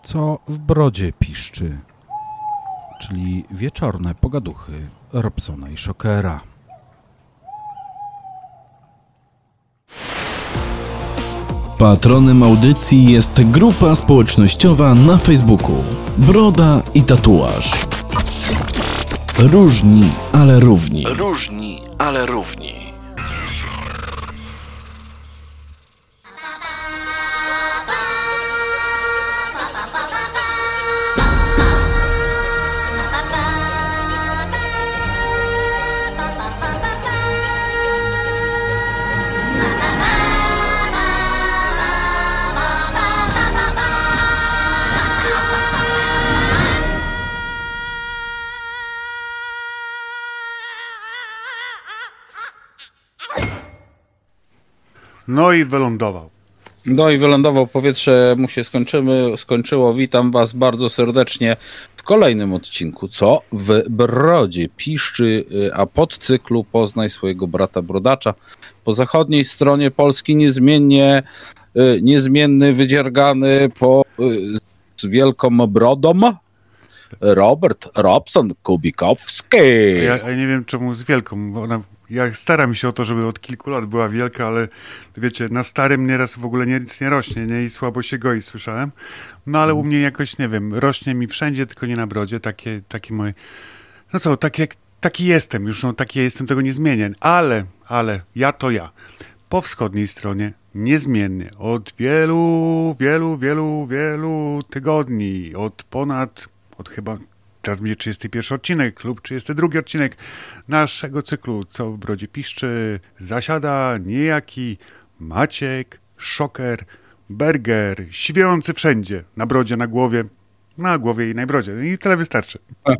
Co w brodzie piszczy, czyli wieczorne pogaduchy Robsona i Shockera. Patronem audycji jest grupa społecznościowa na Facebooku Broda i Tatuaż. Różni, ale równi. Różni, ale równi. No i wylądował. No i wylądował, powietrze mu się skończyło. Witam was bardzo serdecznie w kolejnym odcinku Co w brodzie piszczy, a podcyklu Poznaj swojego brata brodacza. Po zachodniej stronie Polski niezmienny, wydziergany z wielką brodą Robert Robson Kubikowski. Ja nie wiem czemu z wielką, bo ja staram się o to, żeby od kilku lat była wielka, ale wiecie, na starym nieraz w ogóle nic nie rośnie, nie? I słabo się goi, słyszałem. No ale u mnie jakoś, nie wiem, rośnie mi wszędzie, tylko nie na brodzie, takie moje... No co, taki jestem już, no taki jestem, tego nie zmienię. Ale, ja to ja. Po wschodniej stronie niezmiennie, od wielu tygodni, od chyba... Teraz będzie 31 odcinek lub 32 odcinek naszego cyklu Co w brodzie piszczy. Zasiada niejaki Maciek Shocker Berger, siwiejący wszędzie, na brodzie, na głowie i na brodzie. I tyle wystarczy.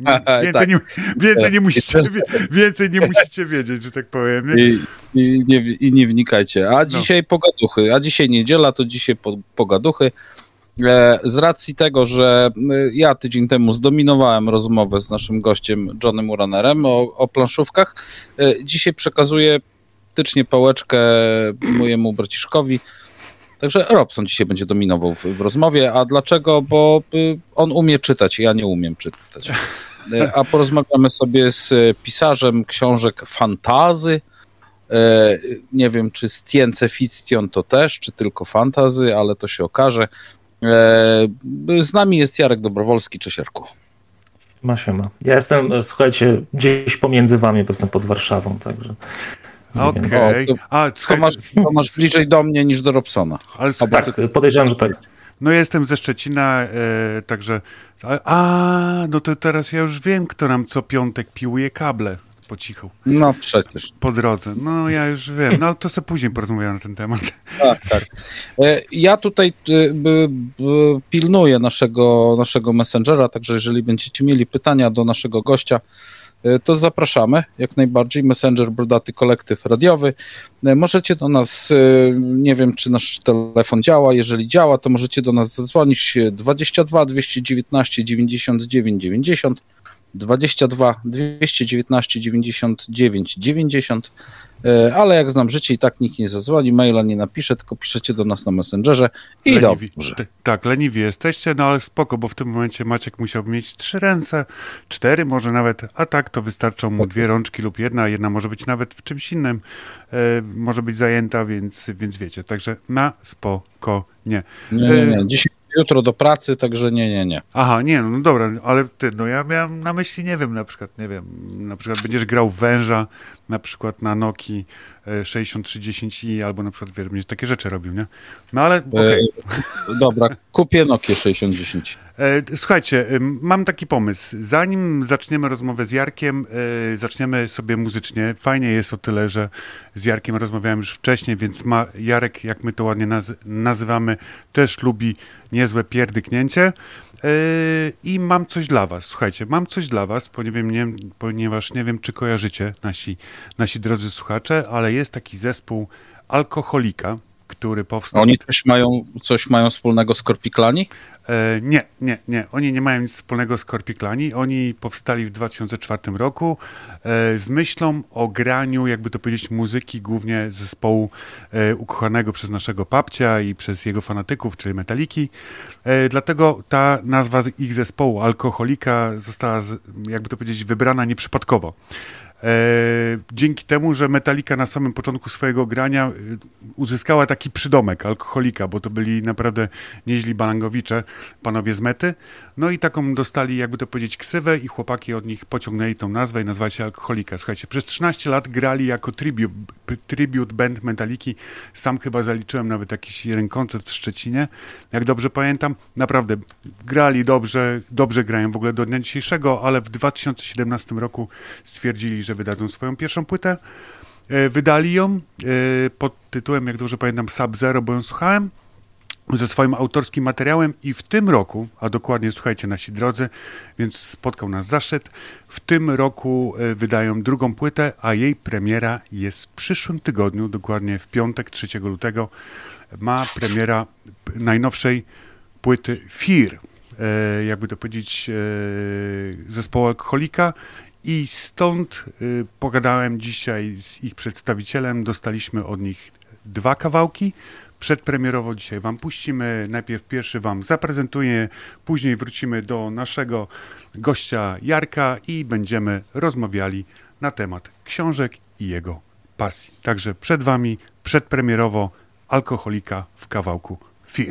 Więcej nie musicie wiedzieć, że tak powiem. I nie wnikajcie. A dzisiaj pogaduchy, a dzisiaj niedziela, to dzisiaj pogaduchy. Z racji tego, że ja tydzień temu zdominowałem rozmowę z naszym gościem Johnem Uranerem o planszówkach, dzisiaj przekazuję tycznie pałeczkę mojemu braciszkowi. Także Robson dzisiaj będzie dominował w rozmowie. A dlaczego? Bo on umie czytać, ja nie umiem czytać. A porozmawiamy sobie z pisarzem książek fantazy. Nie wiem, czy science fiction to też, czy tylko fantazy, ale to się okaże. Z nami jest Jarek Dobrowolski. Cześć, Jarku. Siema. Ja jestem, słuchajcie, gdzieś pomiędzy wami, bo jestem pod Warszawą, także... Okej. To masz bliżej do mnie niż do Robsona. Ale tak, podejrzewam, że tak. No ja jestem ze Szczecina, także... no to teraz ja już wiem, kto nam co piątek piłuje kable po cichu. No przecież. Po drodze. No ja już wiem. No to sobie później porozmawiamy na ten temat. Tak. Ja tutaj pilnuję naszego Messengera, także jeżeli będziecie mieli pytania do naszego gościa, to zapraszamy jak najbardziej. Messenger Brodaty Kolektyw Radiowy. Możecie do nas, nie wiem czy nasz telefon działa, jeżeli działa, to możecie do nas zadzwonić 22 219 99 90, 22 219 99 90, ale jak znam życie i tak nikt nie zadzwoni, maila nie napisze, tylko piszecie do nas na Messengerze i dobrze. Tak, leniwi jesteście, no ale spoko, bo w tym momencie Maciek musiał mieć 3 ręce, 4 może nawet, a tak to wystarczą mu 2 rączki lub jedna może być nawet w czymś innym, może być zajęta, więc wiecie, także na spokojnie. Nie. Jutro do pracy, także nie. Aha, no dobra, ale ja miałem na myśli, nie wiem, na przykład będziesz grał w węża, na przykład na Nokii 6310i, albo na przykład, będziesz takie rzeczy robił, nie? No ale okej. Dobra, kupię Nokię 6010. Słuchajcie, mam taki pomysł. Zanim zaczniemy rozmowę z Jarkiem, zaczniemy sobie muzycznie. Fajnie jest o tyle, że z Jarkiem rozmawiałem już wcześniej, więc Jarek, jak my to ładnie nazywamy, też lubi niezłe pierdyknięcie. I mam coś dla was. Słuchajcie, ponieważ nie wiem, czy kojarzycie nasi drodzy słuchacze, ale jest taki zespół Alkoholika, który powstał... Oni też coś mają wspólnego z Korpiklani? Nie. Oni nie mają nic wspólnego z Korpiklani. Oni powstali w 2004 roku z myślą o graniu, jakby to powiedzieć, muzyki głównie zespołu ukochanego przez naszego papcia i przez jego fanatyków, czyli Metaliki. Dlatego ta nazwa ich zespołu, Alkoholika, została, jakby to powiedzieć, wybrana nieprzypadkowo. Dzięki temu, że Metallica na samym początku swojego grania uzyskała taki przydomek Alkoholika, bo to byli naprawdę nieźli balangowicze, panowie z Mety. No i taką dostali, jakby to powiedzieć, ksywę i chłopaki od nich pociągnęli tą nazwę i nazwali się Alkoholika. Słuchajcie, przez 13 lat grali jako tribute band Metalliki. Sam chyba zaliczyłem nawet jakiś jeden koncert w Szczecinie, jak dobrze pamiętam. Naprawdę grali dobrze grają w ogóle do dnia dzisiejszego, ale w 2017 roku stwierdzili, że wydadzą swoją pierwszą płytę. Wydali ją pod tytułem, jak dobrze pamiętam, Sub-Zero, bo ją słuchałem, ze swoim autorskim materiałem i w tym roku, a dokładnie słuchajcie nasi drodzy, więc spotkał nas zaszczyt, w tym roku wydają drugą płytę, a jej premiera jest w przyszłym tygodniu, dokładnie w piątek, 3 lutego, ma premiera najnowszej płyty Fear, jakby to powiedzieć, zespołu Alkoholika. I stąd pogadałem dzisiaj z ich przedstawicielem, dostaliśmy od nich 2 kawałki. Przedpremierowo dzisiaj wam puścimy, najpierw pierwszy wam zaprezentuję, później wrócimy do naszego gościa Jarka i będziemy rozmawiali na temat książek i jego pasji. Także przed wami przedpremierowo Alkoholika w kawałku Fear.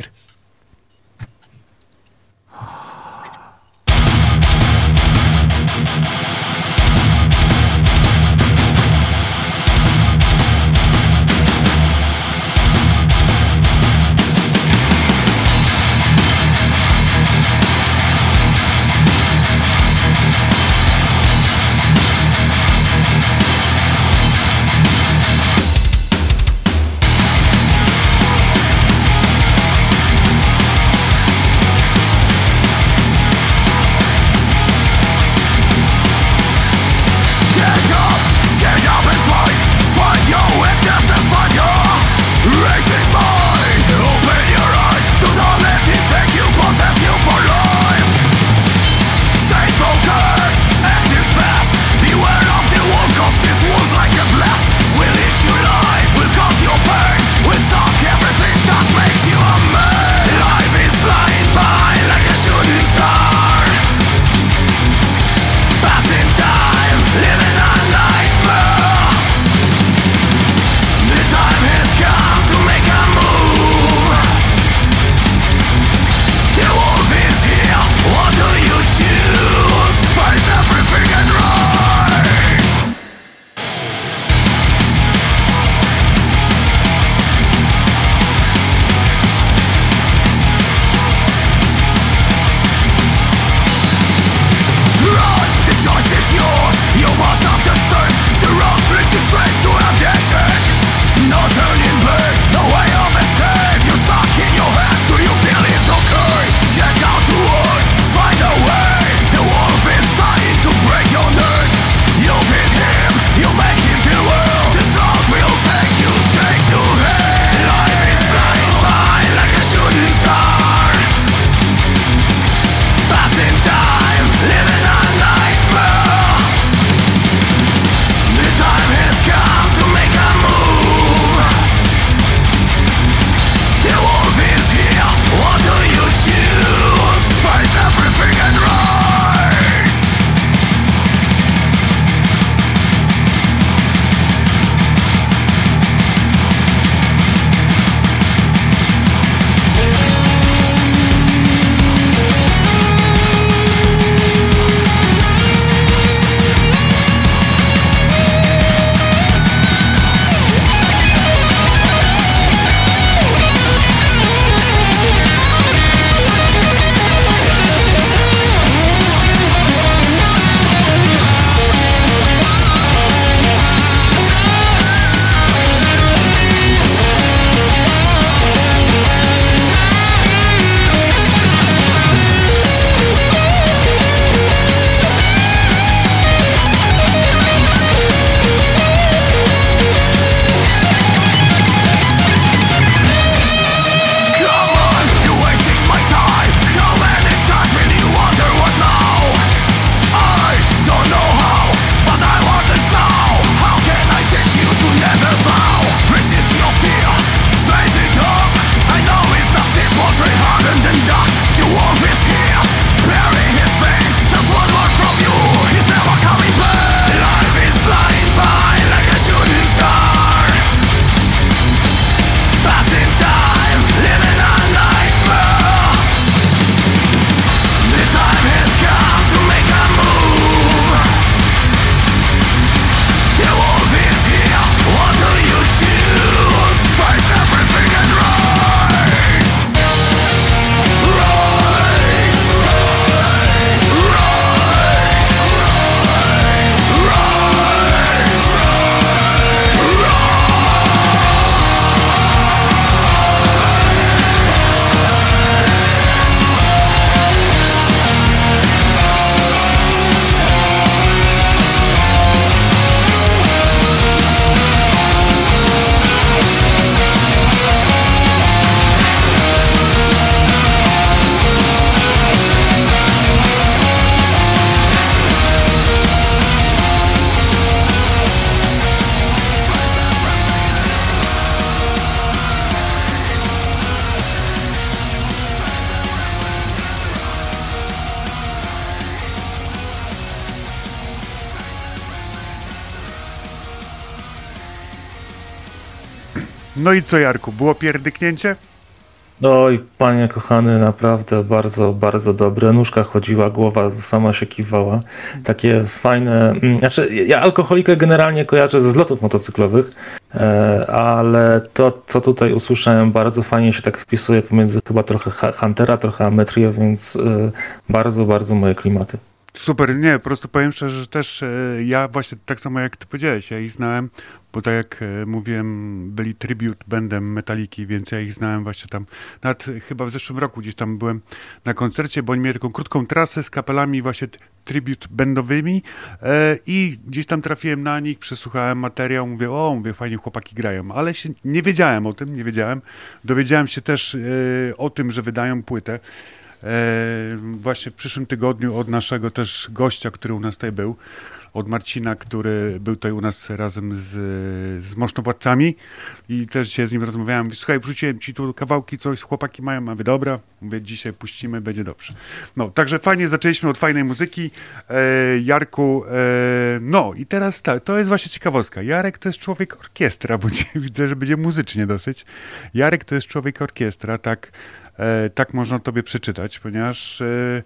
No i co, Jarku, było pierdyknięcie? Oj, panie kochany, naprawdę bardzo, bardzo dobre. Nóżka chodziła, głowa sama się kiwała. Takie fajne... Znaczy, ja alkoholikę generalnie kojarzę ze zlotów motocyklowych, ale to, co tutaj usłyszałem, bardzo fajnie się tak wpisuje pomiędzy chyba trochę Huntera, trochę Ametrię, więc bardzo, bardzo moje klimaty. Super, nie, po prostu powiem szczerze, że też ja właśnie tak samo jak ty powiedziałeś, ja ich znałem, bo tak jak mówiłem, byli tribute bandem Metaliki, więc ja ich znałem właśnie tam, nawet chyba w zeszłym roku gdzieś tam byłem na koncercie, bo oni mieli taką krótką trasę z kapelami właśnie tribute bandowymi i gdzieś tam trafiłem na nich, przesłuchałem materiał, mówię, fajnie chłopaki grają, ale się nie wiedziałem o tym, dowiedziałem się też o tym, że wydają płytę. Właśnie w przyszłym tygodniu od naszego też gościa, który u nas tutaj był, od Marcina, który był tutaj u nas razem z Mosztowładcami i też się z nim rozmawiałem. Słuchaj, wrzuciłem ci tu kawałki, coś chłopaki mają, mówię, dobra, mówię, dzisiaj puścimy, będzie dobrze. No, także fajnie, zaczęliśmy od fajnej muzyki. Jarku, no i teraz tak, to jest właśnie ciekawostka. Jarek to jest człowiek orkiestra, bo widzę, że będzie muzycznie dosyć. Jarek to jest człowiek orkiestra, tak można tobie przeczytać, ponieważ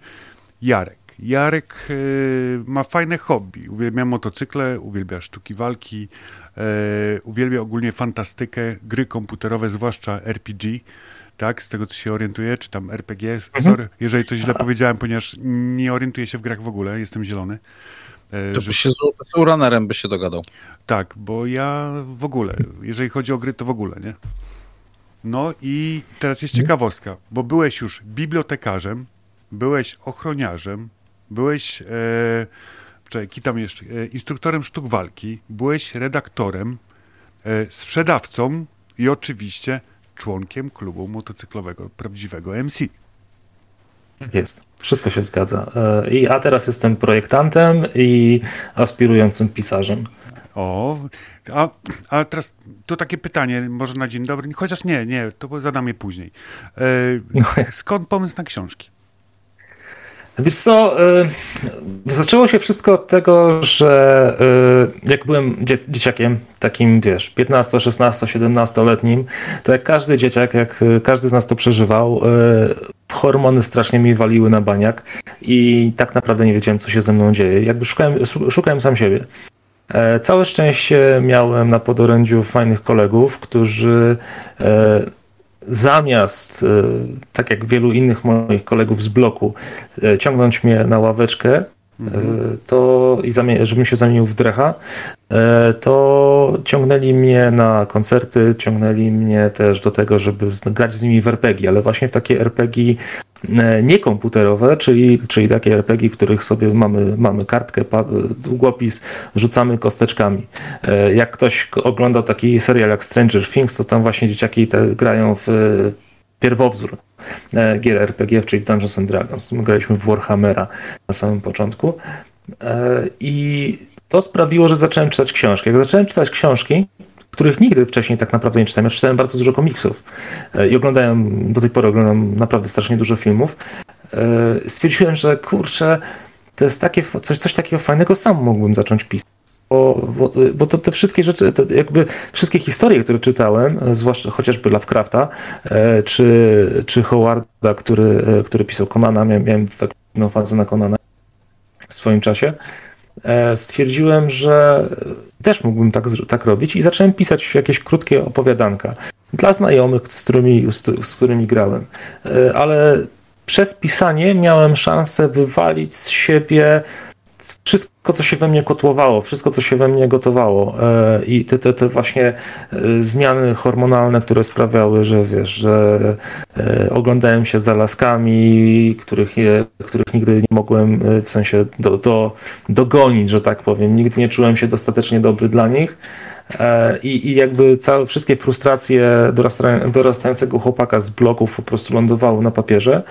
Jarek ma fajne hobby. Uwielbia motocykle, uwielbia sztuki walki, uwielbia ogólnie fantastykę, gry komputerowe, zwłaszcza RPG, tak, z tego co się orientuję, czy tam RPG. Sorry, jeżeli coś źle powiedziałem, ponieważ nie orientuję się w grach w ogóle, jestem zielony. To by się z Uranerem by się dogadał. Tak, bo ja w ogóle, jeżeli chodzi o gry, to w ogóle, nie? No i teraz jest ciekawostka, bo byłeś już bibliotekarzem, byłeś ochroniarzem, byłeś instruktorem sztuk walki, byłeś redaktorem, sprzedawcą i oczywiście członkiem klubu motocyklowego prawdziwego MC. Tak jest, wszystko się zgadza. A teraz jestem projektantem i aspirującym pisarzem. O, a teraz to takie pytanie, może na dzień dobry, chociaż nie, to zadam je później. Skąd pomysł na książki? Wiesz co, zaczęło się wszystko od tego, że jak byłem dzieciakiem, takim wiesz, 15, 16, 17-letnim, to jak każdy dzieciak, jak każdy z nas to przeżywał, hormony strasznie mi waliły na baniak i tak naprawdę nie wiedziałem, co się ze mną dzieje. Jakby szukałem sam siebie. Całe szczęście miałem na podorędziu fajnych kolegów, którzy zamiast, tak jak wielu innych moich kolegów z bloku, ciągnąć mnie na ławeczkę, żebym się zamienił w drecha, to ciągnęli mnie na koncerty, ciągnęli mnie też do tego, żeby grać z nimi w RPG, ale właśnie w takie RPG niekomputerowe, czyli takie RPG, w których sobie mamy kartkę, długopis, rzucamy kosteczkami. Jak ktoś oglądał taki serial jak Stranger Things, to tam właśnie dzieciaki grają w pierwowzór gier RPG, czyli w Dungeons and Dragons. My graliśmy w Warhammera na samym początku i to sprawiło, że zacząłem czytać książki. Jak zacząłem czytać książki, których nigdy wcześniej tak naprawdę nie czytałem. Ja czytałem bardzo dużo komiksów i do tej pory oglądam naprawdę strasznie dużo filmów. Stwierdziłem, że kurczę, to jest coś takiego fajnego, sam mógłbym zacząć pisać. Bo to te wszystkie rzeczy, jakby wszystkie historie, które czytałem, zwłaszcza chociażby Lovecrafta, czy Howarda, który pisał Conana, miałem pewną fazę na Conana w swoim czasie, stwierdziłem, że też mógłbym tak robić i zacząłem pisać jakieś krótkie opowiadanka dla znajomych, z którymi grałem. Ale przez pisanie miałem szansę wywalić z siebie wszystko, co się we mnie kotłowało, wszystko, co się we mnie gotowało i te właśnie zmiany hormonalne, które sprawiały, że wiesz, że oglądałem się za laskami, których nigdy nie mogłem w sensie dogonić, że tak powiem. Nigdy nie czułem się dostatecznie dobry dla nich. I jakby wszystkie frustracje dorastającego chłopaka z bloków po prostu lądowały na papierze.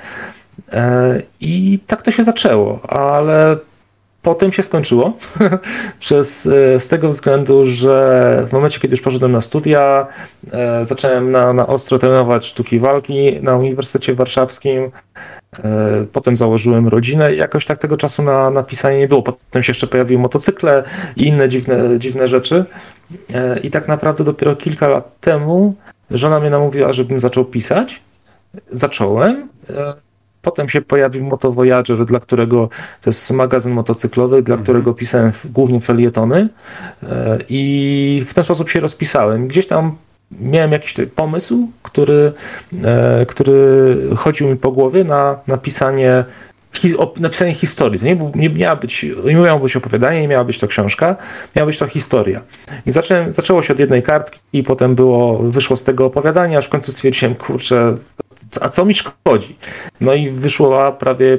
I tak to się zaczęło, ale potem się skończyło z tego względu, że w momencie, kiedy już poszedłem na studia, zacząłem na ostro trenować sztuki walki na Uniwersytecie Warszawskim. Potem założyłem rodzinę i jakoś tak tego czasu na pisanie nie było. Potem się jeszcze pojawiły motocykle i inne dziwne rzeczy. I tak naprawdę dopiero kilka lat temu Żona mnie namówiła, żebym zaczął pisać. Zacząłem. Potem się pojawił Moto Voyager, dla którego to jest magazyn motocyklowy, dla którego pisałem głównie felietony i w ten sposób się rozpisałem. Gdzieś tam miałem jakiś pomysł, który chodził mi po głowie na napisanie historii. To nie miało być opowiadanie, nie miała być to książka, miała być to historia. I zaczęło się od jednej kartki i potem wyszło z tego opowiadania, aż w końcu stwierdziłem, kurczę, a co mi szkodzi? No i wyszła prawie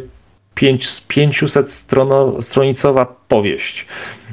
500-stronicowa powieść.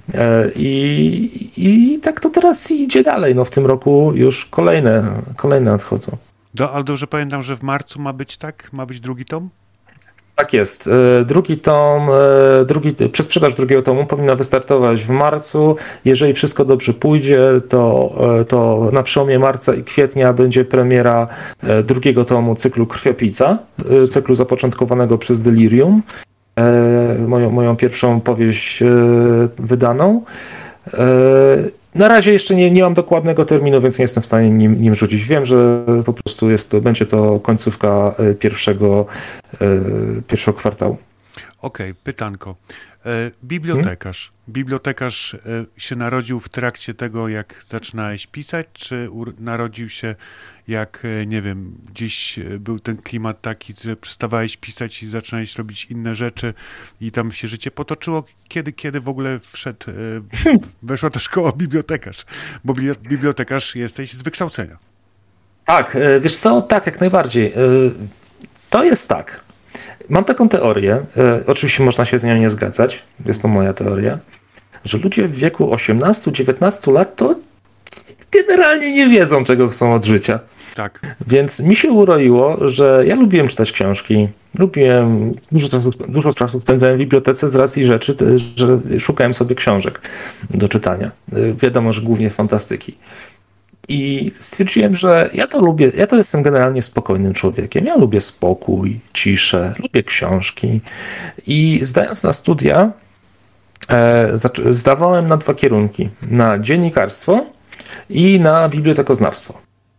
I tak to teraz idzie dalej. No w tym roku już kolejne nadchodzą. Ale dobrze pamiętam, że w marcu ma być drugi tom? Tak jest. Drugi tom, przedsprzedaż drugiego tomu powinna wystartować w marcu. Jeżeli wszystko dobrze pójdzie, to na przełomie marca i kwietnia będzie premiera drugiego tomu cyklu Krwiopijca, cyklu zapoczątkowanego przez Delirium, moją pierwszą powieść wydaną. Na razie jeszcze nie mam dokładnego terminu, więc nie jestem w stanie nim rzucić. Wiem, że po prostu będzie to końcówka pierwszego kwartału. Okej, pytanko. Bibliotekarz. Bibliotekarz się narodził w trakcie tego, jak zaczynałeś pisać, czy narodził się jak, nie wiem, gdzieś był ten klimat taki, że przestawałeś pisać i zaczynałeś robić inne rzeczy i tam się życie potoczyło? Kiedy w ogóle weszła ta szkoła bibliotekarz? Bo bibliotekarz jesteś z wykształcenia. Tak, wiesz co? Tak, jak najbardziej. To jest tak. Mam taką teorię, oczywiście można się z nią nie zgadzać, jest to moja teoria, że ludzie w wieku 18-19 lat to generalnie nie wiedzą, czego chcą od życia. Tak. Więc mi się uroiło, że ja lubiłem czytać książki, dużo czasu spędzałem w bibliotece z racji rzeczy, że szukałem sobie książek do czytania. Wiadomo, że głównie fantastyki. I stwierdziłem, że ja to lubię, ja to jestem generalnie spokojnym człowiekiem. Ja lubię spokój, ciszę, lubię książki. I zdając na studia, zdawałem na 2 kierunki. Na dziennikarstwo i na bibliotekoznawstwo.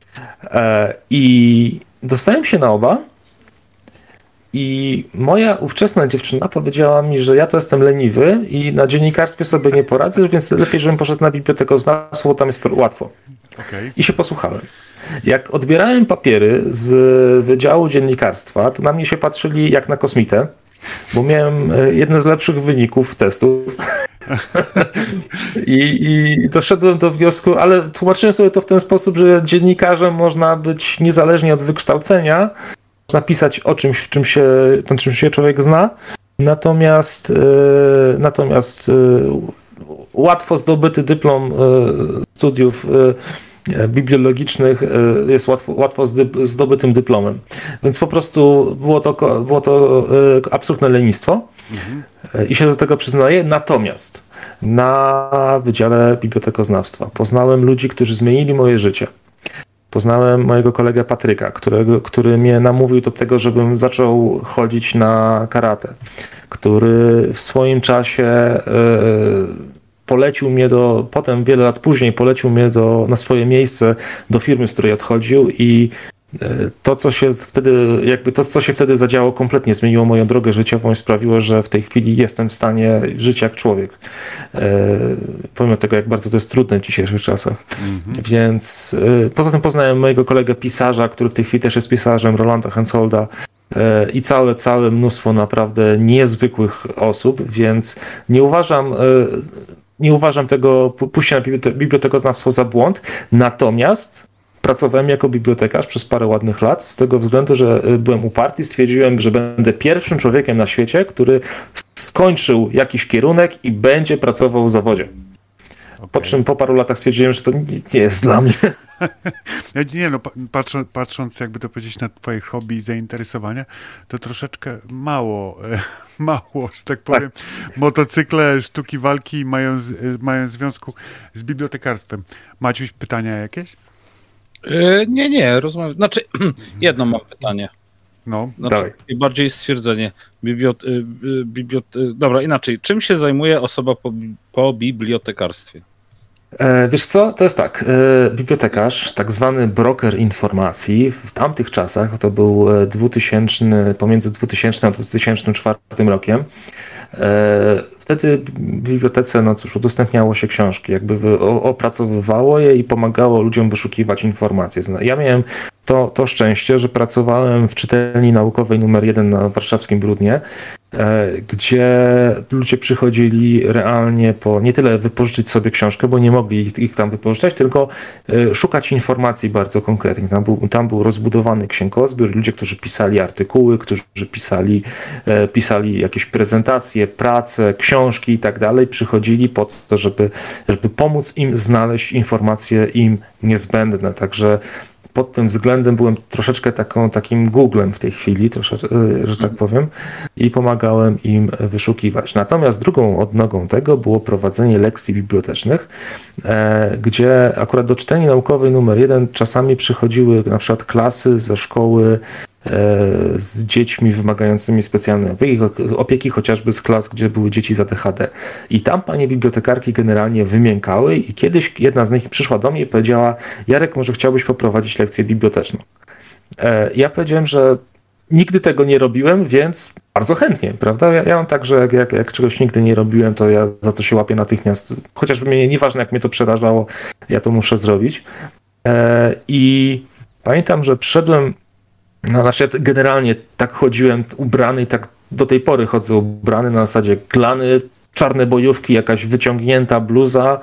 I dostałem się na oba. I moja ówczesna dziewczyna powiedziała mi, że ja to jestem leniwy i na dziennikarstwie sobie nie poradzę, więc lepiej, żebym poszedł na bibliotekoznawstwo, bo tam jest łatwo. Okay. I się posłuchałem. Jak odbierałem papiery z Wydziału Dziennikarstwa, to na mnie się patrzyli jak na kosmitę, bo miałem jedne z lepszych wyników testów. I doszedłem do wniosku, ale tłumaczyłem sobie to w ten sposób, że dziennikarzem można być niezależnie od wykształcenia, można pisać o czymś, czym się człowiek zna, natomiast łatwo zdobyty dyplom studiów bibliologicznych jest łatwo zdobytym dyplomem. Więc po prostu było to absolutne lenistwo i się do tego przyznaję. Natomiast na Wydziale Bibliotekoznawstwa poznałem ludzi, którzy zmienili moje życie. Poznałem mojego kolegę Patryka, który mnie namówił do tego, żebym zaczął chodzić na karate, który w swoim czasie polecił mnie potem wiele lat później polecił mnie na swoje miejsce do firmy, z której odchodził i to, co się wtedy zadziało, kompletnie zmieniło moją drogę życiową i sprawiło, że w tej chwili jestem w stanie żyć jak człowiek. Pomimo tego, jak bardzo to jest trudne w dzisiejszych czasach. Więc poza tym poznałem mojego kolegę pisarza, który w tej chwili też jest pisarzem, Rolanda Hensolda, i całe mnóstwo naprawdę niezwykłych osób, więc nie uważam tego pójścia na bibliotekoznawstwo za błąd, natomiast pracowałem jako bibliotekarz przez parę ładnych lat, z tego względu, że byłem uparty i stwierdziłem, że będę pierwszym człowiekiem na świecie, który skończył jakiś kierunek i będzie pracował w zawodzie. Okay. Po czym po paru latach stwierdziłem, że to nie jest dla mnie. Patrząc, jakby to powiedzieć, na twoje hobby i zainteresowania, to troszeczkę mało, że tak powiem, motocykle, sztuki walki mają związku z bibliotekarstwem. Maciuś, pytania jakieś? Nie, rozumiem. Znaczy, jedno mam pytanie. No, dawaj. Bardziej stwierdzenie. Dobra, inaczej. Czym się zajmuje osoba po bibliotekarstwie? Wiesz co, to jest tak, bibliotekarz, tak zwany broker informacji w tamtych czasach, to był 2000, pomiędzy 2000 a 2004 rokiem, wtedy w bibliotece, no cóż, udostępniało się książki, jakby opracowywało je i pomagało ludziom wyszukiwać informacje. Ja miałem to szczęście, że pracowałem w czytelni naukowej numer 1 na warszawskim Brudnie, gdzie ludzie przychodzili realnie po nie tyle wypożyczyć sobie książkę, bo nie mogli ich tam wypożyczać, tylko szukać informacji bardzo konkretnych. Tam był rozbudowany księgozbiór, ludzie, którzy pisali artykuły, którzy pisali jakieś prezentacje, prace, książki i tak dalej, przychodzili po to, żeby pomóc im znaleźć informacje im niezbędne. Także pod tym względem byłem troszeczkę takim Googlem w tej chwili, że tak powiem, i pomagałem im wyszukiwać. Natomiast drugą odnogą tego było prowadzenie lekcji bibliotecznych, gdzie akurat do czytelni naukowej numer 1 czasami przychodziły na przykład klasy ze szkoły z dziećmi wymagającymi specjalnej opieki, chociażby z klas, gdzie były dzieci z ADHD. I tam panie bibliotekarki generalnie wymiękały i kiedyś jedna z nich przyszła do mnie i powiedziała: Jarek, może chciałbyś poprowadzić lekcję biblioteczną? Ja powiedziałem, że nigdy tego nie robiłem, więc bardzo chętnie, prawda? Ja mam tak, że jak czegoś nigdy nie robiłem, to ja za to się łapię natychmiast. Chociażby mnie, nieważne jak mnie to przerażało, ja to muszę zrobić. I pamiętam, że przyszedłem. No, znaczy ja generalnie tak chodziłem ubrany i tak do tej pory chodzę ubrany na zasadzie glany, czarne bojówki, jakaś wyciągnięta bluza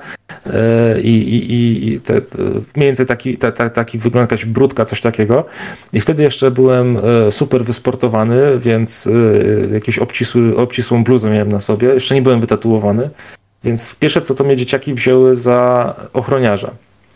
i mniej więcej taki wygląd, jakaś brudka, coś takiego. I wtedy jeszcze byłem super wysportowany, więc jakieś obcisłą bluzę miałem na sobie. Jeszcze nie byłem wytatuowany, więc pierwsze co to mnie dzieciaki wzięły za ochroniarza.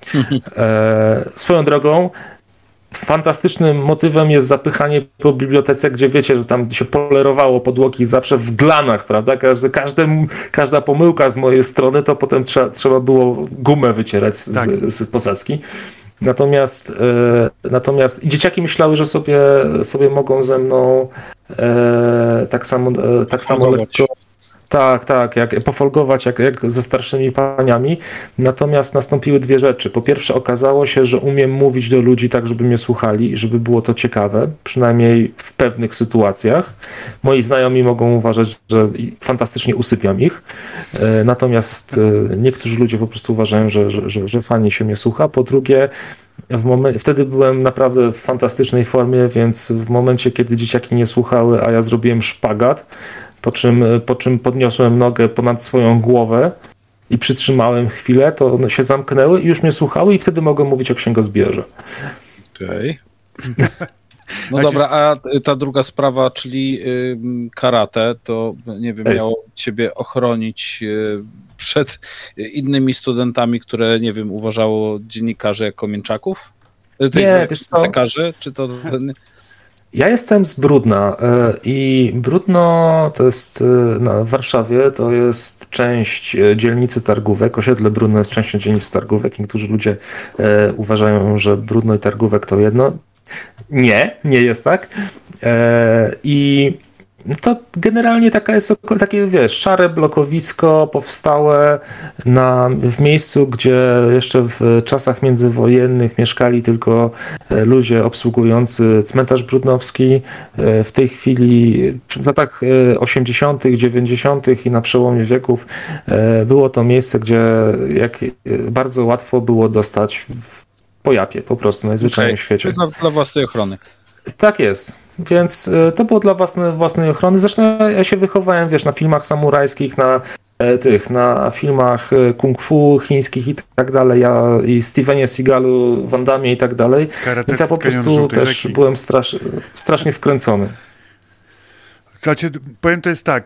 Swoją drogą fantastycznym motywem jest zapychanie po bibliotece, gdzie wiecie, że tam się polerowało podłogi zawsze w glanach, prawda? Każda pomyłka z mojej strony, to potem trzeba było gumę wycierać z posadzki. Natomiast dzieciaki myślały, że sobie mogą ze mną tak samo lekko. Tak, jak pofolgować, jak ze starszymi paniami. Natomiast nastąpiły dwie rzeczy. Po pierwsze, okazało się, że umiem mówić do ludzi tak, żeby mnie słuchali, żeby było to ciekawe, przynajmniej w pewnych sytuacjach. Moi znajomi mogą uważać, że fantastycznie usypiam ich. Natomiast niektórzy ludzie po prostu uważają, że fajnie się mnie słucha. Po drugie, wtedy byłem naprawdę w fantastycznej formie, więc w momencie, kiedy dzieciaki nie słuchały, a ja zrobiłem szpagat, po czym podniosłem nogę ponad swoją głowę i przytrzymałem chwilę, to one się zamknęły i już mnie słuchały i wtedy mogłem mówić o księgozbiorze. Okej. No dobra, a ta druga sprawa, czyli karate, to nie wiem, miało ciebie ochronić przed innymi studentami, które, nie wiem, uważało dziennikarzy jako mięczaków? Nie, wiesz co? Lekarzy? Czy to ten... Ja jestem z Brudna i Brudno to jest w Warszawie, to jest część dzielnicy Targówek. Osiedle Brudno jest częścią dzielnicy Targówek. Niektórzy ludzie uważają, że Brudno i Targówek to jedno. Nie jest tak. I to generalnie takie, wiesz, szare blokowisko powstałe w miejscu, gdzie jeszcze w czasach międzywojennych mieszkali tylko ludzie obsługujący cmentarz brudnowski. W tej chwili, w latach 80., 90. i na przełomie wieków było to miejsce, gdzie bardzo łatwo było dostać po japie, po prostu najzwyczajniej w świecie. Dla własnej ochrony. Tak jest. Więc to było dla własnej ochrony. Zresztą ja się wychowałem, wiesz, na filmach samurajskich, na filmach kung fu chińskich i tak dalej, i Stevenie Seagalu, Van Damme i tak dalej. Więc ja po prostu też byłem strasznie wkręcony. Znaczy, powiem, to jest tak,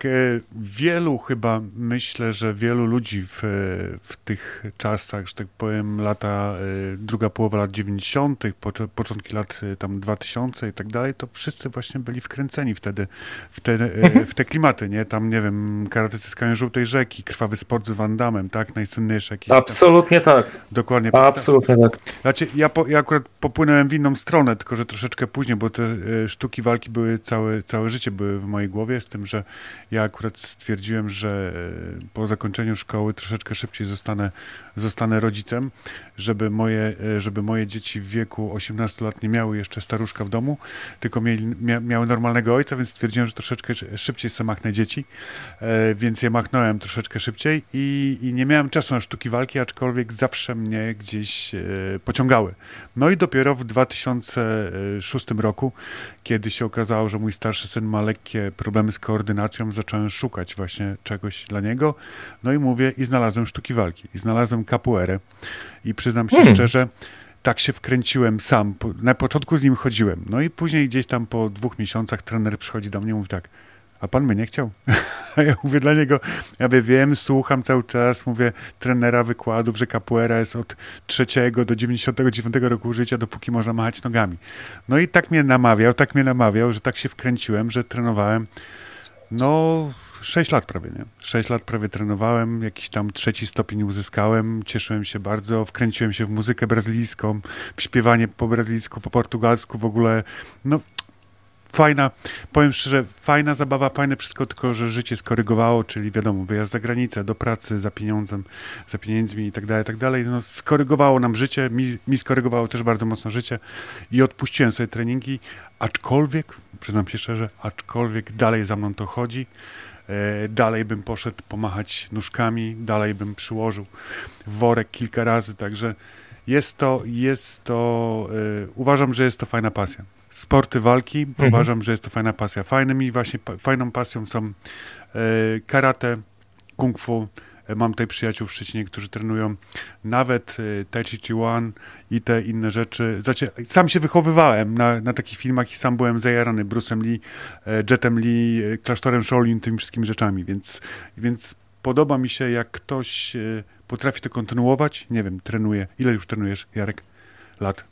myślę, że wielu ludzi w tych czasach, że tak powiem, druga połowa lat 90., początki lat tam 2000 i tak dalej, to wszyscy właśnie byli wkręceni wtedy w te klimaty, nie? Tam, nie wiem, Karatecy z Kanią Żółtej Rzeki, Krwawy Sport z Van Dammem, tak? Najsłynniejsze jakieś... Absolutnie tak. Dokładnie. Absolutnie tak. Znaczy, ja akurat popłynąłem w inną stronę, tylko że troszeczkę później, bo te sztuki walki były całe życie były w mojej mojej głowie, z tym, że ja akurat stwierdziłem, że po zakończeniu szkoły troszeczkę szybciej zostanę rodzicem, żeby moje dzieci w wieku 18 lat nie miały jeszcze staruszka w domu, tylko miały normalnego ojca, więc stwierdziłem, że troszeczkę szybciej sobie machnę dzieci, więc je machnąłem troszeczkę szybciej i nie miałem czasu na sztuki walki, aczkolwiek zawsze mnie gdzieś pociągały. No i dopiero w 2006 roku, kiedy się okazało, że mój starszy syn ma lekkie problemy z koordynacją, zacząłem szukać właśnie czegoś dla niego. No i mówię, i znalazłem sztuki walki, i znalazłem capoeirę. I przyznam się szczerze, tak się wkręciłem sam. Na początku z nim chodziłem. No i później gdzieś tam po 2 miesiącach trener przychodzi do mnie i mówi tak, a pan by nie chciał? A ja mówię dla niego, ja wiem, słucham cały czas, mówię trenera wykładów, że capoeira jest od 3 do 99 roku życia, dopóki można machać nogami. No i tak mnie namawiał, że tak się wkręciłem, że trenowałem, 6 lat prawie, nie? 6 lat prawie trenowałem, jakiś tam 3. stopień uzyskałem, cieszyłem się bardzo, wkręciłem się w muzykę brazylijską, w śpiewanie po brazylijsku, po portugalsku, w ogóle, fajna, powiem szczerze, fajna zabawa, fajne wszystko, tylko że życie skorygowało, czyli wiadomo, wyjazd za granicę, do pracy, za pieniędzmi i tak dalej. No, skorygowało nam życie, mi skorygowało też bardzo mocno życie i odpuściłem sobie treningi, aczkolwiek, przyznam się szczerze, dalej za mną to chodzi, dalej bym poszedł pomachać nóżkami, dalej bym przyłożył worek kilka razy, także uważam, że jest to fajna pasja. Sporty walki, uważam, że jest to fajna pasja. Fajną pasją są karate, kung fu. Mam tutaj przyjaciół w Szczecinie, którzy trenują nawet Tai Chi Chuan i te inne rzeczy. Sam się wychowywałem na takich filmach i sam byłem zajarany Bruce'em Lee, Jetem Lee, klasztorem Shaolin, tymi wszystkimi rzeczami, więc podoba mi się, jak ktoś potrafi to kontynuować. Nie wiem, trenuje. Ile już trenujesz, Jarek? Lat?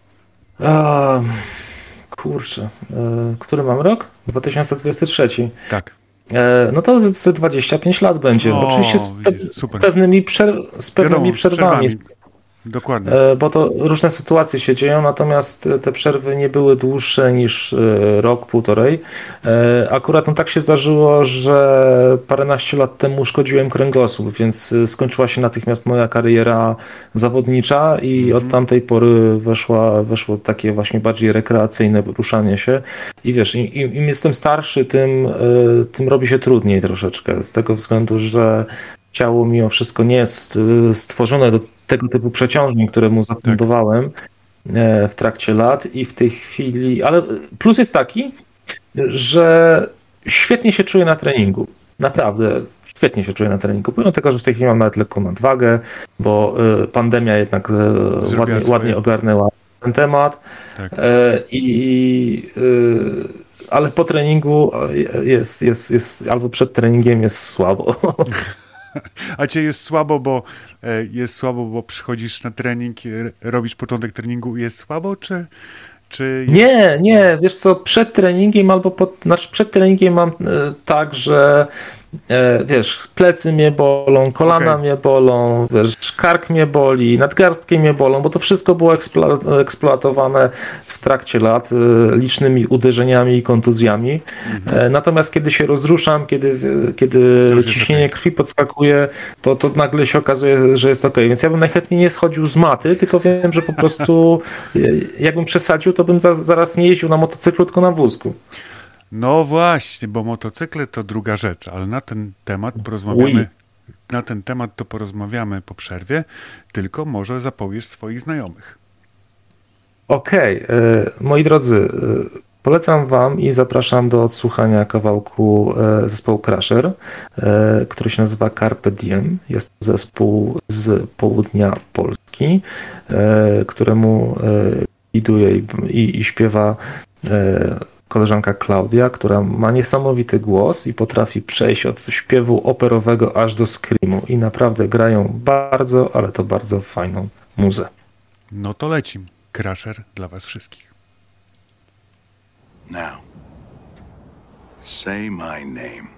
Kurczę. Który mam rok? 2023. Tak. No to ze 25 lat będzie. Oczywiście z pewnymi przerwami. Dokładnie. Bo to różne sytuacje się dzieją, natomiast te przerwy nie były dłuższe niż rok, półtorej. Akurat tak się zdarzyło, że paręnaście lat temu uszkodziłem kręgosłup, więc skończyła się natychmiast moja kariera zawodnicza i od tamtej pory weszło takie właśnie bardziej rekreacyjne ruszanie się. I wiesz, im jestem starszy, tym robi się trudniej troszeczkę, z tego względu, że ciało mimo wszystko nie jest stworzone do tego typu przeciążeń, które mu zafundowałem w trakcie lat i w tej chwili, ale plus jest taki, że świetnie się czuję na treningu. Naprawdę świetnie się czuję na treningu. Pomimo tego, że w tej chwili mam nawet lekką nadwagę, bo pandemia jednak ładnie ogarnęła ten temat. Tak. Ale po treningu jest albo przed treningiem jest słabo. A cię jest słabo, bo przychodzisz na trening, robisz początek treningu i jest słabo, czy jest... Nie, wiesz co, przed treningiem przed treningiem mam tak, że wiesz, plecy mnie bolą, kolana mnie bolą, wiesz, kark mnie boli, nadgarstki mnie bolą, bo to wszystko było eksploatowane w trakcie lat licznymi uderzeniami i kontuzjami. Natomiast kiedy się rozruszam, kiedy ciśnienie krwi podskakuje, to nagle się okazuje, że jest okej. Więc ja bym najchętniej nie schodził z maty, tylko wiem, że po prostu jakbym przesadził, to bym zaraz nie jeździł na motocyklu, tylko na wózku. No właśnie, bo motocykle to druga rzecz, ale na ten temat porozmawiamy. Na ten temat to porozmawiamy po przerwie, tylko może zapowiesz swoich znajomych. Okej, moi drodzy, polecam wam i zapraszam do odsłuchania kawałku zespołu Crusher, który się nazywa Carpe Diem. Jest to zespół z południa Polski, któremu liduje i śpiewa koleżanka Klaudia, która ma niesamowity głos i potrafi przejść od śpiewu operowego aż do screamu i naprawdę grają bardzo, ale to bardzo fajną muzę. No to lecim. Crusher dla was wszystkich. Now, say my name.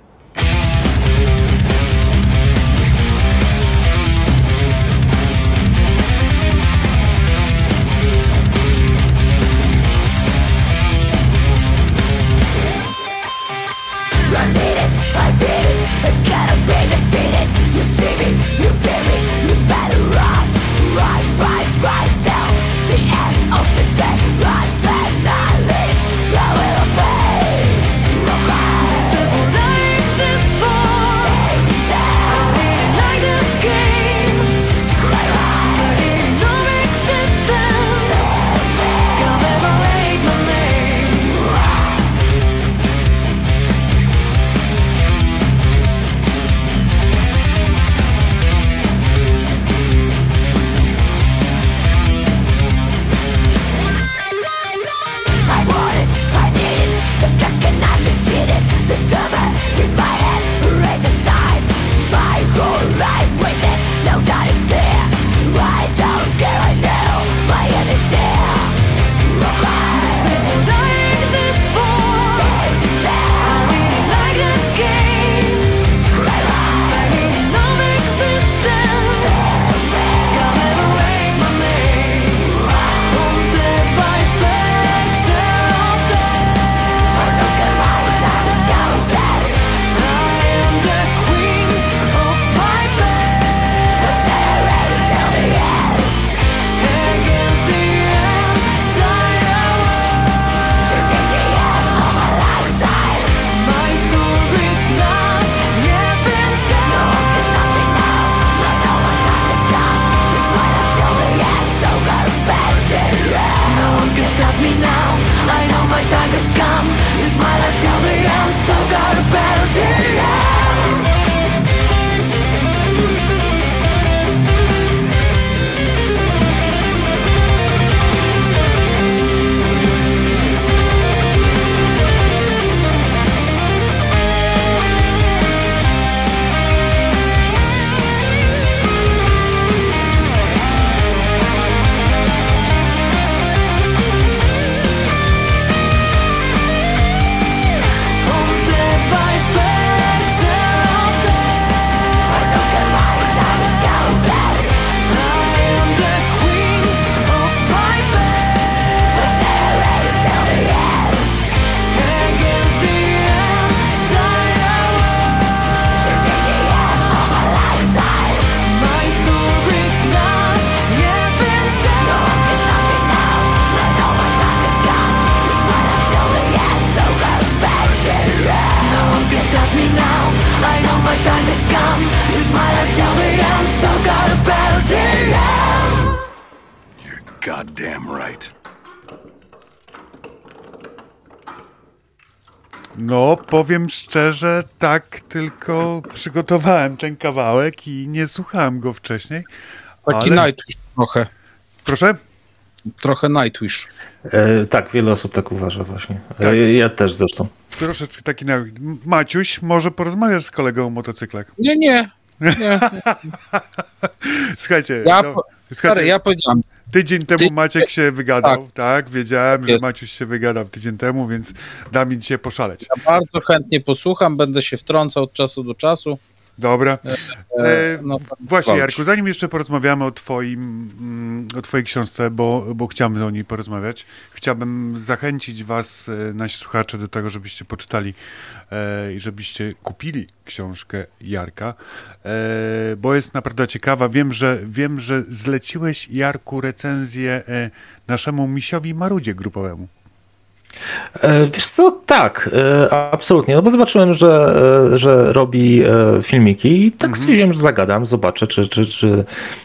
Goddamn right. No, powiem szczerze, tak tylko przygotowałem ten kawałek i nie słuchałem go wcześniej. Taki Nightwish trochę. Proszę? Trochę Nightwish. Tak, wiele osób tak uważa właśnie. Tak. Ja też zresztą. Troszeczkę taki Maciuś, może porozmawiasz z kolegą o motocyklach? Nie. Słuchajcie, Ja powiedziałem. tydzień temu Maciek się wygadał, tak? Wiedziałem, że Jest. Maciuś się wygadał tydzień temu, więc da mi dzisiaj poszaleć. Ja bardzo chętnie posłucham, będę się wtrącał od czasu do czasu. Dobra. No, Właśnie, walcz. Jarku, zanim jeszcze porozmawiamy o twojej książce, bo chciałbym o niej porozmawiać, chciałbym zachęcić was, nasi słuchacze, do tego, żebyście poczytali i żebyście kupili książkę Jarka, bo jest naprawdę ciekawa. Wiem, że zleciłeś, Jarku, recenzję naszemu misiowi Marudzie grupowemu. Wiesz co, tak, absolutnie, no bo zobaczyłem, że robi filmiki i tak stwierdziłem, że zagadam, zobaczę, czy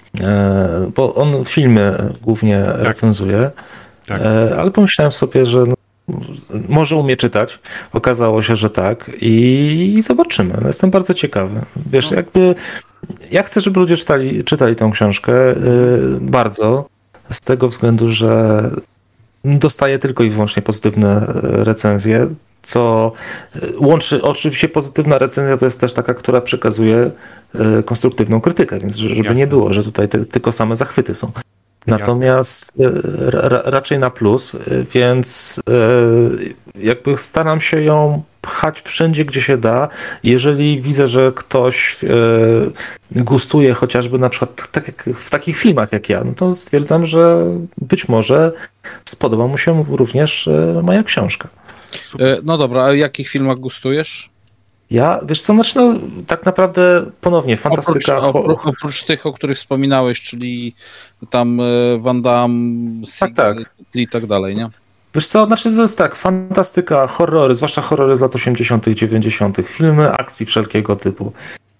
bo on filmy głównie recenzuje, Tak. ale pomyślałem sobie, że no, może umie czytać, okazało się, że tak i zobaczymy, no, jestem bardzo ciekawy, wiesz, jakby ja chcę, żeby ludzie czytali tą książkę bardzo, z tego względu, że dostaję tylko i wyłącznie pozytywne recenzje, co łączy, oczywiście pozytywna recenzja to jest też taka, która przekazuje konstruktywną krytykę, więc żeby Jasne. nie było, że tutaj tylko same zachwyty są. Natomiast raczej na plus, więc jakby staram się ją pchać wszędzie, gdzie się da. Jeżeli widzę, że ktoś gustuje chociażby na przykład tak jak w takich filmach jak ja, no to stwierdzam, że być może spodoba mu się również moja książka. No dobra, a w jakich filmach gustujesz? Ja, wiesz co, znaczy no, tak naprawdę ponownie fantastyka. Oprócz tych, o których wspominałeś, czyli tam Van Damme, Tak. i tak dalej, nie? Wiesz co, znaczy to jest tak, fantastyka, horrory, zwłaszcza horrory z lat 80., 90., filmy akcji wszelkiego typu,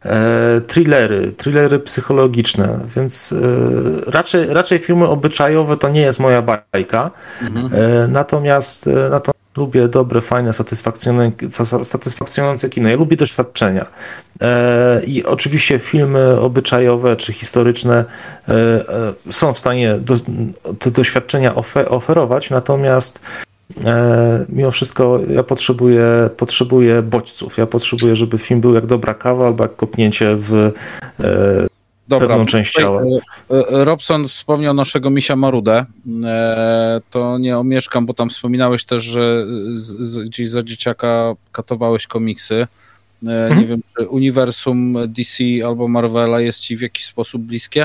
thrillery psychologiczne, więc raczej filmy obyczajowe to nie jest moja bajka, natomiast lubię dobre, fajne, satysfakcjonujące kino. Ja lubię doświadczenia. I oczywiście filmy obyczajowe czy historyczne są w stanie te doświadczenia oferować, natomiast mimo wszystko ja potrzebuję bodźców. Ja potrzebuję, żeby film był jak dobra kawa albo jak kopnięcie w pewną część ciała. Robson wspomniał naszego misia Marudę. To nie omieszkam, bo tam wspominałeś też, że gdzieś za dzieciaka katowałeś komiksy. Nie wiem, czy uniwersum DC albo Marvela jest ci w jakiś sposób bliskie?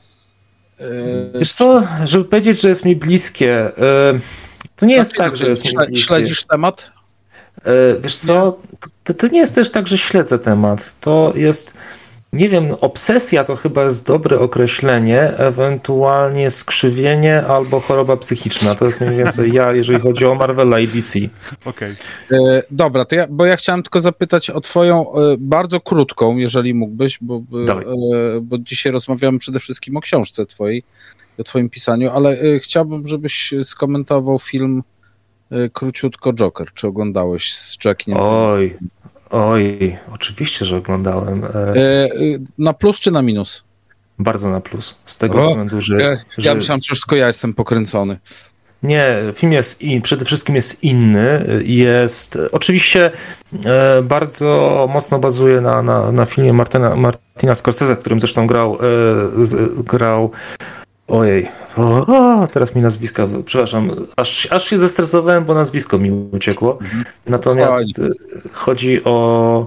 Wiesz co, żeby powiedzieć, że jest mi bliskie, to nie jest tak, że jest mi bliskie. Śledzisz temat? Wiesz co, to nie jest też tak, że śledzę temat. To jest, nie wiem, obsesja to chyba jest dobre określenie, ewentualnie skrzywienie albo choroba psychiczna. To jest mniej więcej ja, jeżeli chodzi o Marvela i DC. Okej. Dobra, to bo ja chciałem tylko zapytać o twoją bardzo krótką, jeżeli mógłbyś, bo dzisiaj rozmawiamy przede wszystkim o książce twojej, o twoim pisaniu, ale chciałbym, żebyś skomentował film króciutko Joker. Czy oglądałeś z Joaquinem? Oj, oczywiście, że oglądałem. Na plus czy na minus? Bardzo na plus. Z tego względu, że... Ja myślałem, że tylko ja jestem pokręcony. Nie, film jest przede wszystkim jest inny. Jest oczywiście bardzo mocno bazuje na filmie Martina Scorsese, w którym zresztą grał ojej, teraz mi nazwiska, przepraszam, aż się zestresowałem, bo nazwisko mi uciekło. Natomiast chodzi o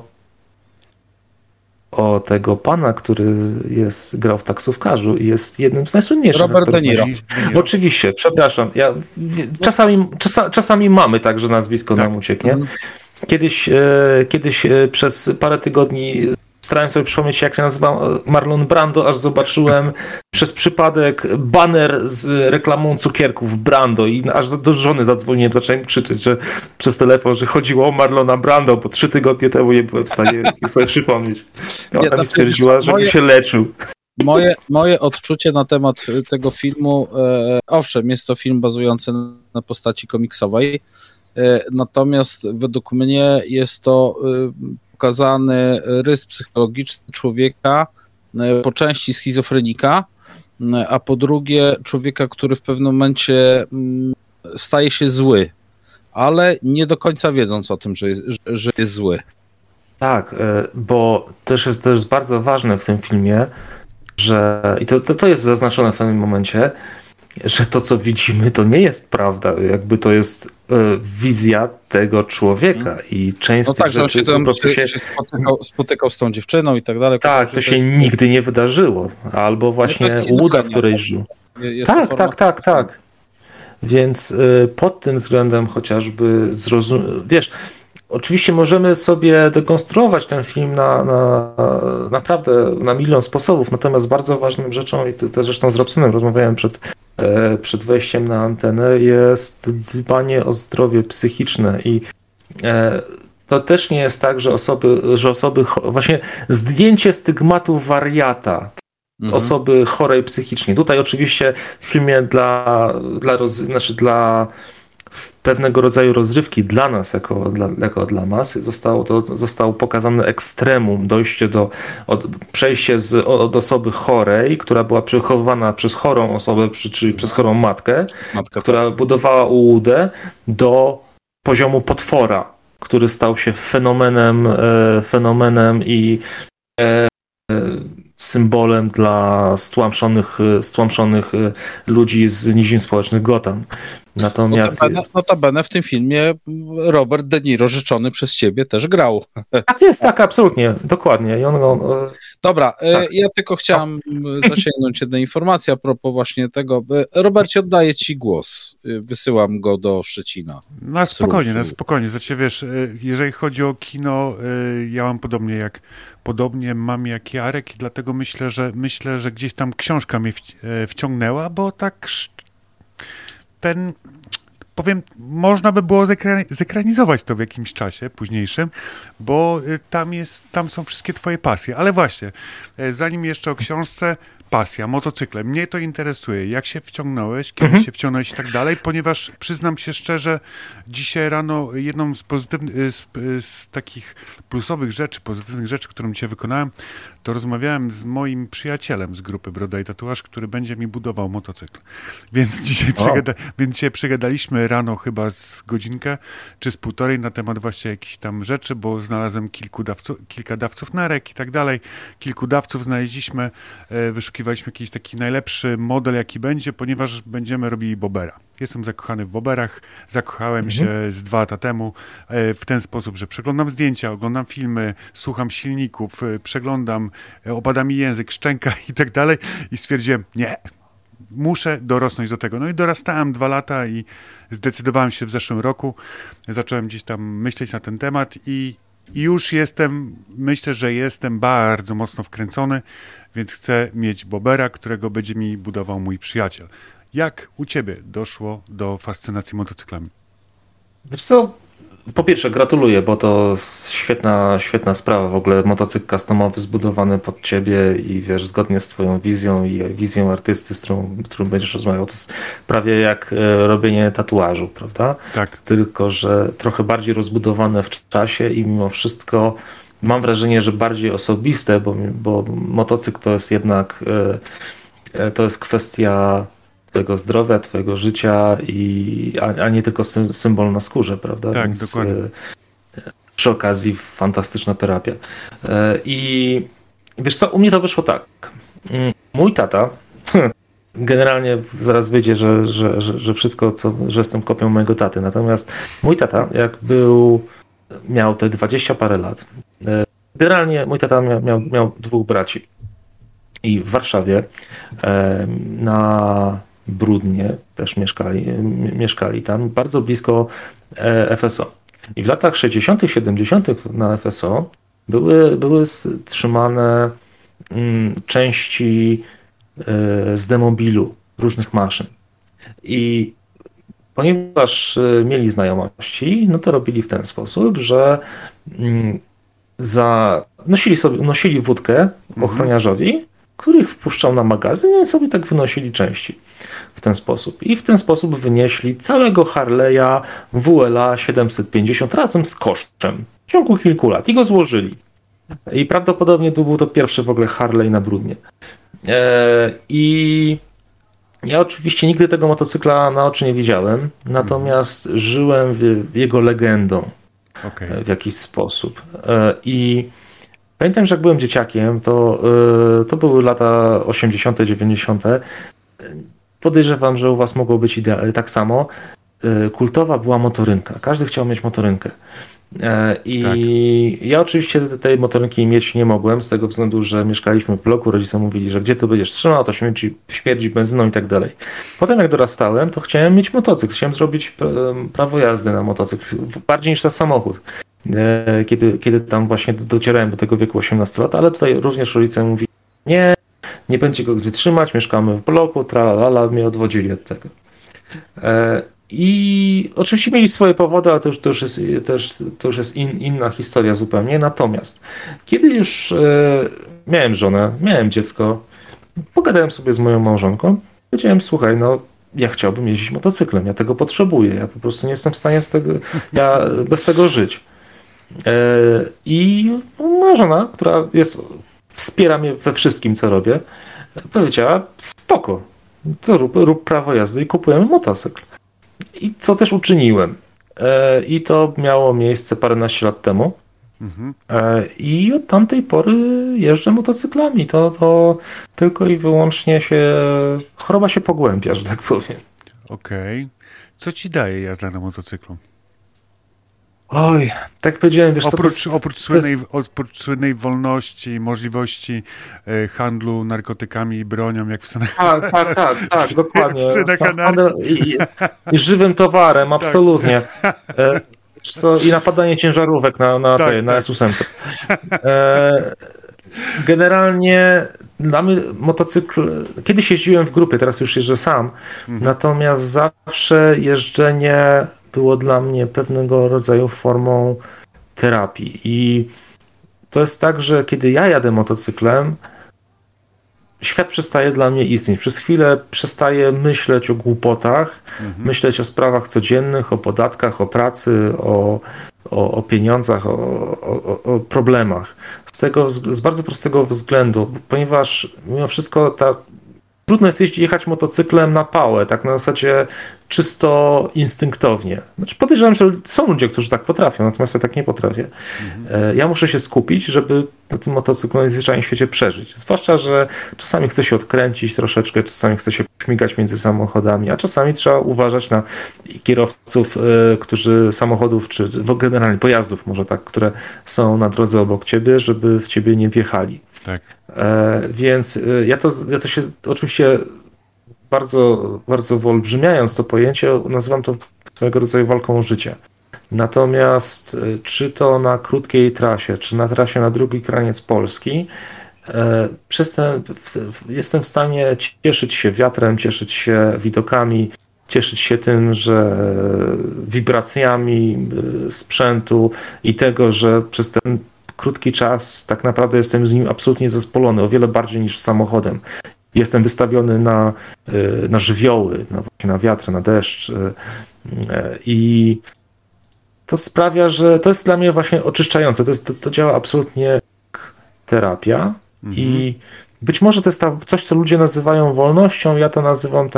tego pana, który grał w Taksówkarzu i jest jednym z najsłynniejszych. Robert De Niro. Oczywiście, przepraszam. Czasami mamy tak, że nazwisko nam ucieknie. Kiedyś przez parę tygodni starałem sobie przypomnieć, jak się nazywa Marlon Brando, aż zobaczyłem przez przypadek baner z reklamą cukierków Brando i aż do żony zadzwoniłem, zacząłem krzyczeć, że przez telefon, że chodziło o Marlona Brando, bo 3 tygodnie temu nie byłem w stanie sobie przypomnieć. Ona mi stwierdziła, że się leczył. Moje odczucie na temat tego filmu, owszem, jest to film bazujący na postaci komiksowej, natomiast według mnie jest to pokazany rys psychologiczny człowieka, po części schizofrenika, a po drugie człowieka, który w pewnym momencie staje się zły, ale nie do końca wiedząc o tym, że jest zły. Tak, bo też jest bardzo ważne w tym filmie, że i to jest zaznaczone w pewnym momencie, że to, co widzimy, to nie jest prawda. Jakby to jest wizja tego człowieka i część z tych że on rzeczy się po prostu się spotykał z tą dziewczyną i tak dalej. Tak, to się nigdy nie wydarzyło. Albo właśnie łuda, w której żył. Tak. Więc pod tym względem chociażby wiesz, oczywiście możemy sobie dekonstruować ten film naprawdę na milion sposobów, natomiast bardzo ważną rzeczą, i to zresztą z Robsonem rozmawiałem przed wejściem na antenę, jest dbanie o zdrowie psychiczne i to też nie jest tak, że osoby właśnie zdjęcie stygmatu wariata, osoby chorej psychicznie. Tutaj oczywiście w filmie dla pewnego rodzaju rozrywki dla nas, jako dla mas, zostało pokazane ekstremum, dojście przejście od osoby chorej, która była przechowywana przez chorą osobę, czyli przez chorą matkę, która budowała ułudę, do poziomu potwora, który stał się fenomenem i symbolem dla stłamszonych ludzi z nizin społecznych Gotham. Natomiast notabene w tym filmie Robert De Niro, życzony przez ciebie, też grał. Tak jest, tak, absolutnie, dokładnie. Dobra, tak. Ja tylko chciałem zasięgnąć jednej informacji a propos właśnie tego. Robercie, oddaję ci głos. Wysyłam go do Szczecina. Na spokojnie. Znaczy, wiesz, jeżeli chodzi o kino, ja mam podobnie mam jak Jarek i dlatego myślę, że gdzieś tam książka mnie wciągnęła, bo tak powiem, można by było zekranizować to w jakimś czasie późniejszym, bo tam są wszystkie twoje pasje. Ale właśnie, zanim jeszcze o książce, pasja, motocykle. Mnie to interesuje. Jak się wciągnąłeś, kiedy się wciągnąłeś i tak dalej, ponieważ przyznam się szczerze, dzisiaj rano jedną z takich pozytywnych rzeczy, którą dzisiaj wykonałem, to rozmawiałem z moim przyjacielem z grupy Broda i Tatuaż, który będzie mi budował motocykl. Więc dzisiaj przegadaliśmy rano chyba z godzinkę, czy z półtorej na temat właśnie jakichś tam rzeczy, bo znalazłem kilka dawców nerek i tak dalej. Kilku dawców znaleźliśmy, wyszukiwaliśmy jakiś taki najlepszy model, jaki będzie, ponieważ będziemy robili bobera. Jestem zakochany w boberach, zakochałem się z 2 lata temu w ten sposób, że przeglądam zdjęcia, oglądam filmy, słucham silników, przeglądam, opada mi język, szczęka i tak dalej i stwierdziłem, nie, muszę dorosnąć do tego. No i dorastałem 2 lata i zdecydowałem się w zeszłym roku, zacząłem gdzieś tam myśleć na ten temat i już myślę, że jestem bardzo mocno wkręcony, więc chcę mieć bobera, którego będzie mi budował mój przyjaciel. Jak u ciebie doszło do fascynacji motocyklami? Wiesz co, po pierwsze gratuluję, bo to świetna sprawa. W ogóle motocykl customowy zbudowany pod ciebie i wiesz, zgodnie z twoją wizją i wizją artysty, z którym będziesz rozmawiał, to jest prawie jak robienie tatuażu, prawda? Tak. Tylko że trochę bardziej rozbudowane w czasie i mimo wszystko mam wrażenie, że bardziej osobiste, bo motocykl to jest jednak to jest kwestia twojego zdrowia, twojego życia, a nie tylko symbol na skórze, prawda? Tak, więc dokładnie. Przy okazji fantastyczna terapia. I wiesz co, u mnie to wyszło tak. Mój tata, generalnie zaraz wyjdzie, że wszystko, że jestem kopią mojego taty, natomiast mój tata, jak miał te 20 parę lat, generalnie mój tata miał 2 braci i w Warszawie na Brudnie też mieszkali tam, bardzo blisko FSO. I w latach 60., 70. na FSO były trzymane części z demobilu różnych maszyn. I ponieważ mieli znajomości, no to robili w ten sposób, że nosili wódkę ochroniarzowi, który ich wpuszczał na magazyn i sobie tak wynosili części w ten sposób. I w ten sposób wynieśli całego Harley'a WLA 750 razem z kosztem w ciągu kilku lat i go złożyli. I prawdopodobnie to był to pierwszy w ogóle Harley na Bródnie. I ja oczywiście nigdy tego motocykla na oczy nie widziałem, natomiast żyłem jego legendą w jakiś sposób. I pamiętam, że jak byłem dzieciakiem, to były lata 80., 90. Podejrzewam, że u was mogło być tak samo. Kultowa była motorynka. Każdy chciał mieć motorynkę. I ja oczywiście tej motorynki mieć nie mogłem, z tego względu, że mieszkaliśmy w bloku, rodzice mówili, że gdzie tu będziesz trzymał, to śmierdzi benzyną i tak dalej. Potem jak dorastałem, to chciałem mieć motocykl, chciałem zrobić prawo jazdy na motocykl, bardziej niż na samochód. Kiedy tam właśnie docierałem do tego wieku 18 lat, ale tutaj również rodzice mówili, nie będzie go gdzie trzymać, mieszkamy w bloku, tralalala, mnie odwodzili od tego. I oczywiście mieli swoje powody, ale to już jest inna historia zupełnie. Natomiast kiedy już miałem żonę, miałem dziecko, pogadałem sobie z moją małżonką, powiedziałem, słuchaj, no ja chciałbym jeździć motocyklem, ja tego potrzebuję, ja po prostu nie jestem w stanie bez tego żyć. I moja żona, która wspiera mnie we wszystkim, co robię, powiedziała, spoko, to rób prawo jazdy i kupujemy motocykl. I co też uczyniłem. I to miało miejsce paręnaście lat temu. I od tamtej pory jeżdżę motocyklami. To tylko i wyłącznie choroba się pogłębia, że tak powiem. Okej. Co ci daje jazda na motocyklu? Oj, tak powiedziałem, wiesz Oprócz słynnej wolności, możliwości handlu narkotykami i bronią, jak w Stanach. Tak, dokładnie. W synach anarchii. I żywym towarem, absolutnie. I napadanie ciężarówek na S8. Generalnie dla mnie motocykl, kiedyś jeździłem w grupie, teraz już jeżdżę sam, natomiast zawsze jeżdżenie było dla mnie pewnego rodzaju formą terapii. I to jest tak, że kiedy ja jadę motocyklem, świat przestaje dla mnie istnieć. Przez chwilę przestaję myśleć o głupotach, myśleć o sprawach codziennych, o podatkach, o pracy, o pieniądzach, o problemach. Z bardzo prostego względu, ponieważ mimo wszystko trudno jest jechać motocyklem na pałę, tak na zasadzie czysto instynktownie. Znaczy podejrzewam, że są ludzie, którzy tak potrafią, natomiast ja tak nie potrafię. Ja muszę się skupić, żeby na tym motocyklu najzwyczajniej w świecie przeżyć. Zwłaszcza, że czasami chcę się odkręcić troszeczkę, czasami chcę się śmigać między samochodami, a czasami trzeba uważać na kierowców, samochodów, czy generalnie pojazdów może tak, które są na drodze obok ciebie, żeby w ciebie nie wjechali. Tak. Więc ja to się oczywiście bardzo, bardzo wyolbrzymiając to pojęcie, nazywam to swego rodzaju walką o życie. Natomiast czy to na krótkiej trasie, czy na trasie na drugi kraniec Polski, jestem w stanie cieszyć się wiatrem, cieszyć się widokami, cieszyć się tym, że wibracjami sprzętu i tego, że przez ten krótki czas tak naprawdę jestem z nim absolutnie zespolony, o wiele bardziej niż samochodem. Jestem wystawiony na żywioły, na wiatr, na deszcz i to sprawia, że to jest dla mnie właśnie oczyszczające. To działa absolutnie jak terapia i być może to jest coś, co ludzie nazywają wolnością, ja to nazywam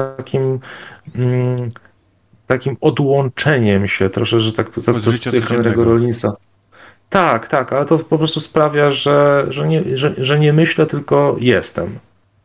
takim odłączeniem się, troszkę, że tak zacytuję Henry'ego Rollinsa. Tak, ale to po prostu sprawia, że nie myślę, tylko jestem.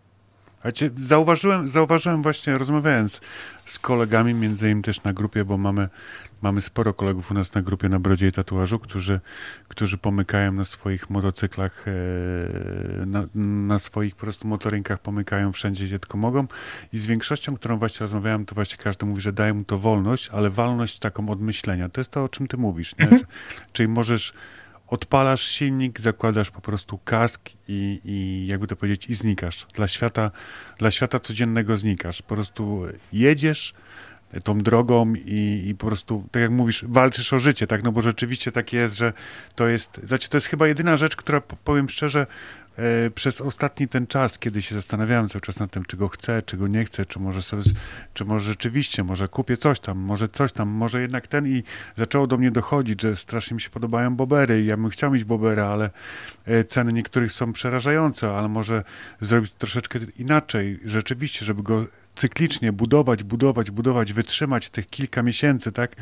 Zauważyłem właśnie, rozmawiając z kolegami, między innymi też na grupie, bo mamy sporo kolegów u nas na grupie na Brodzie i Tatuażu, którzy pomykają na swoich motocyklach, na swoich po prostu motorynkach, pomykają wszędzie, gdzie tylko mogą. I z większością, którą właśnie rozmawiałem, to właśnie każdy mówi, że daje mu to wolność, ale wolność taką od myślenia. To jest to, o czym ty mówisz, nie? Czyli możesz odpalasz silnik, zakładasz po prostu kask i jakby to powiedzieć, i znikasz. Dla świata codziennego znikasz. Po prostu jedziesz tą drogą i po prostu, tak jak mówisz, walczysz o życie, tak? No bo rzeczywiście tak jest, że to jest chyba jedyna rzecz, która, powiem szczerze, przez ostatni ten czas, kiedy się zastanawiałem cały czas nad tym, czy go chcę, czy go nie chcę, czy może rzeczywiście, może kupię coś tam, może jednak i zaczęło do mnie dochodzić, że strasznie mi się podobają bobery i ja bym chciał mieć bobera, ale ceny niektórych są przerażające, ale może zrobić troszeczkę inaczej, rzeczywiście, żeby go cyklicznie budować, wytrzymać tych kilka miesięcy, tak?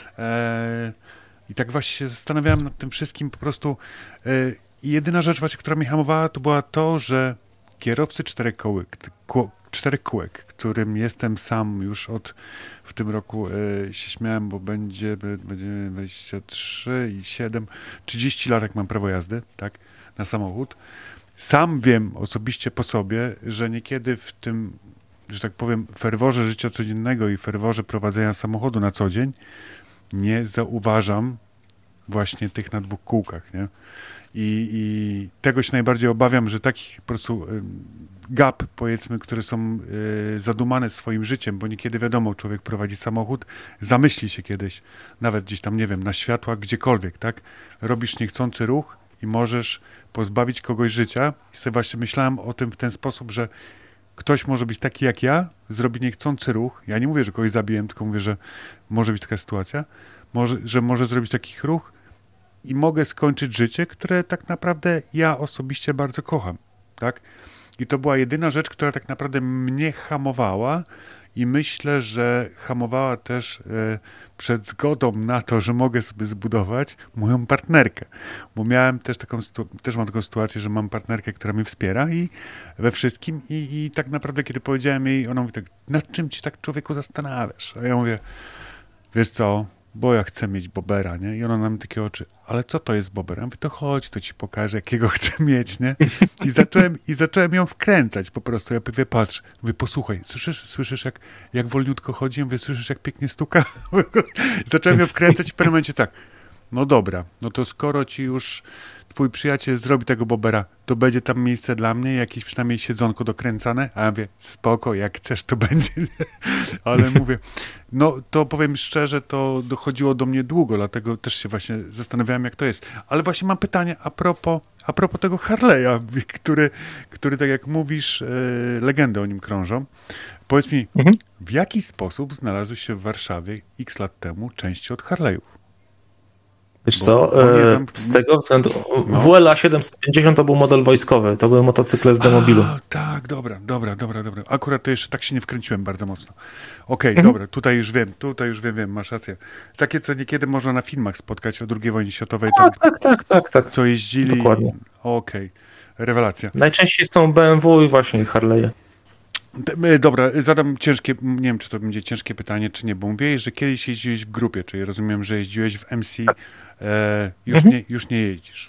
I tak właśnie się zastanawiałem nad tym wszystkim po prostu. I jedyna rzecz właśnie, która mnie hamowała, to była to, że kierowcy czterech kółek, którym jestem sam już w tym roku się śmiałem, bo będzie 23 i 7, 30 lat jak mam prawo jazdy, tak, na samochód. Sam wiem osobiście po sobie, że niekiedy w tym, że tak powiem, ferworze życia codziennego i ferworze prowadzenia samochodu na co dzień nie zauważam właśnie tych na dwóch kółkach, nie? I tego się najbardziej obawiam, że takich po prostu gap, powiedzmy, które są zadumane swoim życiem, bo niekiedy wiadomo, człowiek prowadzi samochód, zamyśli się kiedyś, nawet gdzieś tam, nie wiem, na światłach, gdziekolwiek, tak? Robisz niechcący ruch i możesz pozbawić kogoś życia. I sobie właśnie myślałem o tym w ten sposób, że ktoś może być taki jak ja, zrobi niechcący ruch. Ja nie mówię, że kogoś zabiłem, tylko mówię, że może być taka sytuacja, że może zrobić taki ruch i mogę skończyć życie, które tak naprawdę ja osobiście bardzo kocham, tak? I to była jedyna rzecz, która tak naprawdę mnie hamowała i myślę, że hamowała też przed zgodą na to, że mogę sobie zbudować moją partnerkę. Bo miałem też mam taką sytuację, że mam partnerkę, która mnie wspiera i we wszystkim i tak naprawdę, kiedy powiedziałem jej, ona mówi tak, nad czym ci tak, człowieku, zastanawiasz? A ja mówię, wiesz co, bo ja chcę mieć bobera, nie? I ona na mnie takie oczy, ale co to jest bober? Ja mówię, to chodź, to ci pokażę, jakiego chcę mieć, nie? I zacząłem ją wkręcać po prostu. Ja mówię, patrz, mówię, posłuchaj, słyszysz jak wolniutko chodzi? Ja mówię, słyszysz, jak pięknie stuka? Zacząłem ją wkręcać i w pewnym momencie tak, no dobra, no to skoro ci już twój przyjaciel zrobi tego bobera, to będzie tam miejsce dla mnie, jakieś przynajmniej siedzonko dokręcane, a ja mówię, spoko, jak chcesz, to będzie. Ale mówię, no to powiem szczerze, to dochodziło do mnie długo, dlatego też się właśnie zastanawiałem, jak to jest. Ale właśnie mam pytanie a propos tego Harley'a, który tak jak mówisz, legendy o nim krążą. Powiedz mi, w jaki sposób znalazły się w Warszawie x lat temu części od Harley'ów? Wiesz co, z tego względu WLA 750 to był model wojskowy, to były motocykle z demobilu. Tak, dobra. Akurat to jeszcze tak się nie wkręciłem bardzo mocno. Okej, dobra, tutaj już wiem, masz rację. Takie, co niekiedy można na filmach spotkać o II wojnie światowej. Tak. Co jeździli. Dokładnie. Okej, rewelacja. Najczęściej są BMW i właśnie Harley'e. Dobra, zadam nie wiem, czy to będzie ciężkie pytanie, czy nie, bo mówiłeś, że kiedyś jeździłeś w grupie, czyli rozumiem, że jeździłeś w MC, już nie jeździsz.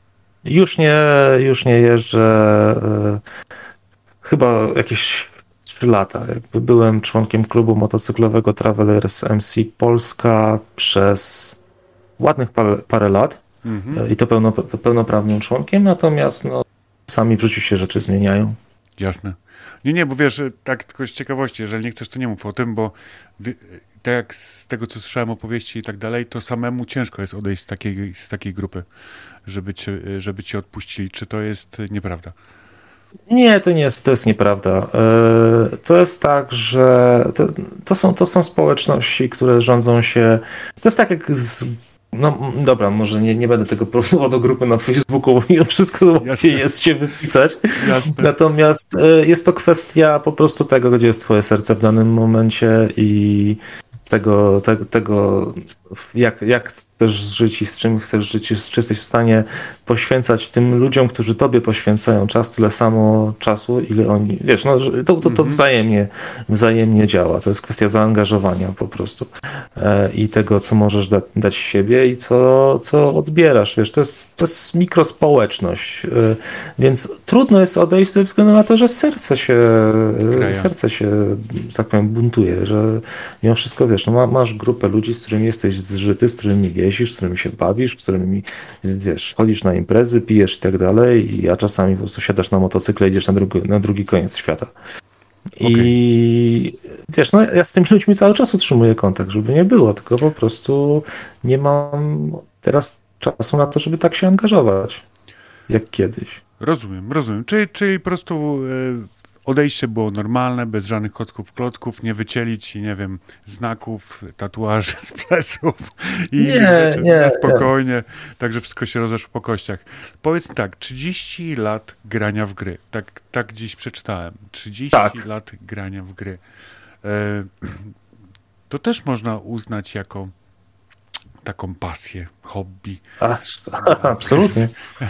Już nie jeżdżę, chyba jakieś 3 lata. Jakby byłem członkiem klubu motocyklowego Travelers MC Polska przez ładnych parę lat i to pełnoprawnym członkiem, natomiast sami w życiu się rzeczy zmieniają. Jasne. Nie, bo wiesz, tak tylko z ciekawości, jeżeli nie chcesz, to nie mów o tym, bo tak jak z tego, co słyszałem opowieści i tak dalej, to samemu ciężko jest odejść z takiej grupy, żeby cię odpuścili. Czy to jest nieprawda? Nie, to jest nieprawda. To jest tak, że to są społeczności, które rządzą się. To jest tak jak no dobra, może nie będę tego porównywał do grupy na Facebooku, bo wszystko łatwiej jest się wypisać. Jasne. Natomiast jest to kwestia po prostu tego, gdzie jest twoje serce w danym momencie i tego jak chcesz żyć i z czym chcesz żyć, czy jesteś w stanie poświęcać tym ludziom, którzy tobie poświęcają czas, tyle samo czasu, ile oni, wiesz, to wzajemnie działa. To jest kwestia zaangażowania po prostu i tego, co możesz dać siebie i co odbierasz, wiesz, to jest mikrospołeczność, więc trudno jest odejść ze względu na to, że serce się, że tak powiem, buntuje, że mimo wszystko, wiesz, masz grupę ludzi, z którymi jesteś miałeś zżyty, z którymi jeździsz, z którymi się bawisz, z którymi, wiesz, chodzisz na imprezy, pijesz i tak dalej, a czasami po prostu siadasz na motocykle i idziesz na drugi koniec świata. I wiesz, no ja z tymi ludźmi cały czas utrzymuję kontakt, żeby nie było, tylko po prostu nie mam teraz czasu na to, żeby tak się angażować, jak kiedyś. Rozumiem. Czyli po prostu odejście było normalne, bez żadnych klocków, nie wycielić, nie wiem, znaków, tatuaży z pleców i innych rzeczy. Nie, spokojnie, także wszystko się rozeszło po kościach. Powiedz mi tak, 30 lat grania w gry, tak dziś przeczytałem, 30 lat grania w gry. To też można uznać jako taką pasję, hobby. Absolutnie.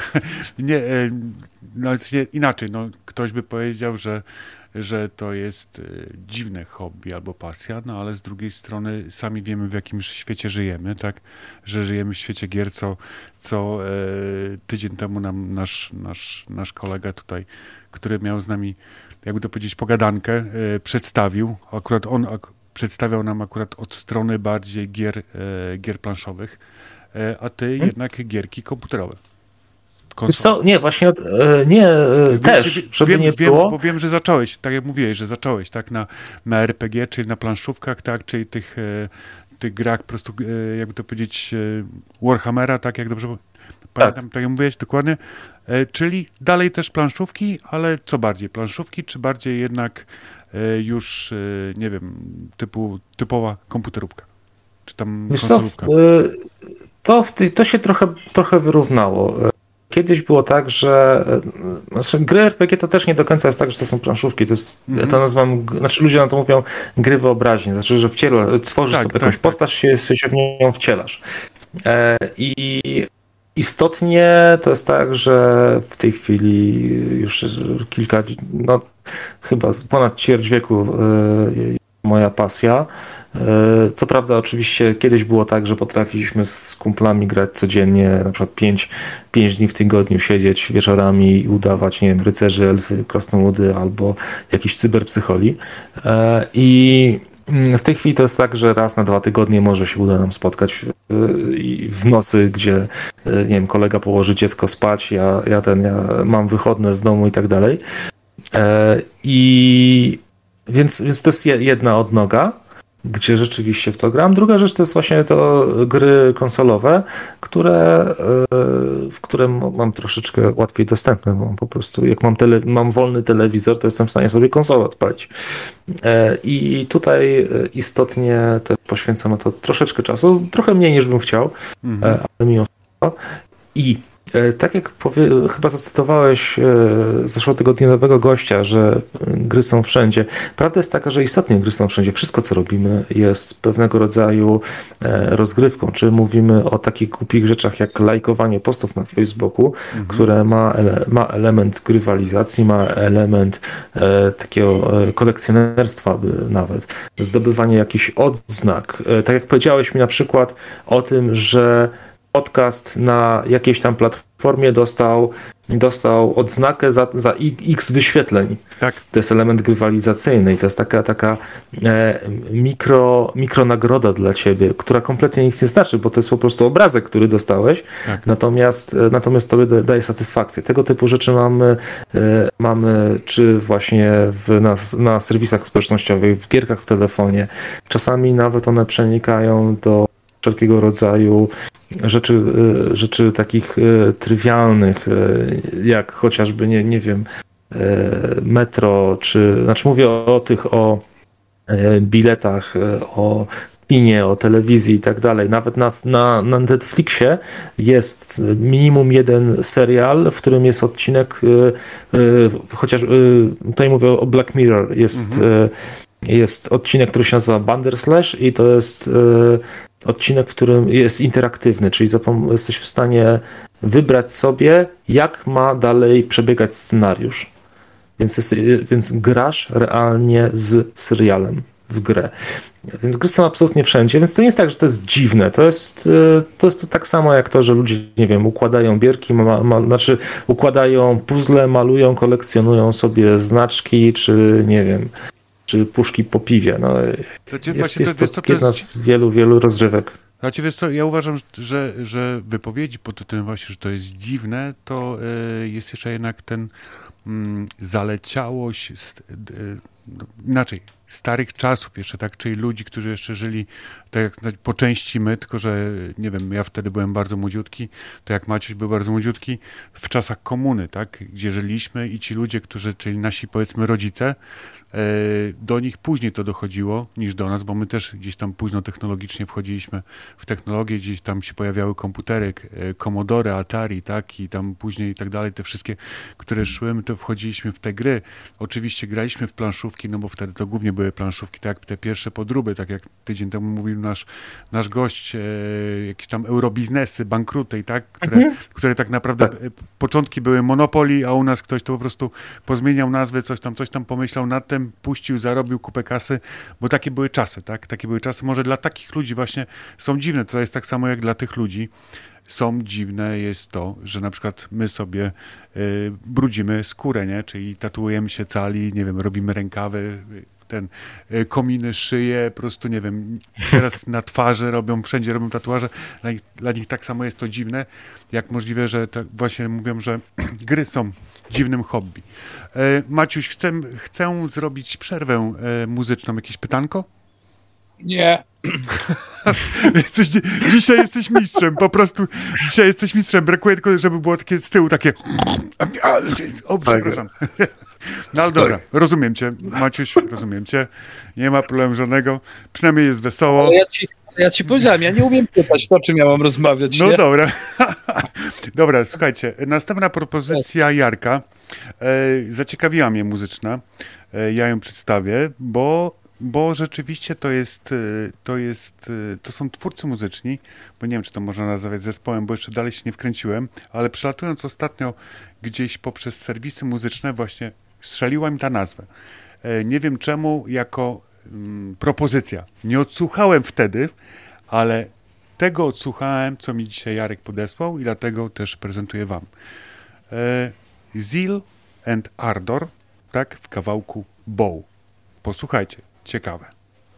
Inaczej, ktoś by powiedział, że to jest dziwne hobby albo pasja, no ale z drugiej strony sami wiemy, w jakim świecie żyjemy, tak? Że żyjemy w świecie gier, co tydzień temu nam nasz kolega tutaj, który miał z nami, jakby to powiedzieć, pogadankę, przedstawił. Akurat on przedstawiał nam od strony bardziej gier planszowych, a ty jednak gierki komputerowe. Wiesz co? Nie, właśnie też, żeby nie było. Bo wiem, że zacząłeś, tak jak mówiłeś, że zacząłeś tak na RPG, czyli na planszówkach, tak, czyli tych grach po prostu, jakby to powiedzieć, Warhammera, tak jak dobrze pamiętam, tak jak mówiłeś, dokładnie. Czyli dalej też planszówki, ale co bardziej? Planszówki, czy bardziej jednak już, nie wiem, typowa komputerówka? Czy tam konsolówka? To się trochę wyrównało. Kiedyś było tak, że gry RPG to też nie do końca jest tak, że to są planszówki. Ja to nazywam, ludzie na to mówią gry wyobraźni. Znaczy, że tworzysz sobie jakąś postać, się w nią wcielasz. I istotnie to jest tak, że w tej chwili już chyba ponad ćwierć wieku moja pasja. Co prawda oczywiście kiedyś było tak, że potrafiliśmy z kumplami grać codziennie, na przykład 5 dni w tygodniu siedzieć wieczorami i udawać, nie wiem, rycerzy, elfy, krasnoludy albo jakiś cyberpsycholi. I w tej chwili to jest tak, że raz na 2 tygodnie może się uda nam spotkać w nocy, gdzie, nie wiem, kolega położy dziecko spać, ja mam wychodne z domu i tak dalej. Więc to jest jedna odnoga, gdzie rzeczywiście w to gram. Druga rzecz to jest właśnie to gry konsolowe, w które mam troszeczkę łatwiej dostępne, bo po prostu jak mam wolny telewizor, to jestem w stanie sobie konsolę odpalić. I tutaj istotnie też poświęcam na to troszeczkę czasu, trochę mniej niż bym chciał, ale mimo wszystko. I tak jak chyba zacytowałeś zeszłotygodniowego gościa, że gry są wszędzie. Prawda jest taka, że istotnie gry są wszędzie. Wszystko, co robimy, jest pewnego rodzaju rozgrywką. Czy mówimy o takich głupich rzeczach jak lajkowanie postów na Facebooku, które ma element grywalizacji, ma element takiego kolekcjonerstwa nawet. Zdobywanie jakichś odznak. Tak jak powiedziałeś mi na przykład o tym, że podcast na jakiejś tam platformie dostał odznakę za x wyświetleń. Tak. To jest element grywalizacyjny i to jest taka mikro nagroda dla ciebie, która kompletnie nic nie znaczy, bo to jest po prostu obrazek, który dostałeś, natomiast tobie daje satysfakcję. Tego typu rzeczy mamy czy właśnie na serwisach społecznościowych, w gierkach w telefonie. Czasami nawet one przenikają do wszelkiego rodzaju rzeczy takich trywialnych, jak chociażby, nie wiem, metro, znaczy mówię o biletach, o kinie, o telewizji i tak dalej. Nawet na Netflixie jest minimum jeden serial, w którym jest odcinek, chociaż tutaj mówię o Black Mirror, jest odcinek, który się nazywa Bandersnatch i to jest odcinek, w którym jest interaktywny, czyli jesteś w stanie wybrać sobie, jak ma dalej przebiegać scenariusz. Więc grasz realnie z serialem w grę. Więc gry są absolutnie wszędzie, więc to nie jest tak, że to jest dziwne. To jest to tak samo jak to, że ludzie, nie wiem, układają bierki, znaczy układają puzzle, malują, kolekcjonują sobie znaczki, czy nie wiem, czy puszki po piwie. No, jest to jedna z wielu rozrywek. Znaczy, wiesz co, ja uważam, że wypowiedzi pod tytułem właśnie, że to jest dziwne, to jest jeszcze jednak ten zaleciałość, inaczej, starych czasów jeszcze, tak, czyli ludzi, którzy jeszcze żyli tak jak po części my, tylko że, nie wiem, ja wtedy byłem bardzo młodziutki, to jak Maciuś był bardzo młodziutki, w czasach komuny, tak, gdzie żyliśmy i ci ludzie, którzy, czyli nasi, powiedzmy, rodzice, do nich później to dochodziło niż do nas, bo my też gdzieś tam późno technologicznie wchodziliśmy w technologię, gdzieś tam się pojawiały komputery, Commodore, Atari, tak, i tam później i tak dalej, te wszystkie, które szły, my to wchodziliśmy w te gry. Oczywiście graliśmy w planszówki, no bo wtedy to głównie były planszówki, tak, te pierwsze podróby, tak jak tydzień temu mówił nasz gość, jakieś tam eurobiznesy, bankruty, tak, które tak naprawdę początki były Monopoly, a u nas ktoś to po prostu pozmieniał nazwy, coś tam pomyślał nad tym, puścił, zarobił kupę kasy, bo takie były czasy, tak? Takie były czasy. Może dla takich ludzi właśnie są dziwne. To jest tak samo jak dla tych ludzi. Są dziwne jest to, że na przykład my sobie brudzimy skórę, nie? Czyli tatuujemy się cali, nie wiem, robimy rękawy, kominy, szyje, po prostu, nie wiem, teraz na twarzy robią, wszędzie robią tatuaże. Dla nich tak samo jest to dziwne, jak możliwe, że tak właśnie mówią, że gry są dziwnym hobby. Maciuś, chcę zrobić przerwę muzyczną. Jakieś pytanko? Nie. Dzisiaj jesteś mistrzem, po prostu dzisiaj jesteś mistrzem. Brakuje tylko, żeby było takie z tyłu, takie o, przepraszam. No ale dobra, rozumiem cię, Maciuś, rozumiem cię. Nie ma problemu żadnego, przynajmniej jest wesoło. Ale ja ci powiedziałem, ja nie umiem pytać, to czym ja mam rozmawiać. No nie? dobra. Dobra, słuchajcie, następna propozycja Jarka zaciekawiła mnie muzyczna. Ja ją przedstawię, bo rzeczywiście to są twórcy muzyczni, bo nie wiem, czy to można nazwać zespołem, bo jeszcze dalej się nie wkręciłem, ale przelatując ostatnio gdzieś poprzez serwisy muzyczne właśnie strzeliła mi ta nazwa. Nie wiem czemu, jako propozycja. Nie odsłuchałem wtedy, ale tego odsłuchałem, co mi dzisiaj Jarek podesłał i dlatego też prezentuję wam. Zeal and Ardor, tak, w kawałku Bow. Posłuchajcie, ciekawe.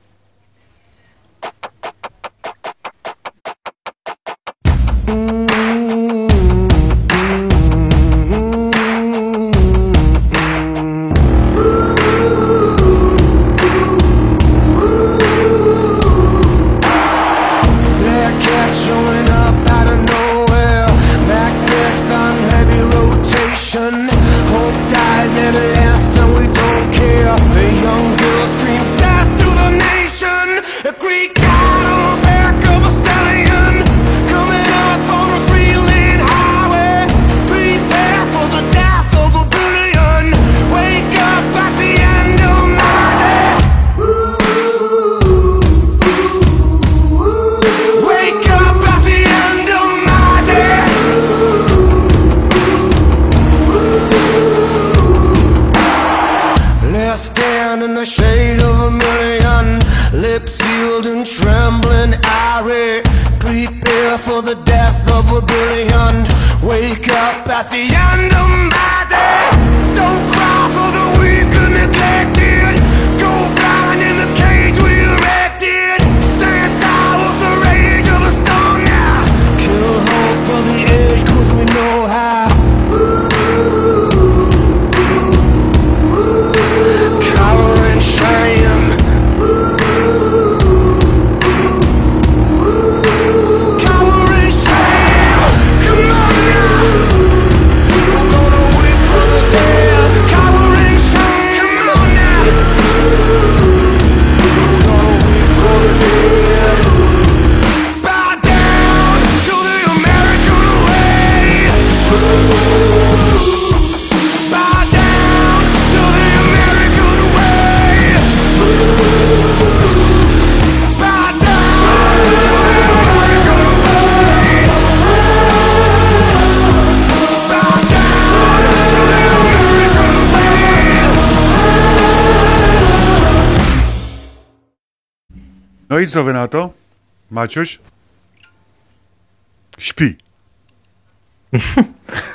No i co wy na to, Maciuś? Śpi.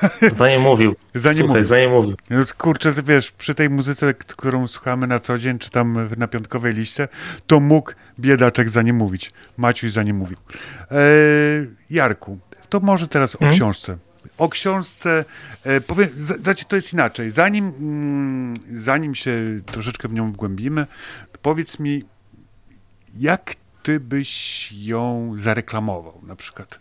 Zanim mówił. Zanim mówił. No kurczę, ty wiesz, przy tej muzyce, którą słuchamy na co dzień, czy tam na piątkowej liście, to mógł biedaczek za nie mówić. Maciuś za nie mówił. Jarku, to może teraz o książce. O książce, powiem, znaczy to jest inaczej. Zanim się troszeczkę w nią wgłębimy, to powiedz mi, jak ty byś ją zareklamował na przykład?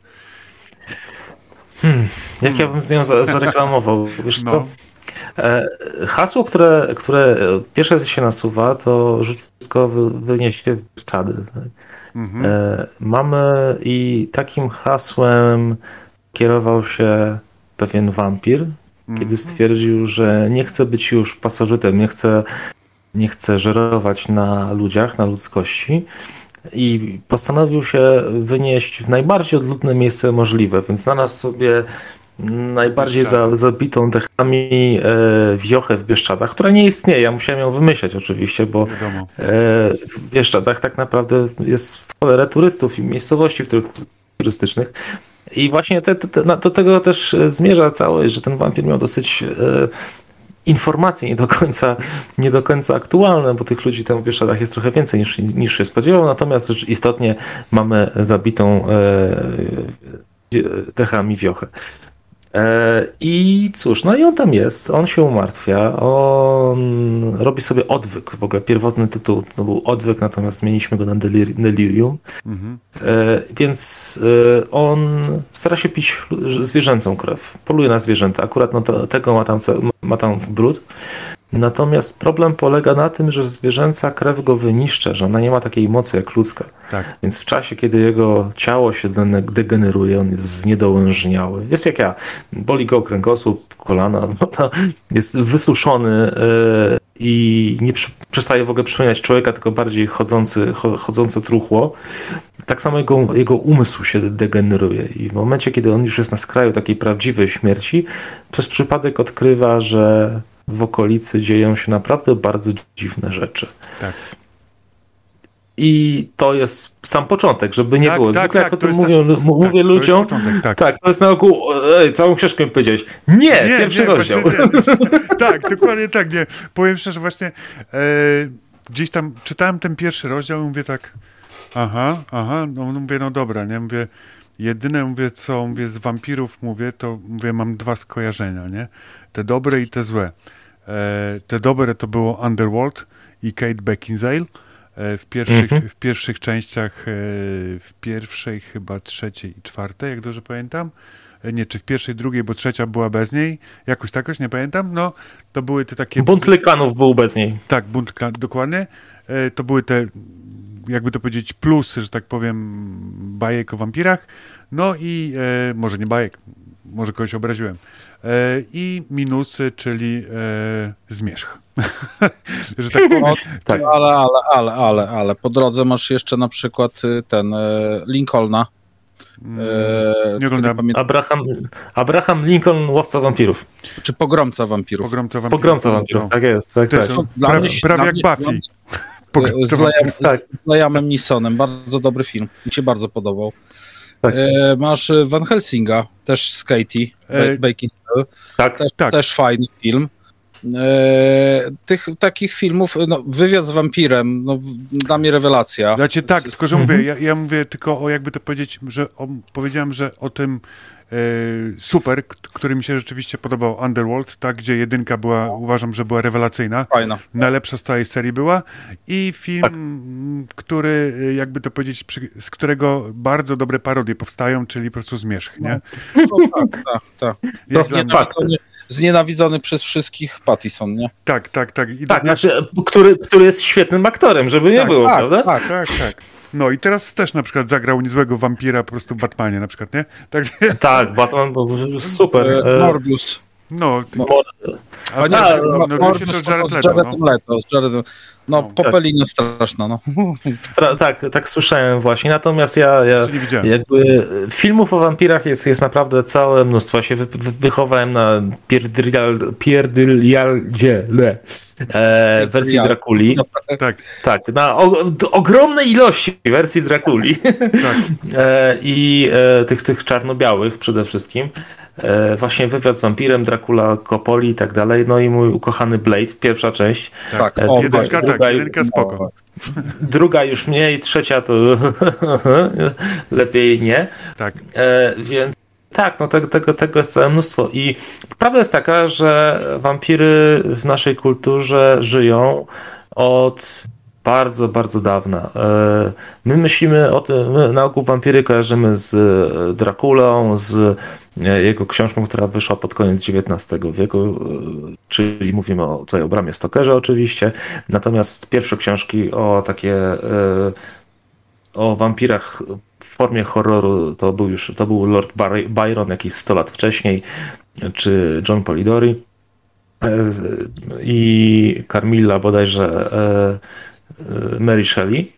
Jak ja bym z nią zareklamował? Wiesz co? Hasło, które pierwsze się nasuwa, to rzuć wszystko, wynieść się w czady. Tak? Mamy i takim hasłem kierował się pewien wampir, kiedy stwierdził, że nie chce być już pasożytem, nie chce żerować na ludziach, na ludzkości i postanowił się wynieść w najbardziej odludne miejsce możliwe, więc znalazł sobie najbardziej zabitą dechami wiochę w Bieszczadach, która nie istnieje. Ja musiałem ją wymyśleć oczywiście, bo w Bieszczadach tak naprawdę jest w cholerę turystów i miejscowości, w których turystycznych. I właśnie do tego też zmierza całość, że ten wampir miał dosyć informacje nie do końca aktualne, bo tych ludzi tam w Bieszczadach jest trochę więcej niż się spodziewał, natomiast istotnie mamy zabitą dechami wiochę. I cóż, no i on tam jest, on się umartwia, on robi sobie odwyk, w ogóle pierwotny tytuł to był Odwyk, natomiast zmieniliśmy go na Delirium, więc on stara się pić zwierzęcą krew, poluje na zwierzęta, akurat no tego ma tam w bród, natomiast problem polega na tym, że zwierzęca krew go wyniszcza, że ona nie ma takiej mocy jak ludzka. Tak. Więc w czasie, kiedy jego ciało się degeneruje, on jest zniedołężniały. Jest jak ja. Boli go kręgosłup, kolana, no to jest wysuszony i nie przestaje w ogóle przypominać człowieka, tylko bardziej chodzące truchło. Tak samo jego umysł się degeneruje i w momencie, kiedy on już jest na skraju takiej prawdziwej śmierci, przez przypadek odkrywa, że w okolicy dzieją się naprawdę bardzo dziwne rzeczy. Tak. I to jest sam początek, żeby nie było. Zwykle jak o tym mówię ludziom, to jest na ogół, całą książkę mi powiedziałeś. Nie, pierwszy rozdział. Tak, dokładnie tak. Nie. Powiem szczerze, właśnie gdzieś tam czytałem ten pierwszy rozdział i mówię tak, no mówię, no dobra, nie, mówię, jedyne, co z wampirów to mam dwa skojarzenia, nie? Te dobre i te złe. Te dobre to było Underworld i Kate Beckinsale w pierwszych częściach, w pierwszej chyba trzeciej i czwartej, jak dobrze pamiętam. Nie, czy w pierwszej, drugiej, bo trzecia była bez niej. Jakoś nie pamiętam. No, to były te takie... Bunt Lykanów był bez niej. Tak, Bunt Lykanów, dokładnie. To były te, jakby to powiedzieć, plusy, że tak powiem, bajek o wampirach. No i może nie bajek, może kogoś obraziłem. I minusy, czyli zmierzch. Że tak powiem. Tak. Ale po drodze masz jeszcze na przykład ten Lincolna. Nie oglądam. Abraham Lincoln, Łowca Wampirów. Czy Pogromca Wampirów. Pogromca Wampirów, tak jest. Tak. Prawie jak Buffy. Z Liamem Neesonem. Bardzo dobry film. Mi się bardzo podobał. Tak. Masz Van Helsinga, też z Katie Beckinsale. Też fajny film. Tych takich filmów, no, Wywiad z wampirem, no, dla mnie rewelacja. Znaczy tak, tylko że mówię, ja mówię tylko o, jakby to powiedzieć, że powiedziałem, że o tym super, który mi się rzeczywiście podobał, Underworld, tak, gdzie jedynka była, uważam, że była rewelacyjna. Fajna. Najlepsza z całej serii była. I film, który, jakby to powiedzieć, z którego bardzo dobre parodie powstają, czyli po prostu Zmierzch, nie? No, tak. Znienawidzony przez wszystkich Pattison, nie? Tak. Znaczy, który jest świetnym aktorem, żeby nie było, prawda? Tak. No i teraz też na przykład zagrał niezłego wampira po prostu w Batmanie na przykład, nie? Tak, Batman był super. Morbius. Popelina straszna, no. Tak słyszałem właśnie, natomiast ja jakby filmów o wampirach jest naprawdę całe mnóstwo. Ja się wychowałem na pierdylialdzie wersji Drakuli. Tak, na ogromnej ilości wersji Drakuli. I tych czarno-białych przede wszystkim. właśnie Wywiad z wampirem, Dracula Coppoli i tak dalej, no i mój ukochany Blade, pierwsza część. Tak, jedynka spoko. Druga już mniej, trzecia to lepiej nie. Tak. Więc tak, no tego jest całe mnóstwo i prawda jest taka, że wampiry w naszej kulturze żyją od bardzo, bardzo dawna. My myślimy o tym, my na ogół wampiry kojarzymy z Draculą, z jego książką, która wyszła pod koniec XIX wieku, czyli mówimy tutaj o Bramie Stokerze oczywiście, natomiast pierwsze książki o wampirach w formie horroru to był Lord Byron jakieś 100 lat wcześniej, czy John Polidori i Carmilla bodajże Mary Shelley.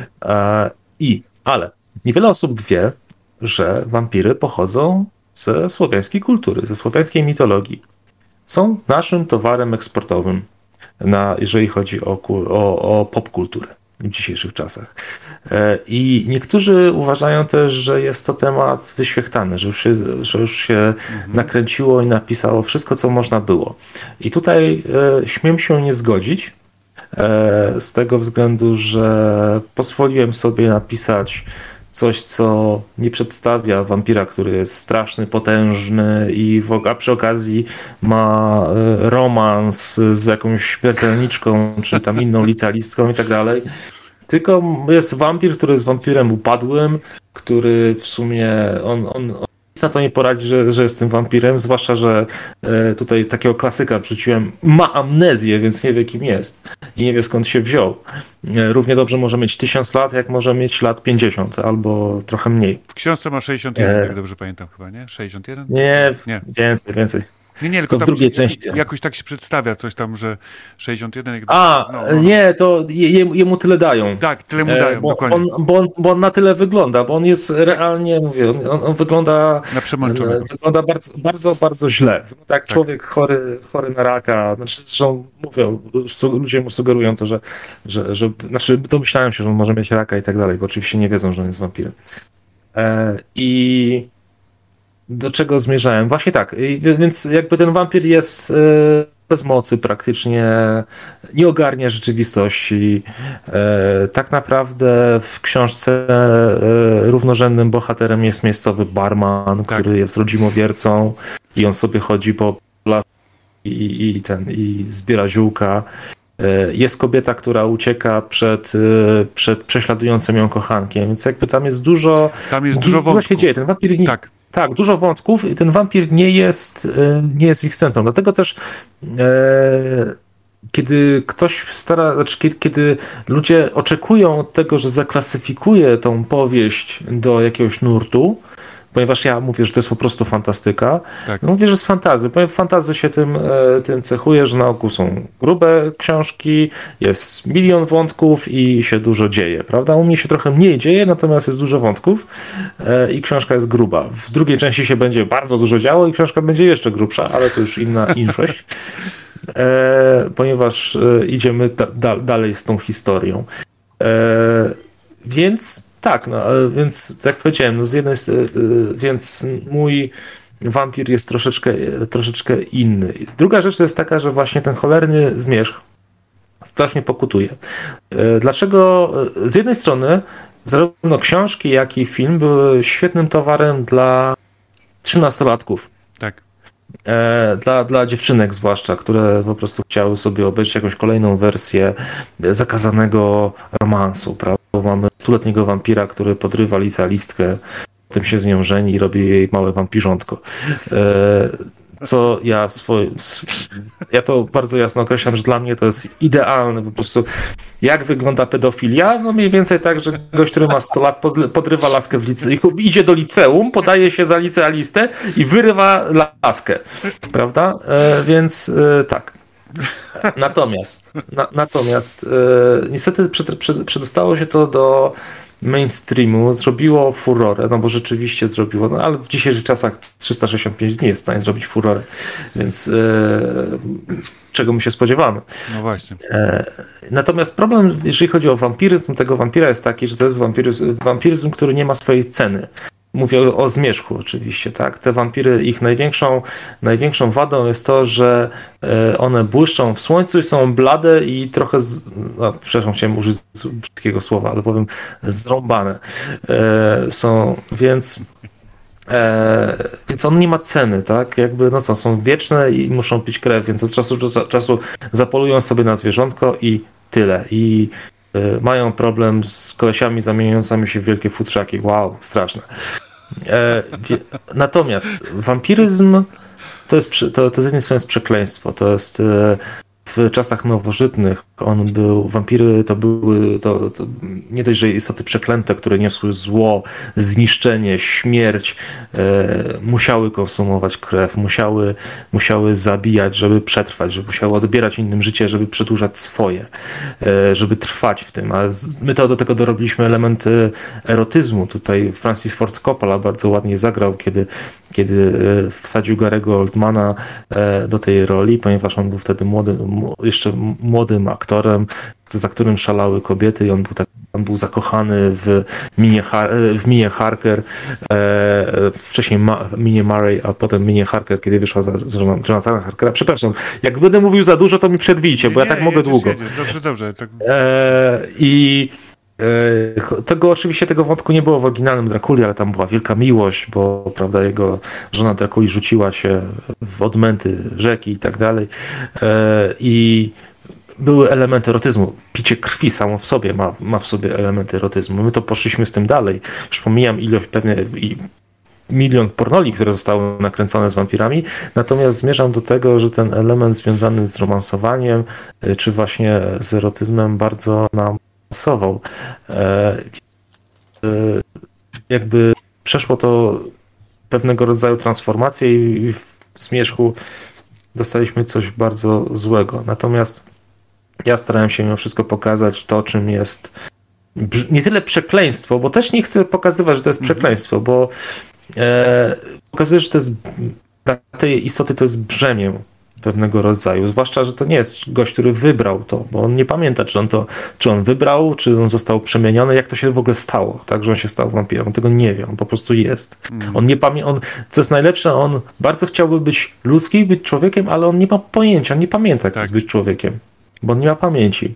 Ale niewiele osób wie, że wampiry pochodzą ze słowiańskiej kultury, ze słowiańskiej mitologii. Są naszym towarem eksportowym, jeżeli chodzi o popkulturę w dzisiejszych czasach. I niektórzy uważają też, że jest to temat wyświechtany, że już się nakręciło i napisało wszystko, co można było. I tutaj śmiem się nie zgodzić, z tego względu, że pozwoliłem sobie napisać coś, co nie przedstawia wampira, który jest straszny, potężny a przy okazji ma romans z jakąś śmiertelniczką, czy tam inną licealistką i tak dalej. Tylko jest wampir, który jest wampirem upadłym, który w sumie on nic na to nie poradzi, że jest tym wampirem, zwłaszcza, że tutaj takiego klasyka wrzuciłem, ma amnezję, więc nie wie kim jest i nie wie skąd się wziął. Równie dobrze może mieć 1000 lat, jak może mieć lat 50 albo trochę mniej. W książce ma 61, jak dobrze pamiętam chyba, nie? 61? Nie, więcej. Nie, tylko w tam drugiej części. Jakoś tak się przedstawia coś tam, że 61... Nie, to jemu tyle dają. Tak, tyle mu dają, dokładnie. Bo on na tyle wygląda, bo on jest realnie, mówię, on wygląda... Na przemęczonego. Wygląda bardzo, bardzo, bardzo źle. Tak, człowiek chory na raka. Zresztą mówią, ludzie mu sugerują to, że domyślają się, że on może mieć raka i tak dalej, bo oczywiście nie wiedzą, że on jest wampirem. I do czego zmierzałem? Właśnie tak, więc jakby ten wampir jest bez mocy praktycznie, nie ogarnia rzeczywistości. Tak naprawdę w książce równorzędnym bohaterem jest miejscowy barman, który jest rodzimowiercą i on sobie chodzi po lasach i zbiera ziółka. Jest kobieta, która ucieka przed prześladującym ją kochankiem, więc jakby tam jest dużo wątków. się dzieje. Ten wampir tak, dużo wątków i ten wampir nie jest w ich centrum. Dlatego też kiedy ktoś kiedy ludzie oczekują od tego, że zaklasyfikuje tą powieść do jakiegoś nurtu, ponieważ ja mówię, że to jest po prostu fantastyka, mówię, że jest fantasy. Fantasy się tym cechuje, że na ogół są grube książki, jest milion wątków i się dużo dzieje, prawda? U mnie się trochę mniej dzieje, natomiast jest dużo wątków i książka jest gruba. W drugiej części się będzie bardzo dużo działo i książka będzie jeszcze grubsza, ale to już inna inszość, ponieważ idziemy dalej z tą historią. Więc tak, więc jak powiedziałem, z jednej więc mój wampir jest troszeczkę inny. Druga rzecz to jest taka, że właśnie ten cholerny zmierzch strasznie pokutuje. Dlaczego? Z jednej strony zarówno książki, jak i film były świetnym towarem dla 13-latków. Tak. Dla dziewczynek zwłaszcza, które po prostu chciały sobie obejrzeć jakąś kolejną wersję zakazanego romansu, prawda? Bo mamy 100-letniego wampira, który podrywa licealistkę, potem się z nią żeni i robi jej małe wampirzątko. Co ja to bardzo jasno określam, że dla mnie to jest idealne po prostu. Jak wygląda pedofilia? No mniej więcej tak, że gość, który ma 100 lat, podrywa laskę w liceum, idzie do liceum, podaje się za licealistę i wyrywa laskę, prawda? Więc tak. Natomiast niestety przedostało się to do mainstreamu, zrobiło furorę, no bo rzeczywiście zrobiło, no ale w dzisiejszych czasach 365 dni jest w stanie zrobić furorę, więc czego my się spodziewamy. No właśnie. Natomiast problem, jeżeli chodzi o wampiryzm tego wampira jest taki, że to jest wampiryzm, który nie ma swojej ceny. mówię o zmierzchu oczywiście, tak? Te wampiry, ich największą wadą jest to, że one błyszczą w słońcu i są blade i trochę, przepraszam, chciałem użyć brzydkiego słowa, ale powiem zrąbane. Więc on nie ma ceny, tak? Jakby, no co, są wieczne i muszą pić krew, więc od czasu do czasu zapolują sobie na zwierzątko i tyle. I mają problem z kolesiami zamieniającymi się w wielkie futrzaki. Wow, straszne. Natomiast wampiryzm to z jednej strony jest przekleństwo, to jest w czasach nowożytnych wampiry to były nie dość, że istoty przeklęte, które niosły zło, zniszczenie, śmierć, musiały konsumować krew, musiały zabijać, żeby przetrwać, żeby musiały odbierać innym życie, żeby przedłużać swoje, żeby trwać w tym. A my do tego dorobiliśmy element erotyzmu. Tutaj Francis Ford Coppola bardzo ładnie zagrał, kiedy wsadził Gary'ego Oldmana do tej roli, ponieważ on był wtedy jeszcze młodym aktorem, za którym szalały kobiety i on był zakochany w Minie Harker, wcześniej Minie Murray, a potem Minie Harker, kiedy wyszła za Jonathana Harkera. Przepraszam, jak będę mówił za dużo, to mi przerwijcie, bo ja tak mogę długo. Dobrze. Tak. Oczywiście tego wątku nie było w oryginalnym Drakuli, ale tam była wielka miłość, bo prawda, jego żona Drakuli rzuciła się w odmęty rzeki i tak dalej. I były elementy erotyzmu. Picie krwi samo w sobie ma w sobie elementy erotyzmu. My to poszliśmy z tym dalej. Już pomijam ilość milion pornoli, które zostały nakręcone z wampirami, natomiast zmierzam do tego, że ten element związany z romansowaniem, czy właśnie z erotyzmem bardzo nam pasował. Jakby przeszło to pewnego rodzaju transformację i w Zmierzchu dostaliśmy coś bardzo złego. Natomiast ja starałem się mimo wszystko pokazać to, czym jest nie tyle przekleństwo, bo też nie chcę pokazywać, że to jest przekleństwo, bo pokazuję, że to jest dla tej istoty to jest brzemię pewnego rodzaju, zwłaszcza, że to nie jest gość, który wybrał to, bo on nie pamięta, czy on wybrał, czy on został przemieniony, jak to się w ogóle stało, tak, że on się stał wampirem, on tego nie wie, on po prostu jest. On nie pamięta, co jest najlepsze, on bardzo chciałby być ludzki, być człowiekiem, ale on nie ma pojęcia, on nie pamięta, jak to jest być człowiekiem, bo on nie ma pamięci.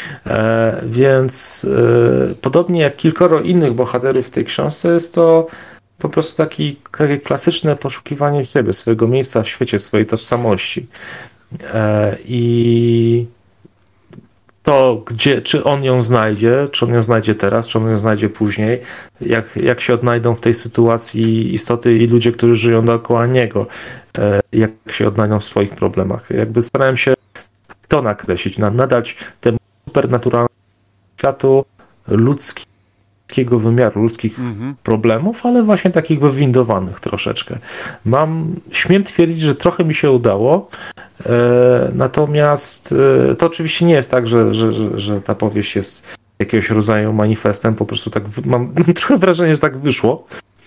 Więc podobnie jak kilkoro innych bohaterów w tej książce, jest to po prostu takie klasyczne poszukiwanie siebie, swojego miejsca w świecie, swojej tożsamości. I to, czy on ją znajdzie teraz, czy on ją znajdzie później, jak się odnajdą w tej sytuacji istoty i ludzie, którzy żyją dookoła niego, jak się odnajdą w swoich problemach. Jakby starałem się to nakreślić, nadać temu supernaturalnemu światu ludzkiego wymiaru, ludzkich problemów, ale właśnie takich wywindowanych troszeczkę. Śmiem twierdzić, że trochę mi się udało, natomiast to oczywiście nie jest tak, że ta powieść jest jakiegoś rodzaju manifestem, po prostu tak mam trochę wrażenie, że tak wyszło.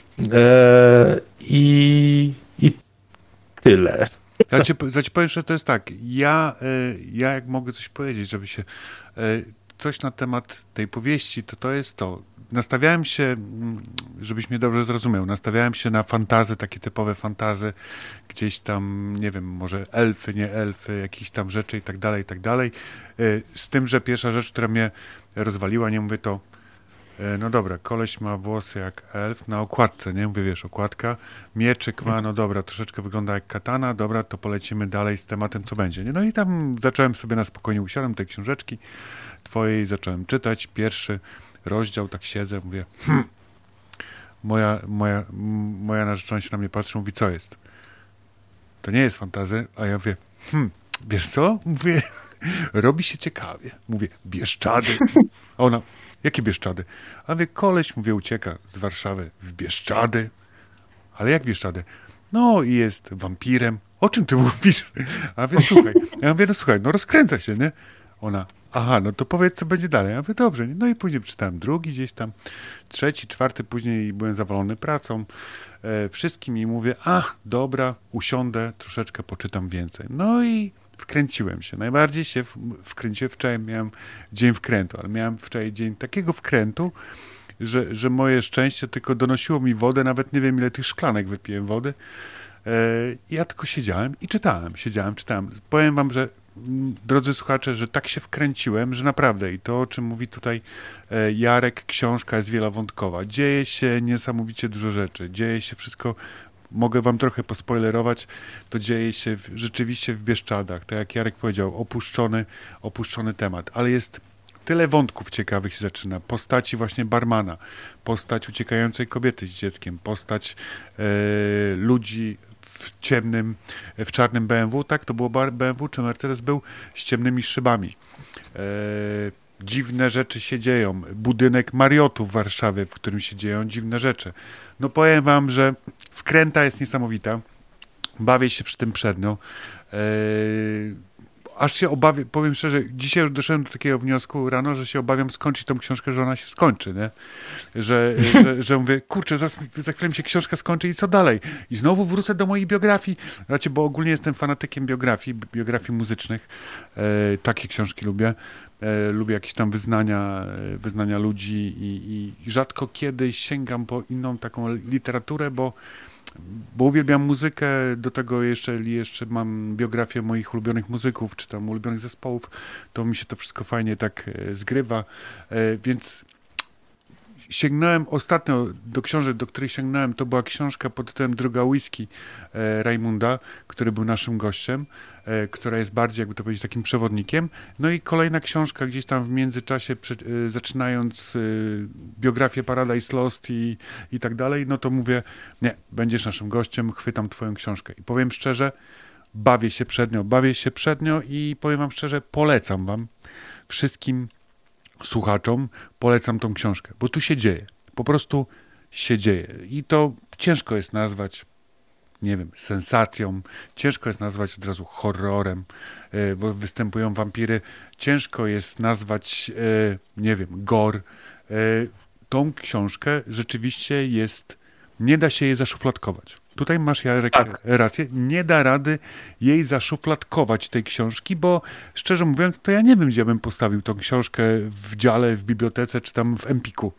I tyle. Ja ci powiem, że to jest tak, ja jak mogę coś powiedzieć, żeby się coś na temat tej powieści, to jest to. Nastawiałem się, żebyś mnie dobrze zrozumiał, nastawiałem się na fantazy, takie typowe fantazy, gdzieś tam, nie wiem, może elfy, nie elfy, jakieś tam rzeczy i tak dalej, z tym, że pierwsza rzecz, która mnie rozwaliła, nie mówię to, no dobra, koleś ma włosy jak elf na okładce, nie? Mówię, wiesz, okładka, mieczyk ma, no dobra, troszeczkę wygląda jak katana, dobra, to polecimy dalej z tematem, co będzie, nie? No i tam zacząłem sobie na spokojnie, usiadłem tej książeczki twojej, zacząłem czytać, pierwszy rozdział, tak siedzę, mówię, moja narzeczona się na mnie patrzy, mówi, co jest? To nie jest fantazy, a ja mówię, wiesz co? Mówię, robi się ciekawie. Mówię, Bieszczady. A ona, jakie Bieszczady? A mówię, koleś, mówię, ucieka z Warszawy w Bieszczady. Ale jak Bieszczady? No i jest wampirem. O czym ty mówisz? A mówię, słuchaj. Ja mówię, no słuchaj, no rozkręca się, nie? Ona, aha, no to powiedz, co będzie dalej. Ja mówię, dobrze. No i później przeczytałem drugi gdzieś tam, trzeci, czwarty, później byłem zawalony pracą. Wszystkim i mówię, dobra, usiądę, troszeczkę poczytam więcej. No i wkręciłem się. Najbardziej się wkręciłem. Wczoraj miałem dzień wkrętu, ale miałem wczoraj dzień takiego wkrętu, że moje szczęście tylko donosiło mi wodę, nawet nie wiem ile tych szklanek wypiłem wody. Ja tylko siedziałem i czytałem. Powiem wam, że drodzy słuchacze, że tak się wkręciłem, że naprawdę i to, o czym mówi tutaj Jarek, książka jest wielowątkowa. Dzieje się niesamowicie dużo rzeczy. Dzieje się wszystko, mogę wam trochę pospoilerować, to dzieje się rzeczywiście w Bieszczadach. Tak jak Jarek powiedział, opuszczony temat, ale jest tyle wątków ciekawych się zaczyna. Postaci właśnie barmana, postać uciekającej kobiety z dzieckiem, postać ludzi w czarnym BMW, tak? To było BMW, czy Mercedes był? Z ciemnymi szybami. Dziwne rzeczy się dzieją. Budynek Mariotu w Warszawie, w którym się dzieją dziwne rzeczy. No powiem wam, że wkręta jest niesamowita. Bawię się przy tym przednio. Aż się obawiam, powiem szczerze, dzisiaj już doszedłem do takiego wniosku rano, że się obawiam skończyć tą książkę, że ona się skończy, nie? Że mówię, kurczę, za chwilę mi się książka skończy i co dalej? I znowu wrócę do mojej biografii. Znaczy, bo ogólnie jestem fanatykiem biografii muzycznych. Takie książki lubię. Lubię jakieś tam wyznania ludzi i rzadko kiedy sięgam po inną taką literaturę, bo uwielbiam muzykę, do tego jeszcze mam biografię moich ulubionych muzyków, czy tam ulubionych zespołów, to mi się to wszystko fajnie tak zgrywa, więc sięgnąłem ostatnio do książek, do której sięgnąłem, to była książka pod tytułem Druga Whisky Rajmunda, który był naszym gościem, która jest bardziej, jakby to powiedzieć, takim przewodnikiem. No i kolejna książka gdzieś tam w międzyczasie, zaczynając biografię Paradise Lost i tak dalej, no to mówię, nie, będziesz naszym gościem, chwytam twoją książkę. I powiem szczerze, bawię się przednio i powiem wam szczerze, polecam wam wszystkim słuchaczom, polecam tą książkę, bo tu się dzieje. Po prostu się dzieje. I to ciężko jest nazwać, nie wiem, sensacją, ciężko jest nazwać od razu horrorem, bo występują wampiry, ciężko jest nazwać, nie wiem, gore. Tą książkę rzeczywiście nie da się jej zaszufladkować. Tutaj masz, Jarek, rację, nie da rady jej zaszufladkować, tej książki, bo szczerze mówiąc, to ja nie wiem, gdzie bym postawił tą książkę w dziale, w bibliotece, czy tam w Empiku.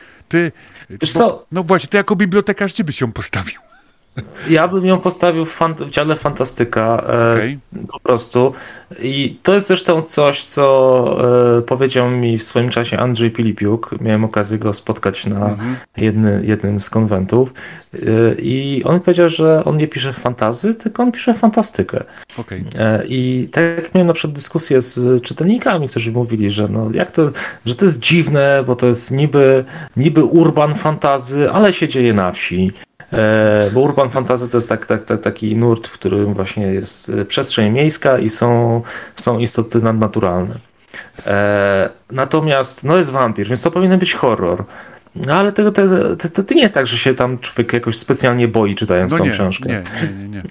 No właśnie, ty jako bibliotekarz, gdzie byś ją postawił? Ja bym ją postawił w dziale fantastyka, po prostu. I to jest zresztą coś, co powiedział mi w swoim czasie Andrzej Pilipiuk. Miałem okazję go spotkać na jednym z konwentów. I on powiedział, że on nie pisze fantasy, tylko on pisze fantastykę. I tak jak miałem na przykład dyskusję z czytelnikami, którzy mówili, że że to jest dziwne, bo to jest niby urban fantasy, ale się dzieje na wsi. Bo urban fantasy to jest taki nurt, w którym właśnie jest przestrzeń miejska i są istoty nadnaturalne. Natomiast jest wampir, więc to powinien być horror. No ale to nie jest tak, że się tam człowiek jakoś specjalnie boi, czytając tą książkę. Nie.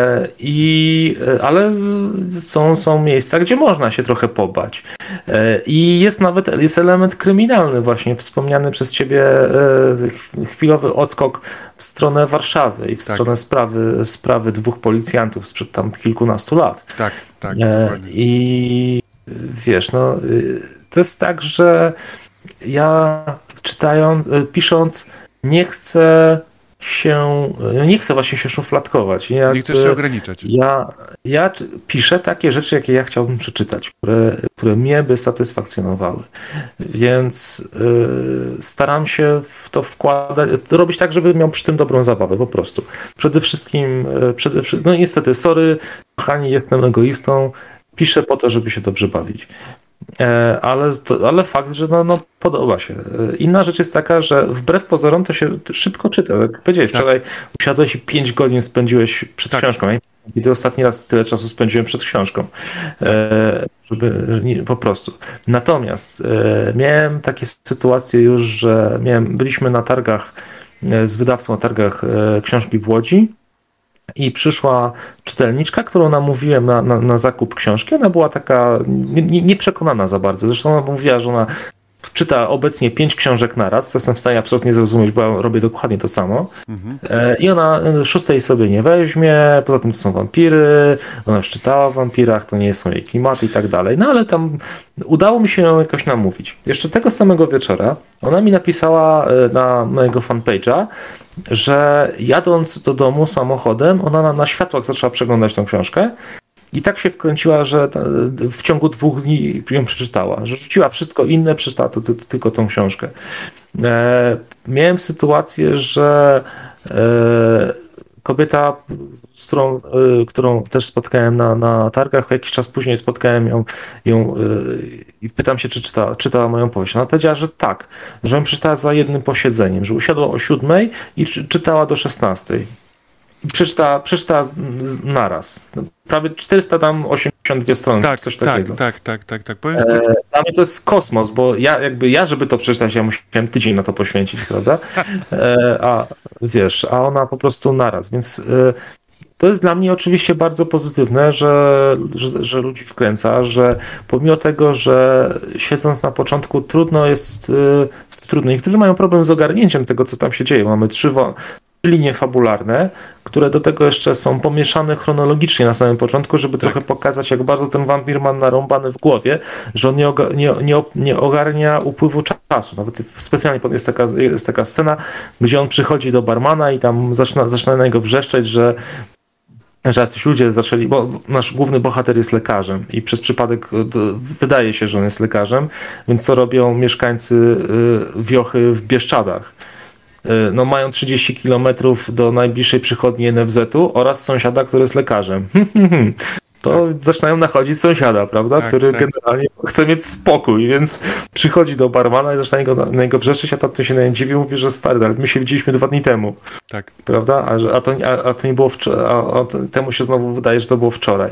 Ale są miejsca, gdzie można się trochę pobać. I jest element kryminalny właśnie, wspomniany przez ciebie chwilowy odskok w stronę Warszawy i w stronę sprawy dwóch policjantów sprzed tam kilkunastu lat. Tak. I wiesz, to jest tak, że ja pisząc, nie chcę właśnie się szufladkować. Nie chcesz się ograniczać. Ja piszę takie rzeczy, jakie ja chciałbym przeczytać, które mnie by satysfakcjonowały. Więc staram się w to wkładać, robić tak, żeby miał przy tym dobrą zabawę, po prostu. Przede wszystkim, niestety, sorry, kochani, jestem egoistą, piszę po to, żeby się dobrze bawić. Ale fakt, że podoba się. Inna rzecz jest taka, że wbrew pozorom to się szybko czyta. Jak powiedziałeś, wczoraj usiadłeś i 5 godzin spędziłeś przed książką. Kiedy ostatni raz tyle czasu spędziłem przed książką. Po prostu. Natomiast miałem takie sytuacje już, że byliśmy na targach z wydawcą na targach książki w Łodzi. I przyszła czytelniczka, którą namówiłem na zakup książki. Ona była taka nieprzekonana za bardzo. Zresztą ona mówiła, że ona czyta obecnie 5 książek naraz, co jestem w stanie absolutnie zrozumieć, bo ja robię dokładnie to samo. I ona 6 sobie nie weźmie, poza tym to są wampiry, ona już czytała o wampirach, to nie są jej klimaty i tak dalej. No ale tam udało mi się ją jakoś namówić. Jeszcze tego samego wieczora ona mi napisała na mojego fanpage'a, że jadąc do domu samochodem, ona na światłach zaczęła przeglądać tą książkę. I tak się wkręciła, że w ciągu 2 dni ją przeczytała. Że rzuciła wszystko inne, przeczytała tylko tą książkę. Miałem sytuację, że kobieta, którą też spotkałem na targach, jakiś czas później spotkałem ją i pytam się, czy czytała moją powieść. Ona powiedziała, że tak, że ją przeczytała za jednym posiedzeniem, że usiadła o 7 i czytała do 16. Przeczytała naraz. Prawie 482 strony, coś takiego. Tak. Powiem, dla mnie to jest kosmos, bo ja, żeby to przeczytać, ja musiałem tydzień na to poświęcić, prawda? A ona po prostu naraz, więc to jest dla mnie oczywiście bardzo pozytywne, że ludzi wkręca, że pomimo tego, że siedząc na początku trudno. Niektórzy mają problem z ogarnięciem tego, co tam się dzieje. Mamy 3 linie fabularne, które do tego jeszcze są pomieszane chronologicznie na samym początku, żeby trochę pokazać, jak bardzo ten wampir ma narąbany w głowie, że on nie ogarnia upływu czasu. Nawet specjalnie jest taka scena, gdzie on przychodzi do barmana i tam zaczyna na niego wrzeszczeć, że jacyś ludzie zaczęli, bo nasz główny bohater jest lekarzem i przez przypadek wydaje się, że on jest lekarzem, więc co robią mieszkańcy wiochy w Bieszczadach? No, mają 30 km do najbliższej przychodni NFZ-u oraz sąsiada, który jest lekarzem. To zaczynają nachodzić sąsiada, prawda? Który generalnie chce mieć spokój, więc przychodzi do barmana i zaczyna na niego wrzeszczeć, a tamten się na nie dziwi, mówi, że stary, ale my się widzieliśmy 2 dni temu. Tak. Prawda? A to nie było wczoraj, a temu się znowu wydaje, że to było wczoraj.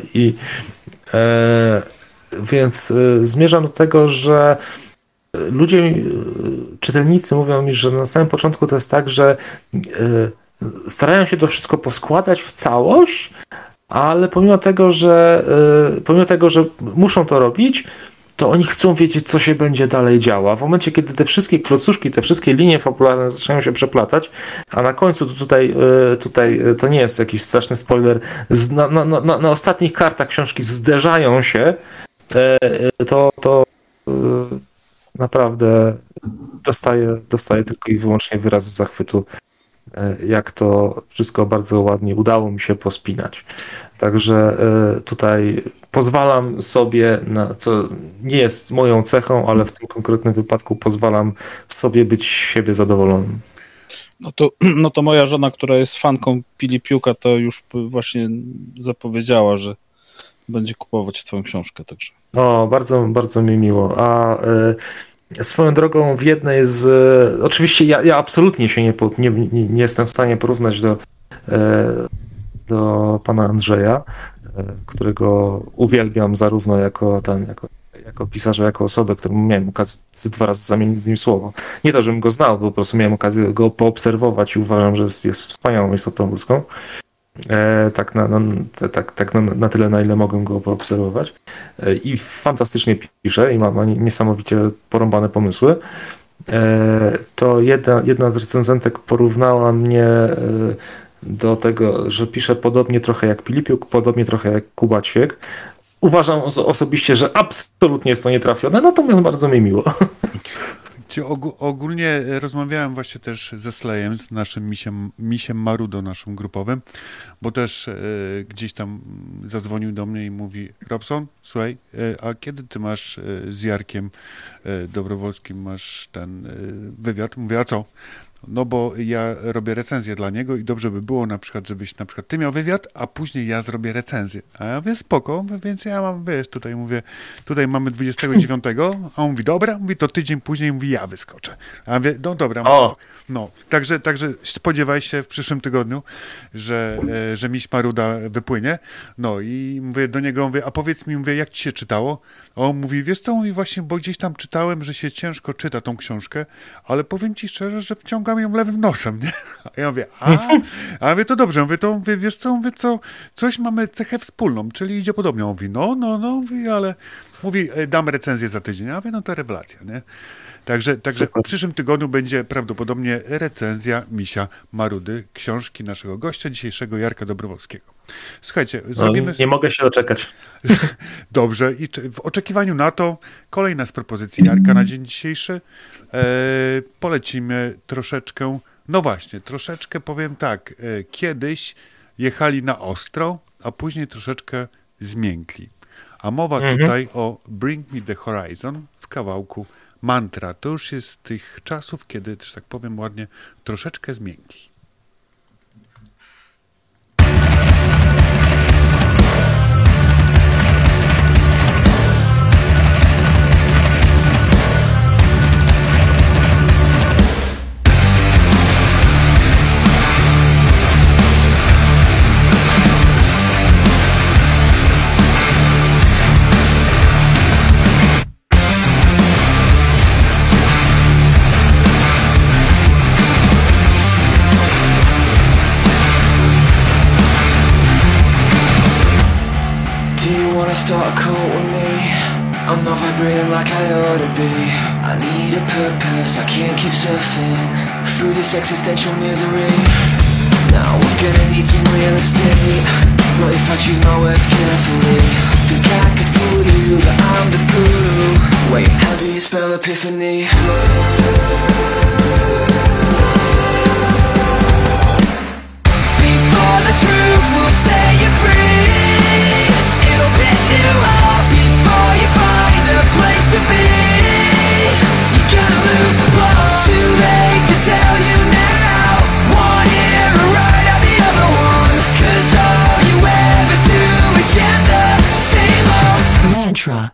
Więc zmierzam do tego, że ludzie, czytelnicy mówią mi, że na samym początku to jest tak, że starają się to wszystko poskładać w całość, ale pomimo tego, że muszą to robić, to oni chcą wiedzieć, co się będzie dalej działo. A w momencie, kiedy te wszystkie klocuszki, te wszystkie linie fabularne zaczynają się przeplatać, a na końcu tutaj to nie jest jakiś straszny spoiler, na ostatnich kartach książki zderzają się, to naprawdę dostaję tylko i wyłącznie wyraz zachwytu, jak to wszystko bardzo ładnie udało mi się pospinać. Także tutaj pozwalam sobie, co nie jest moją cechą, ale w tym konkretnym wypadku pozwalam sobie być siebie zadowolonym. No to moja żona, która jest fanką Pilipiuka, to już właśnie zapowiedziała, że będzie kupować twoją książkę. Także. O, bardzo, bardzo mi miło. A swoją drogą w jednej oczywiście ja absolutnie się nie jestem w stanie porównać do pana Andrzeja, którego uwielbiam zarówno jako pisarza, jako osobę, którą miałem okazję 2 razy zamienić z nim słowo. Nie to, żebym go znał, po prostu miałem okazję go poobserwować i uważam, że jest wspaniałą istotą ludzką. Na tyle, na ile mogę go poobserwować. I fantastycznie pisze i ma niesamowicie porąbane pomysły. To jedna z recenzentek porównała mnie do tego, że pisze podobnie trochę jak Pilipiuk, podobnie trochę jak Kuba Ćwiek. Uważam osobiście, że absolutnie jest to nietrafione, natomiast bardzo mi miło. Ogólnie rozmawiałem właśnie też ze Slejem, z naszym misiem Marudo, naszym grupowym, bo też gdzieś tam zadzwonił do mnie i mówi: Robson, słuchaj, a kiedy ty masz z Jarkiem Dobrowolskim masz ten wywiad? Mówię, a co? No bo ja robię recenzję dla niego i dobrze by było na przykład, żebyś ty miał wywiad, a później ja zrobię recenzję. A ja mówię, spoko, więc ja mam, tutaj mamy 29, a on mówi, dobra, to tydzień później mówi, ja wyskoczę. A ja mówię, no dobra. No, także spodziewaj się w przyszłym tygodniu, że miś Maruda wypłynie. No i mówię do niego, a powiedz mi, jak ci się czytało? A on mówi, wiesz co, właśnie, bo gdzieś tam czytałem, że się ciężko czyta tą książkę, ale powiem ci szczerze, że wciągam ją lewym nosem, nie? A ja mówię, a mówię, to dobrze, wiesz co, coś mamy cechę wspólną, czyli idzie podobnie. On mówi, no, mówi, ale mówi, dam recenzję za tydzień. A ja mówię, no to rewelacja, nie? Także Super. w przyszłym tygodniu będzie prawdopodobnie recenzja Misia Marudy, książki naszego gościa dzisiejszego, Jarka Dobrowolskiego. Słuchajcie, zrobimy... Nie mogę się doczekać. Dobrze, i w oczekiwaniu na to kolejna z propozycji Jarka na dzień dzisiejszy. Polecimy troszeczkę, no właśnie, troszeczkę powiem tak, kiedyś jechali na ostro, a później troszeczkę zmiękli. A mowa tutaj o Bring Me The Horizon w kawałku Mantra. To już jest z tych czasów, kiedy, że tak powiem ładnie, troszeczkę zmiękli. Start a cult with me. I'm not vibrating like I ought to be. I need a purpose, I can't keep surfing through this existential misery. Now we're gonna need some real estate, but if I choose my words carefully, think I could fool you that I'm the guru. Wait, how do you spell epiphany? Before the truth will set you free, it'll piss you off before you find a place to be. You're gonna lose the plot. Too late to tell you now. One ear right out the other one. 'Cause all you ever do is chant the same old mantra.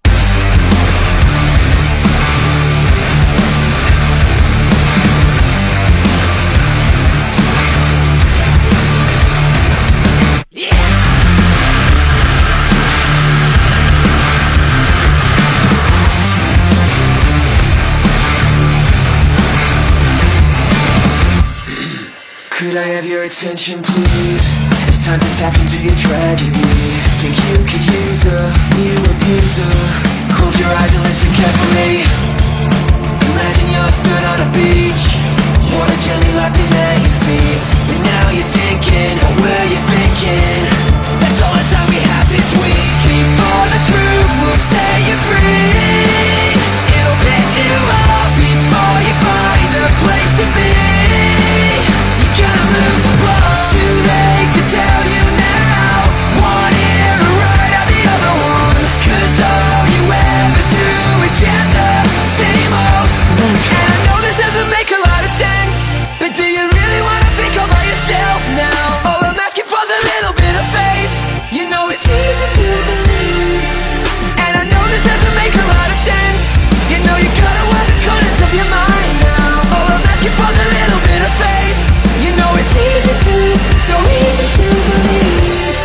Could I have your attention, please? It's time to tap into your tragedy. Think you could use a new abuser? Close your eyes and listen carefully. Imagine you're stood on a beach, water gently lapping at your feet, but now you're sinking. What were you thinking? That's all the time we have this week. Before the truth will set you free, it'll piss you off before you find a place to be. Gonna lose the plot. Too late to tell you now. One ear right out the other one. 'Cause all you ever do is chant the same old mantra. And I know this doesn't make a lot of sense, but do you really wanna think all by yourself now? Oh, I'm asking for the little bit of faith. You know it's easy to believe. And I know this doesn't make a lot of sense. You know you gotta wear the corners of your mind now. Oh, I'm asking for the little bit of faith. You know it's easy to, so easy to believe.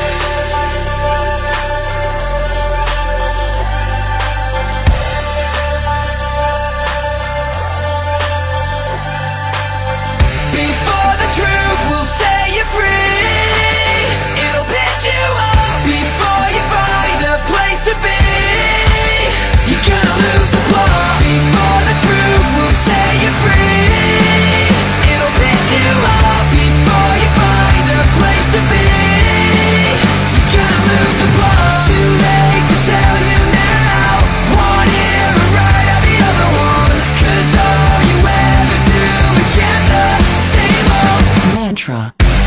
Before the truth will set you free, it'll piss you off before you find a place to be. You're gonna lose the plot. Before the truth will set you free, it'll piss you off before you find a place to be. You're gonna lose the plot. Too late to tell you now. One ear right out the other one. 'Cause all you ever do is chant the same old mantra.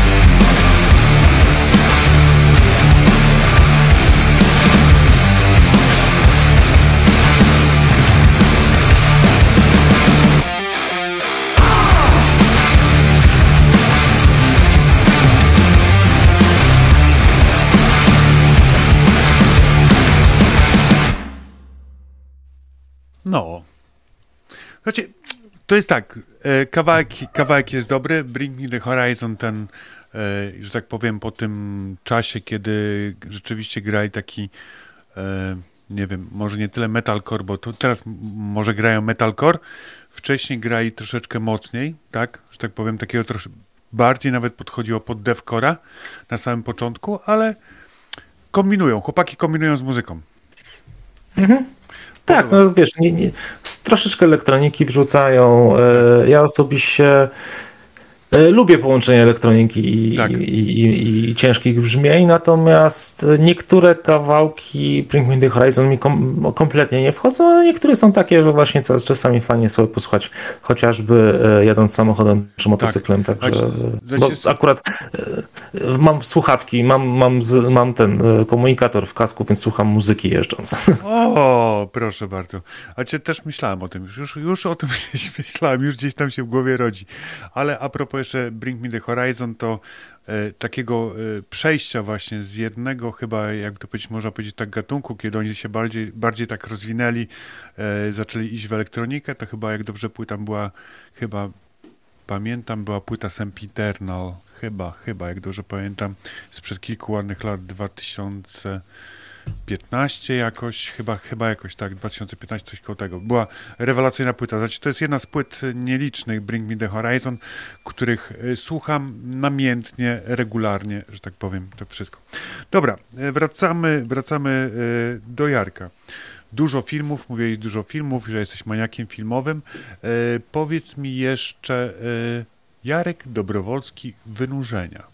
No. Znaczy, to jest tak, kawałek jest dobry, Bring Me The Horizon, ten, że tak powiem, po tym czasie, kiedy rzeczywiście grali taki, nie wiem, może nie tyle metalcore, bo to teraz może grają metalcore, wcześniej grali troszeczkę mocniej, tak, że tak powiem, takiego bardziej nawet podchodziło pod deathcore'a na samym początku, ale chłopaki kombinują z muzyką. Tak, no wiesz, troszeczkę elektroniki wrzucają. Ja osobiście lubię połączenie elektroniki i ciężkich brzmień, natomiast niektóre kawałki Bring Me The Horizon mi kompletnie nie wchodzą, ale niektóre są takie, że właśnie czasami fajnie sobie posłuchać, chociażby jadąc samochodem czy motocyklem. Także, akurat mam słuchawki, mam ten komunikator w kasku, więc słucham muzyki jeżdżąc. O, proszę bardzo. A też myślałem o tym, już o tym myślałem, już gdzieś tam się w głowie rodzi. Ale a propos jeszcze Bring Me The Horizon, to takiego przejścia właśnie z jednego chyba, jak to powiedzieć, można powiedzieć tak gatunku, kiedy oni się bardziej tak rozwinęli, zaczęli iść w elektronikę, to chyba, jak dobrze pamiętam, była płyta Sempiternal, chyba, jak dobrze pamiętam, sprzed kilku ładnych lat, 2015 jakoś, chyba jakoś tak, 2015, coś koło tego. Była rewelacyjna płyta. Znaczy, to jest jedna z płyt nielicznych Bring Me The Horizon, których słucham namiętnie, regularnie, że tak powiem, to wszystko. Dobra, wracamy do Jarka. Dużo filmów, mówiłeś dużo filmów, że jesteś maniakiem filmowym. Powiedz mi jeszcze, Jarek Dobrowolski, Wynurzenia.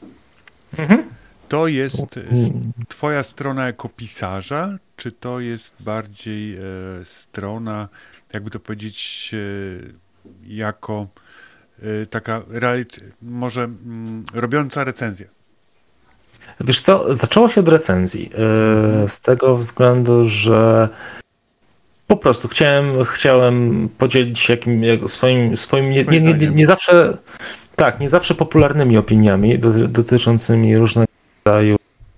To jest twoja strona jako pisarza, czy to jest bardziej strona, jakby to powiedzieć, jako taka może robiąca recenzję? Wiesz co, zaczęło się od recenzji, z tego względu, że po prostu chciałem podzielić się swoim nie zawsze popularnymi opiniami dotyczącymi różnego rodzaju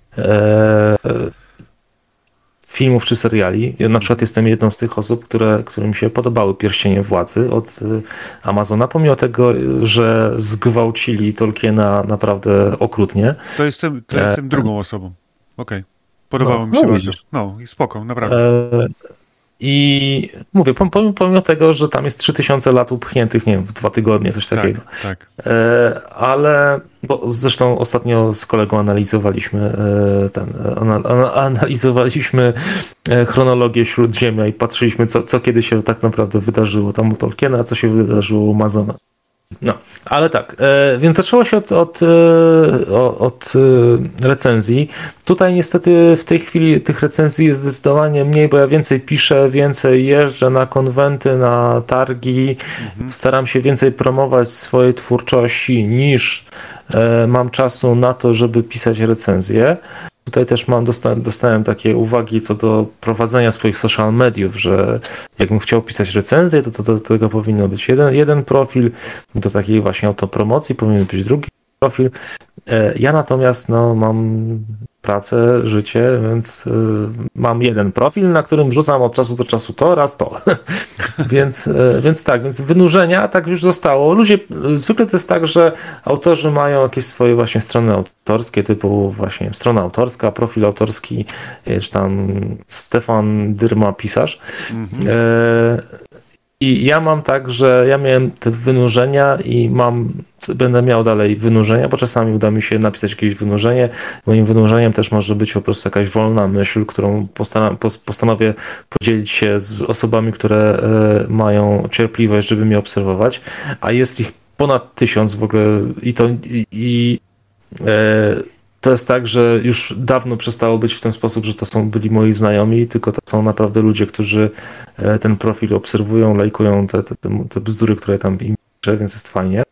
filmów czy seriali. Ja na przykład jestem jedną z tych osób, którym się podobały Pierścienie Władzy od Amazona, pomimo tego, że zgwałcili Tolkiena naprawdę okrutnie. To jestem drugą osobą. Okej. Podobało mi się bardzo. No i spoko, naprawdę. I mówię, pomimo tego, że tam jest 3000 lat upchniętych, nie wiem, w 2 tygodnie, coś takiego. Tak. Ale, bo zresztą ostatnio z kolegą analizowaliśmy chronologię Śródziemia i patrzyliśmy, co kiedy się tak naprawdę wydarzyło tam u Tolkiena, a co się wydarzyło u Amazona. No, ale tak, więc zaczęło się od recenzji. Tutaj niestety w tej chwili tych recenzji jest zdecydowanie mniej, bo ja więcej piszę, więcej jeżdżę na konwenty, na targi, staram się więcej promować swojej twórczości niż mam czasu na to, żeby pisać recenzje. Tutaj też dostałem takie uwagi co do prowadzenia swoich social mediów, że jakbym chciał pisać recenzję, to do tego powinno być jeden profil, do takiej właśnie autopromocji powinien być drugi profil. Ja natomiast mam pracę, życie, więc mam jeden profil, na którym wrzucam od czasu do czasu to oraz to. więc wynurzenia tak już zostało. Zwykle to jest tak, że autorzy mają jakieś swoje właśnie strony autorskie, typu właśnie strona autorska, profil autorski, czy tam Stefan Dyrma, pisarz. I ja mam tak, że ja miałem te wynurzenia i będę miał dalej wynurzenia, bo czasami uda mi się napisać jakieś wynurzenie. Moim wynurzeniem też może być po prostu jakaś wolna myśl, którą postanowię podzielić się z osobami, które mają cierpliwość, żeby mnie obserwować, a jest ich ponad 1000 w ogóle to jest tak, że już dawno przestało być w ten sposób, że to byli moi znajomi, tylko to są naprawdę ludzie, którzy ten profil obserwują, lajkują te bzdury, które tam im piszę, więc jest fajnie.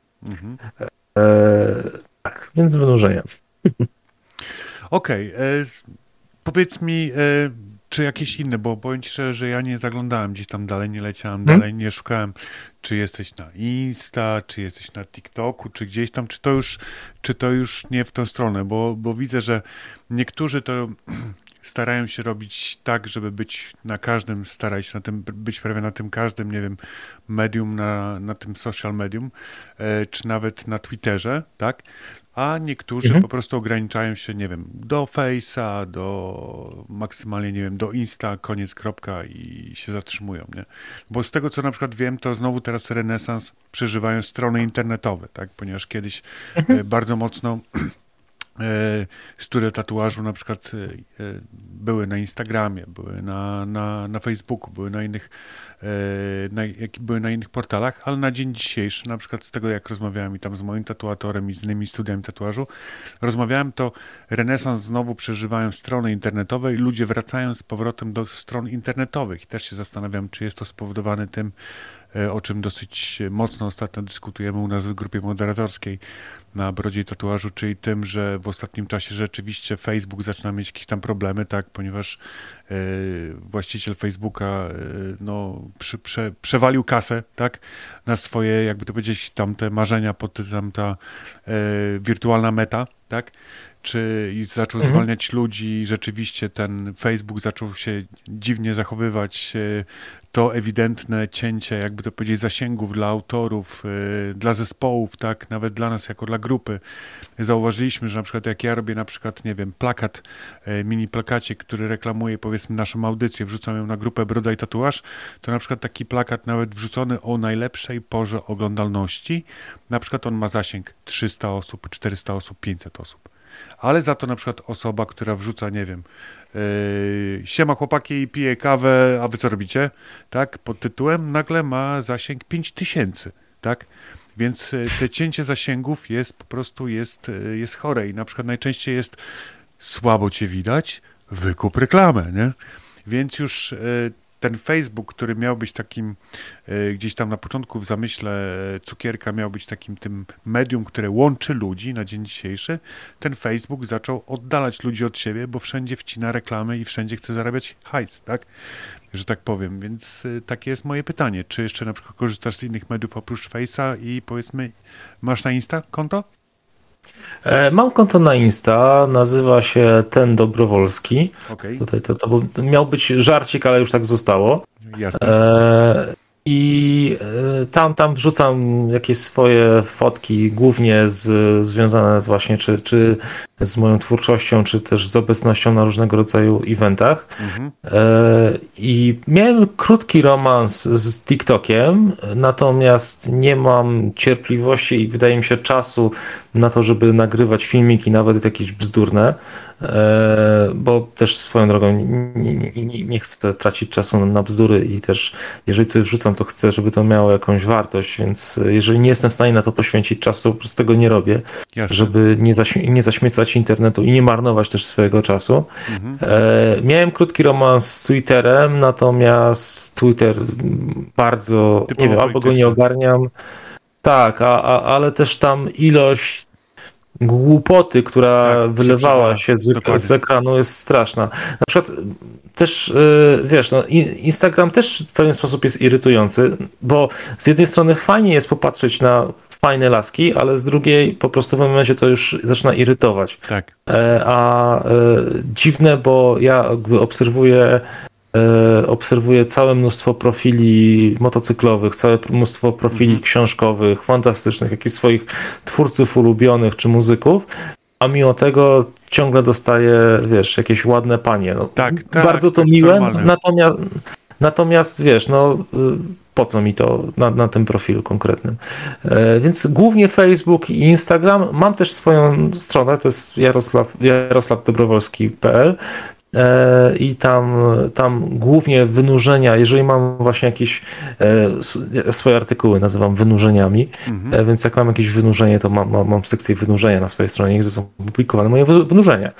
Tak, więc wynurzenia. Okej. Powiedz mi, czy jakieś inne, bo powiem ci szczerze, że ja nie zaglądałem gdzieś tam dalej, nie leciałem dalej, nie szukałem, czy jesteś na Insta, czy jesteś na TikToku, czy gdzieś tam, czy to już nie w tą stronę, bo widzę, że niektórzy to starają się robić tak, żeby być na każdym, starać się być prawie na tym każdym, nie wiem, medium, na tym social medium, czy nawet na Twitterze, tak? A niektórzy po prostu ograniczają się, nie wiem, do Face'a, do maksymalnie, nie wiem, do Insta, koniec, kropka i się zatrzymują, nie? Bo z tego, co na przykład wiem, to znowu teraz renesans przeżywają strony internetowe, tak? Ponieważ kiedyś bardzo mocno studia tatuażu na przykład były na Instagramie, były na Facebooku, były na innych były na innych portalach, ale na dzień dzisiejszy, na przykład z tego jak rozmawiałem i tam z moim tatuatorem i z innymi studiami tatuażu, rozmawiałem, to renesans znowu przeżywają strony internetowe i ludzie wracają z powrotem do stron internetowych i też się zastanawiam, czy jest to spowodowane tym, o czym dosyć mocno ostatnio dyskutujemy u nas w grupie moderatorskiej na Brodzie i Tatuażu, czyli tym, że w ostatnim czasie rzeczywiście Facebook zaczyna mieć jakieś tam problemy, tak, ponieważ właściciel Facebooka przewalił kasę, tak, na swoje, jakby to powiedzieć, tamte marzenia pod tytułem ta wirtualna meta, tak, i zaczął zwalniać ludzi i rzeczywiście ten Facebook zaczął się dziwnie zachowywać, to ewidentne cięcie, jakby to powiedzieć, zasięgów dla autorów, dla zespołów, tak, nawet dla nas jako dla grupy. Zauważyliśmy, że na przykład jak ja robię na przykład, nie wiem, plakat, mini plakacie, który reklamuje powiedzmy naszą audycję, wrzucam ją na grupę Broda i Tatuaż, to na przykład taki plakat nawet wrzucony o najlepszej porze oglądalności, na przykład on ma zasięg 300 osób, 400 osób, 500 osób. Ale za to na przykład osoba, która wrzuca, nie wiem, siema chłopaki i pije kawę, a wy co robicie? Tak, pod tytułem nagle ma zasięg 5000, tak? Więc te cięcie zasięgów jest po prostu jest chore i na przykład najczęściej jest słabo cię widać, wykup reklamę, nie? Więc już ten Facebook, który miał być takim, gdzieś tam na początku w zamyśle cukierka miał być takim tym medium, które łączy ludzi na dzień dzisiejszy, ten Facebook zaczął oddalać ludzi od siebie, bo wszędzie wcina reklamy i wszędzie chce zarabiać hajs, tak? Że tak powiem, więc takie jest moje pytanie. Czy jeszcze na przykład korzystasz z innych mediów oprócz Face'a i powiedzmy, masz na Insta konto? Mam konto na Insta, nazywa się Ten Dobrowolski. Okay. Tutaj to miał być żarcik, ale już tak zostało. Jasne. I tam wrzucam jakieś swoje fotki, głównie związane właśnie czy z moją twórczością, czy też z obecnością na różnego rodzaju eventach. I miałem krótki romans z TikTokiem, natomiast nie mam cierpliwości i wydaje mi się czasu na to, żeby nagrywać filmiki, nawet jakieś bzdurne, bo też swoją drogą nie chcę tracić czasu na bzdury i też jeżeli coś wrzucam, to chcę, żeby to miało jakąś wartość, więc jeżeli nie jestem w stanie na to poświęcić czasu, to po prostu tego nie robię. Jasne. Żeby nie zaśmiecać internetu i nie marnować też swojego czasu. Miałem krótki romans z Twitterem, natomiast Twitter bardzo, typowo nie wiem, albo go nie ogarniam. Tak, ale też tam ilość głupoty, która wylewała się z ekranu jest straszna. Na przykład też, wiesz, no, Instagram też w pewien sposób jest irytujący, bo z jednej strony fajnie jest popatrzeć na fajne laski, ale z drugiej po prostu w pewnym momencie to już zaczyna irytować. Tak. Dziwne, bo ja jakby obserwuję całe mnóstwo profili motocyklowych, całe mnóstwo profili książkowych, fantastycznych, jakichś swoich twórców ulubionych czy muzyków, a mimo tego ciągle dostaję, wiesz, jakieś ładne panie. No, bardzo to miłe, natomiast wiesz, no po co mi to na tym profilu konkretnym. Więc głównie Facebook i Instagram. Mam też swoją stronę, to jest jarosławdobrowolski.pl. I tam głównie wynurzenia, jeżeli mam właśnie jakieś swoje artykuły nazywam wynurzeniami, więc jak mam jakieś wynurzenie, to mam sekcję wynurzenia na swojej stronie, gdzie są publikowane moje wynurzenia.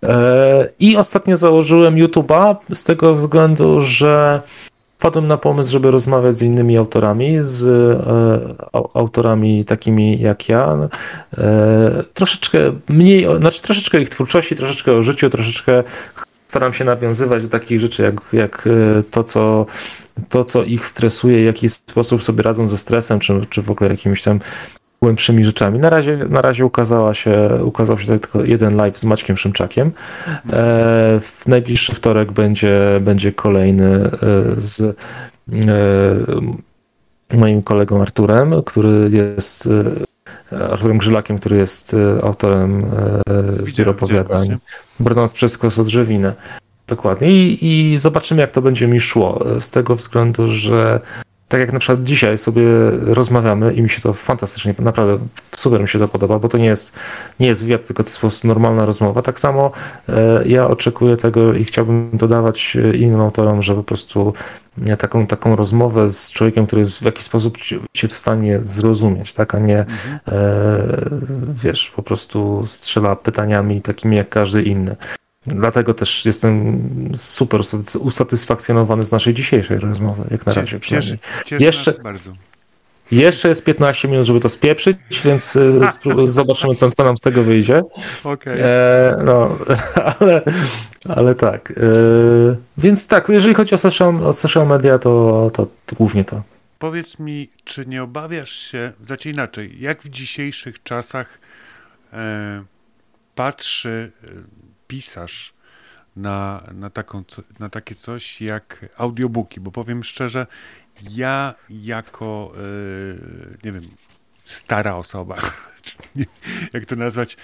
I ostatnio założyłem YouTube'a z tego względu, że wpadłem na pomysł, żeby rozmawiać z innymi autorami, z autorami takimi jak ja. Troszeczkę mniej, znaczy troszeczkę ich twórczości, troszeczkę o życiu, troszeczkę staram się nawiązywać do takich rzeczy jak to, co ich stresuje, w jaki sposób sobie radzą ze stresem, czy w ogóle jakimiś tam głębszymi rzeczami. Na razie ukazał się tylko jeden live z Maćkiem Szymczakiem. W najbliższy wtorek będzie kolejny z moim kolegą Arturem Grzylakiem, który jest autorem zbioru opowiadań Brnąc przez Kos od Żewinę. Dokładnie. I zobaczymy, jak to będzie mi szło. Z tego względu, że tak jak na przykład dzisiaj sobie rozmawiamy i mi się to fantastycznie, naprawdę super mi się to podoba, bo to nie jest wywiad, tylko to jest po prostu normalna rozmowa. Tak samo ja oczekuję tego i chciałbym dodawać innym autorom, że po prostu taką rozmowę z człowiekiem, który jest w jakiś sposób cię w stanie zrozumieć, tak, a nie wiesz, po prostu strzela pytaniami takimi jak każdy inny. Dlatego też jestem super usatysfakcjonowany z naszej dzisiejszej rozmowy, jak na razie przynajmniej. Cieszy nas bardzo. Jeszcze jest 15 minut, żeby to spieprzyć, więc zobaczymy, co nam z tego wyjdzie. Okej. No, ale tak. Więc tak, jeżeli chodzi o social media, to głównie to. Powiedz mi, czy nie obawiasz się, znaczy inaczej, jak w dzisiejszych czasach pisarz na takie coś jak audiobooki, bo powiem szczerze, ja jako, nie wiem, stara osoba, jak to nazwać,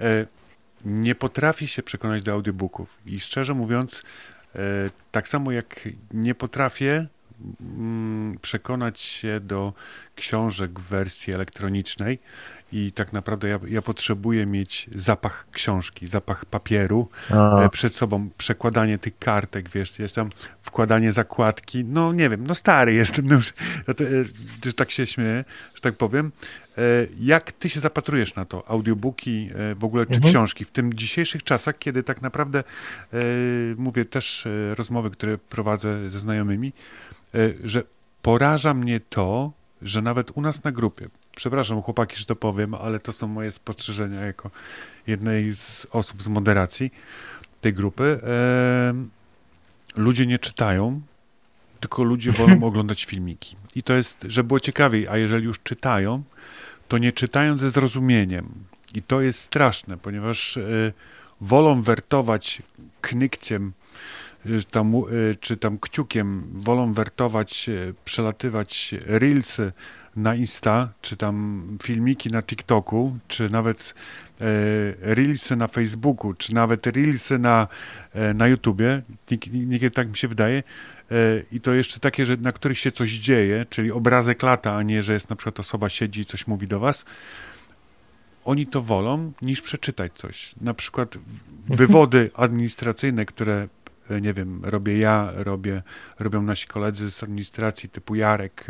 nie potrafię się przekonać do audiobooków i szczerze mówiąc, tak samo jak nie potrafię przekonać się do książek w wersji elektronicznej i tak naprawdę ja potrzebuję mieć zapach książki, zapach papieru przed sobą, przekładanie tych kartek, wiesz, jest tam wkładanie zakładki, no nie wiem, no stary jestem, no, że tak się śmieję, że tak powiem. Jak ty się zapatrujesz na to? Audiobooki w ogóle, czy książki w tym dzisiejszych czasach, kiedy tak naprawdę, mówię też rozmowy, które prowadzę ze znajomymi, że poraża mnie to, że nawet u nas na grupie, przepraszam chłopaki, że to powiem, ale to są moje spostrzeżenia jako jednej z osób z moderacji tej grupy, ludzie nie czytają, tylko ludzie wolą oglądać filmiki. I to jest, żeby było ciekawiej, a jeżeli już czytają, to nie czytają ze zrozumieniem. I to jest straszne, ponieważ wolą wertować knykciem czy tam kciukiem, wolą wertować, przelatywać reelsy na Insta, czy tam filmiki na TikToku, czy nawet reelsy na Facebooku, czy nawet reelsy na YouTubie, niekiedy tak mi się wydaje, i to jeszcze takie, że na których się coś dzieje, czyli obrazek lata, a nie, że jest na przykład osoba siedzi i coś mówi do was. Oni to wolą, niż przeczytać coś. Na przykład wywody administracyjne, które nie wiem, robię ja, robią nasi koledzy z administracji typu Jarek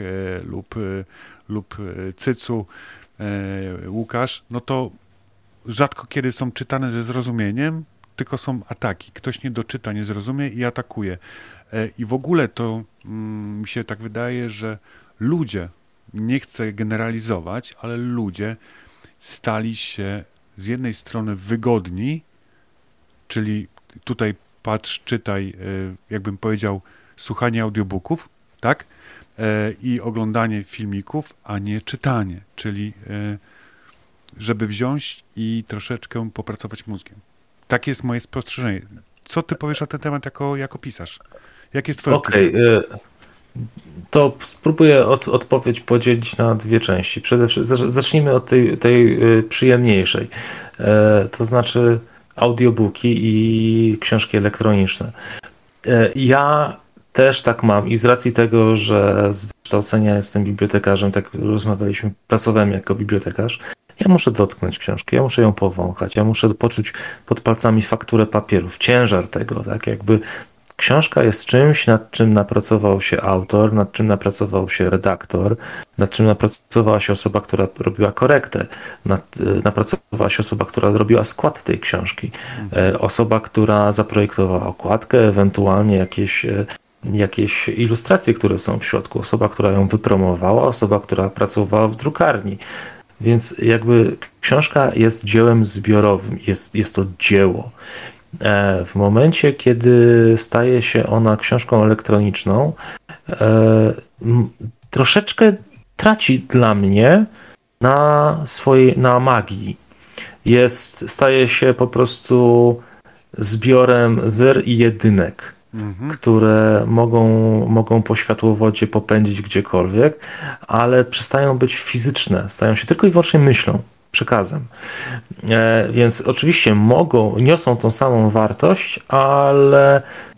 lub Cycu, Łukasz, no to rzadko kiedy są czytane ze zrozumieniem, tylko są ataki. Ktoś nie doczyta, nie zrozumie i atakuje. I w ogóle to mi się tak wydaje, że ludzie, nie chcę generalizować, ale ludzie stali się z jednej strony wygodni, czyli tutaj patrz, czytaj, jakbym powiedział, słuchanie audiobooków, tak? I oglądanie filmików, a nie czytanie, czyli żeby wziąć i troszeczkę popracować mózgiem. Takie jest moje spostrzeżenie. Co ty powiesz na ten temat jako pisarz? Jakie jest twoje odczucie? To spróbuję odpowiedź podzielić na dwie części. Przede wszystkim zacznijmy od tej przyjemniejszej. To znaczy audiobooki i książki elektroniczne. Ja też tak mam i z racji tego, że z wykształcenia jestem bibliotekarzem, tak rozmawialiśmy, pracowałem jako bibliotekarz, ja muszę dotknąć książki, ja muszę ją powąchać, ja muszę poczuć pod palcami fakturę papierów, ciężar tego, tak jakby książka jest czymś, nad czym napracował się autor, nad czym napracował się redaktor, nad czym napracowała się osoba, która robiła korektę, napracowała się osoba, która robiła skład tej książki, osoba, która zaprojektowała okładkę, ewentualnie jakieś ilustracje, które są w środku, osoba, która ją wypromowała, osoba, która pracowała w drukarni. Więc jakby książka jest dziełem zbiorowym, jest to dzieło. W momencie, kiedy staje się ona książką elektroniczną, troszeczkę traci dla mnie na magii. Staje się po prostu zbiorem zer i jedynek, które mogą po światłowodzie popędzić gdziekolwiek, ale przestają być fizyczne, stają się tylko i wyłącznie myślą, przekazem. Więc oczywiście niosą tą samą wartość, ale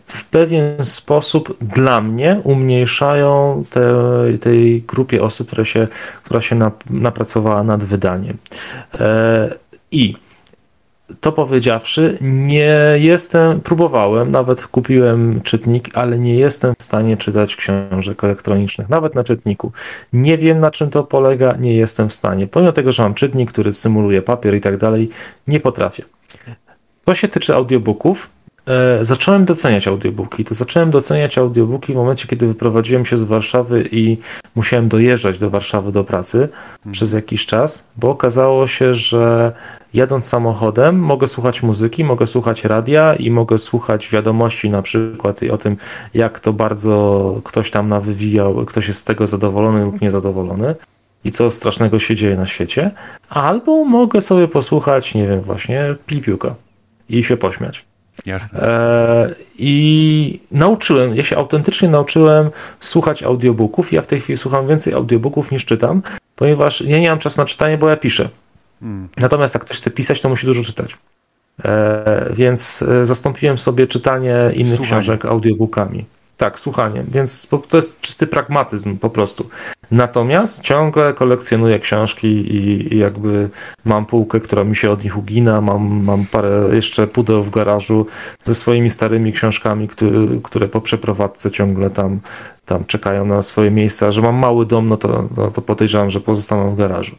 w pewien sposób dla mnie umniejszają tej grupie osób, która się napracowała nad wydaniem. I to powiedziawszy, próbowałem, nawet kupiłem czytnik, ale nie jestem w stanie czytać książek elektronicznych, nawet na czytniku. Nie wiem, na czym to polega, nie jestem w stanie. Pomimo tego, że mam czytnik, który symuluje papier i tak dalej, nie potrafię. Co się tyczy audiobooków, zacząłem doceniać audiobooki. Zacząłem doceniać audiobooki w momencie, kiedy wyprowadziłem się z Warszawy i musiałem dojeżdżać do Warszawy do pracy przez jakiś czas, bo okazało się, że jadąc samochodem mogę słuchać muzyki, mogę słuchać radia i mogę słuchać wiadomości na przykład o tym, jak to bardzo ktoś tam nawywijał, ktoś jest z tego zadowolony lub niezadowolony i co strasznego się dzieje na świecie, albo mogę sobie posłuchać, nie wiem, właśnie Plipiuka i się pośmiać. Jasne. I ja się autentycznie nauczyłem słuchać audiobooków. Ja w tej chwili słucham więcej audiobooków niż czytam, ponieważ ja nie mam czasu na czytanie, bo ja piszę. Natomiast jak ktoś chce pisać, to musi dużo czytać. Więc zastąpiłem sobie czytanie innych książek audiobookami. Tak, słuchanie, więc to jest czysty pragmatyzm po prostu. Natomiast ciągle kolekcjonuję książki i jakby mam półkę, która mi się od nich ugina, mam parę jeszcze pudeł w garażu ze swoimi starymi książkami, które po przeprowadzce ciągle tam czekają na swoje miejsca. Że mam mały dom, no to podejrzewam, że pozostaną w garażu.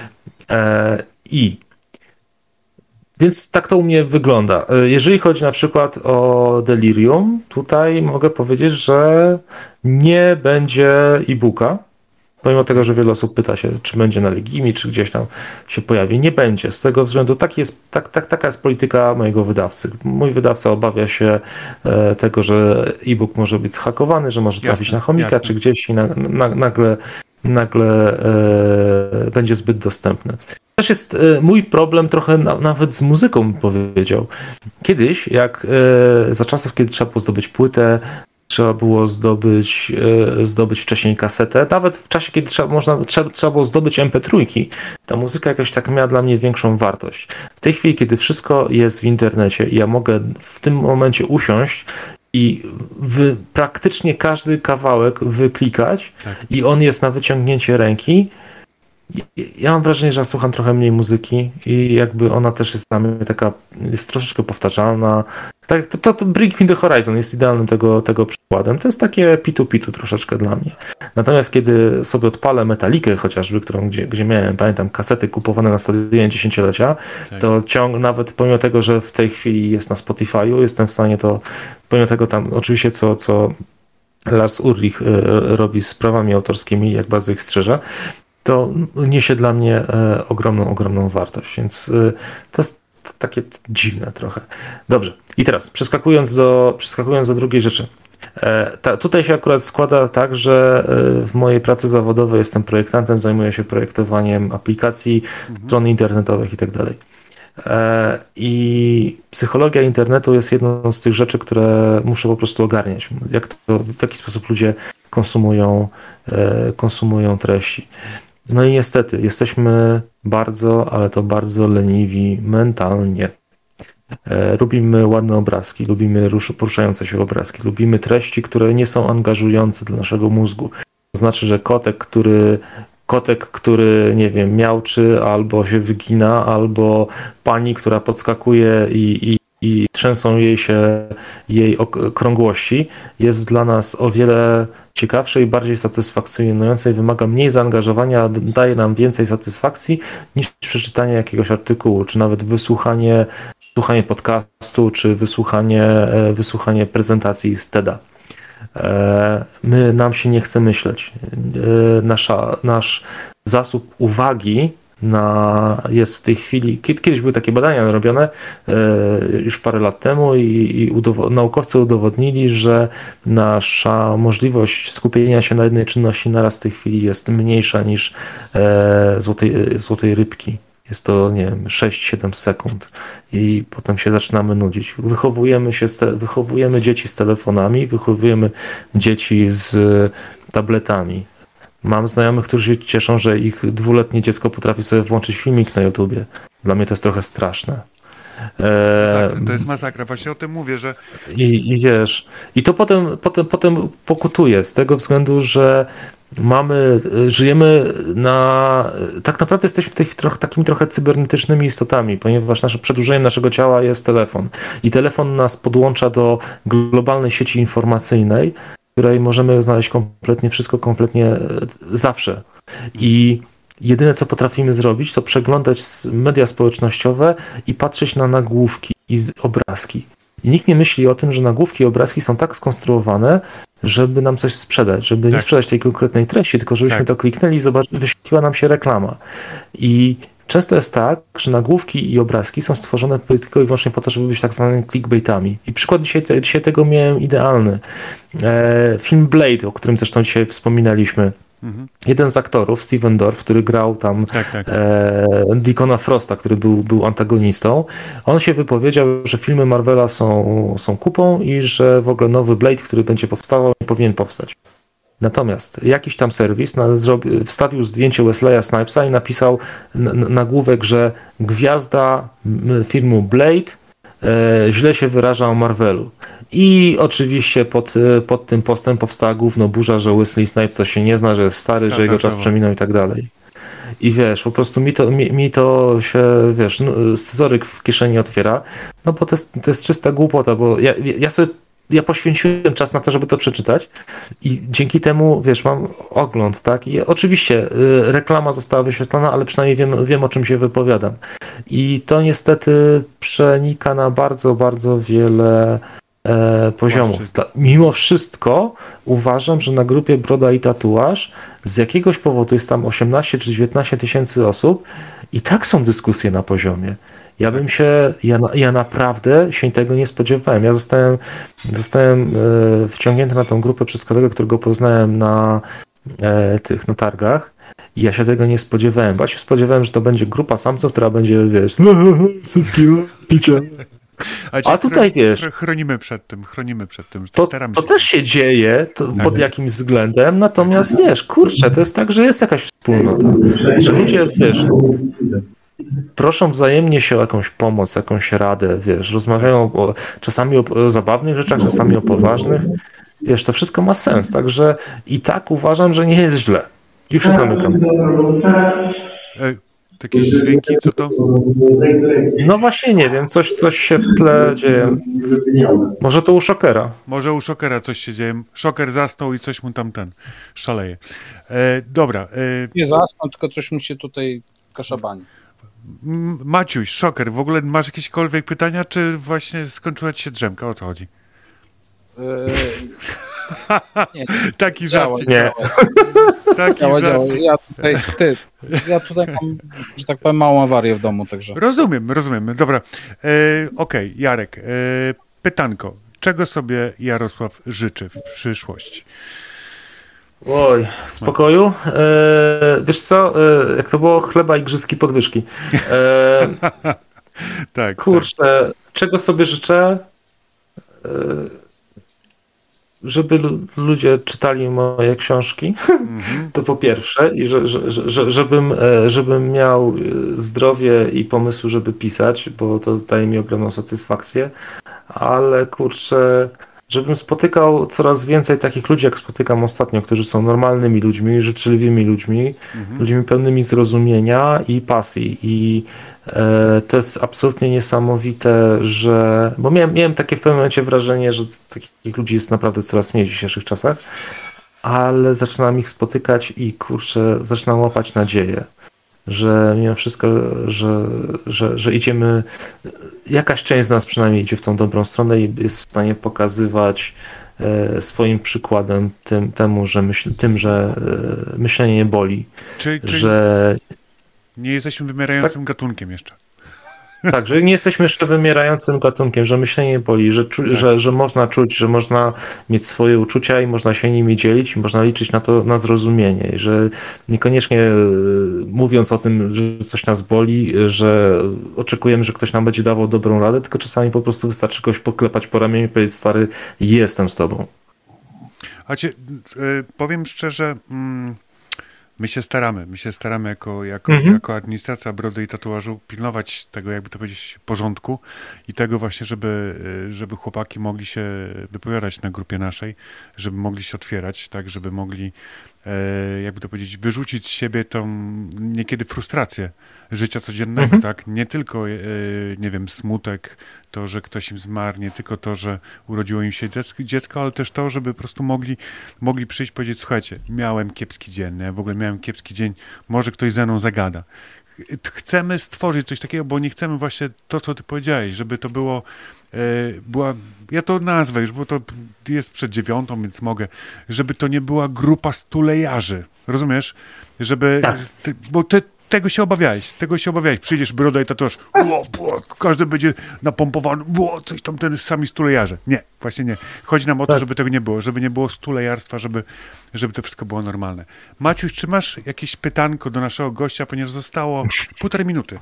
Więc tak to u mnie wygląda. Jeżeli chodzi na przykład o Delirium, tutaj mogę powiedzieć, że nie będzie e-booka, pomimo tego, że wiele osób pyta się, czy będzie na Legimi, czy gdzieś tam się pojawi. Nie będzie. Z tego względu taka jest polityka mojego wydawcy. Mój wydawca obawia się tego, że e-book może być zhakowany, że może trafić na chomika, czy gdzieś i nagle będzie zbyt dostępny. Też jest mój problem trochę nawet z muzyką, bym powiedział. Kiedyś, za czasów, kiedy trzeba było zdobyć płytę, trzeba było zdobyć wcześniej kasetę, nawet w czasie, kiedy trzeba było zdobyć MP3, ta muzyka jakoś tak miała dla mnie większą wartość. W tej chwili, kiedy wszystko jest w internecie i ja mogę w tym momencie usiąść i praktycznie każdy kawałek wyklikać i on jest na wyciągnięcie ręki, ja mam wrażenie, że słucham trochę mniej muzyki i jakby ona też jest dla mnie taka, jest troszeczkę powtarzalna. Tak, to Bring Me The Horizon jest idealnym tego przykładem. To jest takie pitu troszeczkę dla mnie. Natomiast kiedy sobie odpalę Metallicę chociażby, gdzie miałem, pamiętam, kasety kupowane na stadionie 10-lecia, to nawet pomimo tego, że w tej chwili jest na Spotify'u, jestem w stanie to, pomimo tego tam oczywiście co Lars Ulrich robi z prawami autorskimi, jak bardzo ich strzeże, to niesie dla mnie ogromną wartość, więc to jest takie dziwne trochę. Dobrze, i teraz przeskakując do drugiej rzeczy. Tutaj się akurat składa tak, że w mojej pracy zawodowej jestem projektantem, zajmuję się projektowaniem aplikacji, stron internetowych i tak dalej. I psychologia internetu jest jedną z tych rzeczy, które muszę po prostu ogarniać. W jaki sposób ludzie konsumują treści. No i niestety, jesteśmy ale to bardzo leniwi mentalnie. Lubimy ładne obrazki, lubimy poruszające się obrazki, lubimy treści, które nie są angażujące dla naszego mózgu. To znaczy, że kotek, który, nie wiem, miauczy, albo się wygina, albo pani, która podskakuje i trzęsą jej okrągłości, jest dla nas o wiele ciekawsze i bardziej satysfakcjonujące i wymaga mniej zaangażowania, daje nam więcej satysfakcji niż przeczytanie jakiegoś artykułu, czy nawet wysłuchanie podcastu, czy wysłuchanie prezentacji z TEDa. Nam się nie chce myśleć. Nasz zasób uwagi jest w tej chwili, kiedyś były takie badania robione już parę lat temu i naukowcy udowodnili, że nasza możliwość skupienia się na jednej czynności naraz w tej chwili jest mniejsza niż złotej rybki. Jest to, nie wiem, 6-7 sekund i potem się zaczynamy nudzić. Wychowujemy dzieci z telefonami, wychowujemy dzieci z tabletami. Mam znajomych, którzy się cieszą, że ich 2-letnie dziecko potrafi sobie włączyć filmik na YouTubie. Dla mnie to jest trochę straszne. To jest masakra. Właśnie o tym mówię, że I wiesz, i to potem pokutuje z tego względu, że żyjemy tak naprawdę jesteśmy takimi trochę cybernetycznymi istotami, ponieważ przedłużeniem naszego ciała jest telefon. I telefon nas podłącza do globalnej sieci informacyjnej, w której możemy znaleźć kompletnie wszystko, kompletnie zawsze. I jedyne, co potrafimy zrobić, to przeglądać media społecznościowe i patrzeć na nagłówki i obrazki. I nikt nie myśli o tym, że nagłówki i obrazki są tak skonstruowane, żeby nam coś sprzedać, żeby nie sprzedać tej konkretnej treści, tylko żebyśmy to kliknęli i wyświetliła nam się reklama. I często jest tak, że nagłówki i obrazki są stworzone tylko i wyłącznie po to, żeby być tak zwanymi clickbaitami. I przykład dzisiaj tego miałem idealny. Film Blade, o którym zresztą dzisiaj wspominaliśmy. Jeden z aktorów, Steven Dorff, który grał tam Deacona Frosta, który był antagonistą, on się wypowiedział, że filmy Marvela są kupą i że w ogóle nowy Blade, który będzie powstawał, nie powinien powstać. Natomiast jakiś tam serwis wstawił zdjęcie Wesleya Snipesa i napisał nagłówek, że gwiazda filmu Blade źle się wyraża o Marvelu. I oczywiście pod tym postem powstała gównoburza, że Wesley Snipes to się nie zna, że jest stary, że jego czas przeminął i tak dalej. I wiesz, po prostu mi to się, wiesz, scyzoryk w kieszeni otwiera, no bo to jest czysta głupota, bo ja poświęciłem czas na to, żeby to przeczytać i dzięki temu, wiesz, mam ogląd, tak? I oczywiście reklama została wyświetlona, ale przynajmniej wiem o czym się wypowiadam. I to niestety przenika na bardzo, bardzo wiele poziomów. Mimo wszystko uważam, że na grupie Broda i Tatuaż z jakiegoś powodu jest tam 18 czy 19 tysięcy osób i tak są dyskusje na poziomie. Ja naprawdę się tego nie spodziewałem. Ja zostałem wciągnięty na tą grupę przez kolegę, którego poznałem na targach i ja się tego nie spodziewałem, bo ja się spodziewałem, że to będzie grupa samców, która będzie, wiesz, wszystkiego, picie. A tutaj wiesz, chronimy przed tym. To też się dzieje pod jakimś względem, natomiast wiesz, kurczę, to jest tak, że jest jakaś wspólnota, że ludzie, wiesz, proszą wzajemnie się o jakąś pomoc, jakąś radę, wiesz, rozmawiają czasami o zabawnych rzeczach, czasami o poważnych, wiesz, to wszystko ma sens, także i tak uważam, że nie jest źle. Już się zamykam. Jakieś dźwięki, co to? No właśnie nie wiem, coś się w tle dzieje. Może to u Szokera. Może u Szokera coś się dzieje. Szoker zasnął i coś mu tam szaleje. Dobra. Nie zasnął, tylko coś mu się tutaj kaszabani. Maciuś, Szoker, w ogóle masz jakiekolwiek pytania, czy właśnie skończyła ci się drzemka? O co chodzi? Nie. Taki żart. Nie. Taki żart. Ja tutaj mam, że tak powiem, małą awarię w domu, także. Rozumiem. Dobra. Okej, Jarek. Pytanko. Czego sobie Jarosław życzy w przyszłości? Oj, spokoju. Wiesz co, jak to było, chleba, igrzyski, podwyżki. Tak. Kurczę, czego sobie życzę? Żeby ludzie czytali moje książki, to po pierwsze, i żebym miał zdrowie i pomysł, żeby pisać, bo to daje mi ogromną satysfakcję, ale kurczę, żebym spotykał coraz więcej takich ludzi, jak spotykam ostatnio, którzy są normalnymi ludźmi, życzliwymi ludźmi, ludźmi pełnymi zrozumienia i pasji. I to jest absolutnie niesamowite, bo miałem takie w pewnym momencie wrażenie, że takich ludzi jest naprawdę coraz mniej w dzisiejszych czasach, ale zaczynam ich spotykać i kurczę, zaczynam łapać nadzieję, że mimo wszystko, że idziemy, jakaś część z nas przynajmniej idzie w tą dobrą stronę i jest w stanie pokazywać swoim przykładem że myślenie nie boli. Czyli że nie jesteśmy wymierającym gatunkiem jeszcze. Tak, że nie jesteśmy jeszcze wymierającym gatunkiem, że myślenie nie boli, że można czuć, że można mieć swoje uczucia i można się nimi dzielić i można liczyć na zrozumienie. I że niekoniecznie mówiąc o tym, że coś nas boli, że oczekujemy, że ktoś nam będzie dawał dobrą radę, tylko czasami po prostu wystarczy kogoś poklepać po ramieniu i powiedzieć: stary, jestem z tobą. Powiem szczerze, My się staramy jako administracja Brody i Tatuażu pilnować tego, jakby to powiedzieć, porządku i tego właśnie, żeby chłopaki mogli się wypowiadać na grupie naszej, żeby mogli się otwierać, tak, żeby mogli, jakby to powiedzieć, wyrzucić z siebie tą niekiedy frustrację życia codziennego, tak, nie tylko, nie wiem, smutek, to, że ktoś im zmarł, nie tylko to, że urodziło im się dziecko, ale też to, żeby po prostu mogli przyjść i powiedzieć, słuchajcie, miałem kiepski dzień, w ogóle miałem kiepski dzień, może ktoś ze mną zagada. Chcemy stworzyć coś takiego, bo nie chcemy właśnie to, co ty powiedziałeś, żeby to było, ja to nazwę już, bo to jest przed 9, więc mogę, żeby to nie była grupa stulejarzy, rozumiesz? Żeby, tak. Bo tego się obawiałeś, przyjdziesz, Broda i Tatuaż, każdy będzie napompowany, coś tam, ten sami stulejarze. Nie, właśnie nie. Chodzi nam o to, żeby tego nie było, żeby nie było stulejarstwa, żeby to wszystko było normalne. Maciuś, czy masz jakieś pytanko do naszego gościa, ponieważ zostało 1,5 minuty?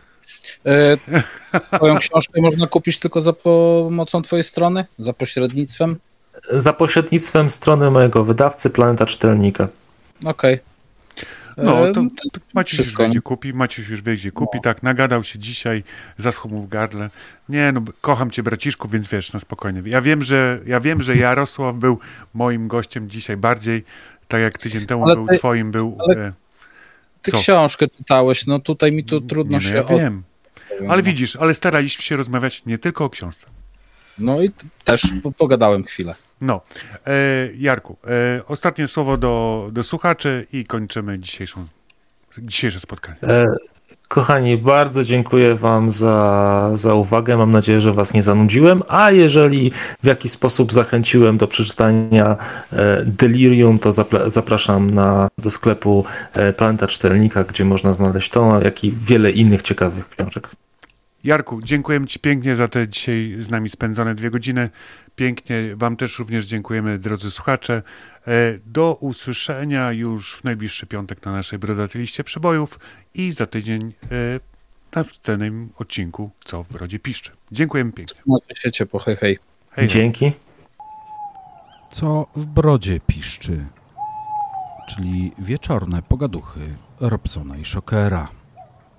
Twoją książkę można kupić tylko za pomocą twojej strony? Za pośrednictwem? Za pośrednictwem strony mojego wydawcy, Planeta Czytelnika. Okej. No, to Maciuś już wie, gdzie kupi. Tak, nagadał się dzisiaj, zaschł mu w gardle. Nie, no, kocham cię, braciszku, więc wiesz, na spokojnie. Ja wiem, że Jarosław był moim gościem dzisiaj bardziej, tak jak tydzień temu twoim był... Ty książkę czytałeś, no tutaj mi to trudno się... Ja wiem, ale widzisz, ale staraliśmy się rozmawiać nie tylko o książce. No i też pogadałem chwilę. No, Jarku, ostatnie słowo do słuchaczy i kończymy dzisiejsze spotkanie. Kochani, bardzo dziękuję wam za uwagę. Mam nadzieję, że was nie zanudziłem, a jeżeli w jakiś sposób zachęciłem do przeczytania Delirium, to zapraszam do sklepu Planeta Czytelnika, gdzie można znaleźć tą, jak i wiele innych ciekawych książek. Jarku, dziękujemy ci pięknie za te dzisiaj z nami spędzone 2 godziny. Pięknie wam też również dziękujemy, drodzy słuchacze. Do usłyszenia już w najbliższy piątek na naszej brodatej liście przebojów i za tydzień na następnym odcinku Co w Brodzie Piszczy. Dziękujemy pięknie. Trzymajcie się ciepło, hej, hej. Hej. Dzięki. Co w brodzie piszczy, czyli wieczorne pogaduchy Robsona i Shockera.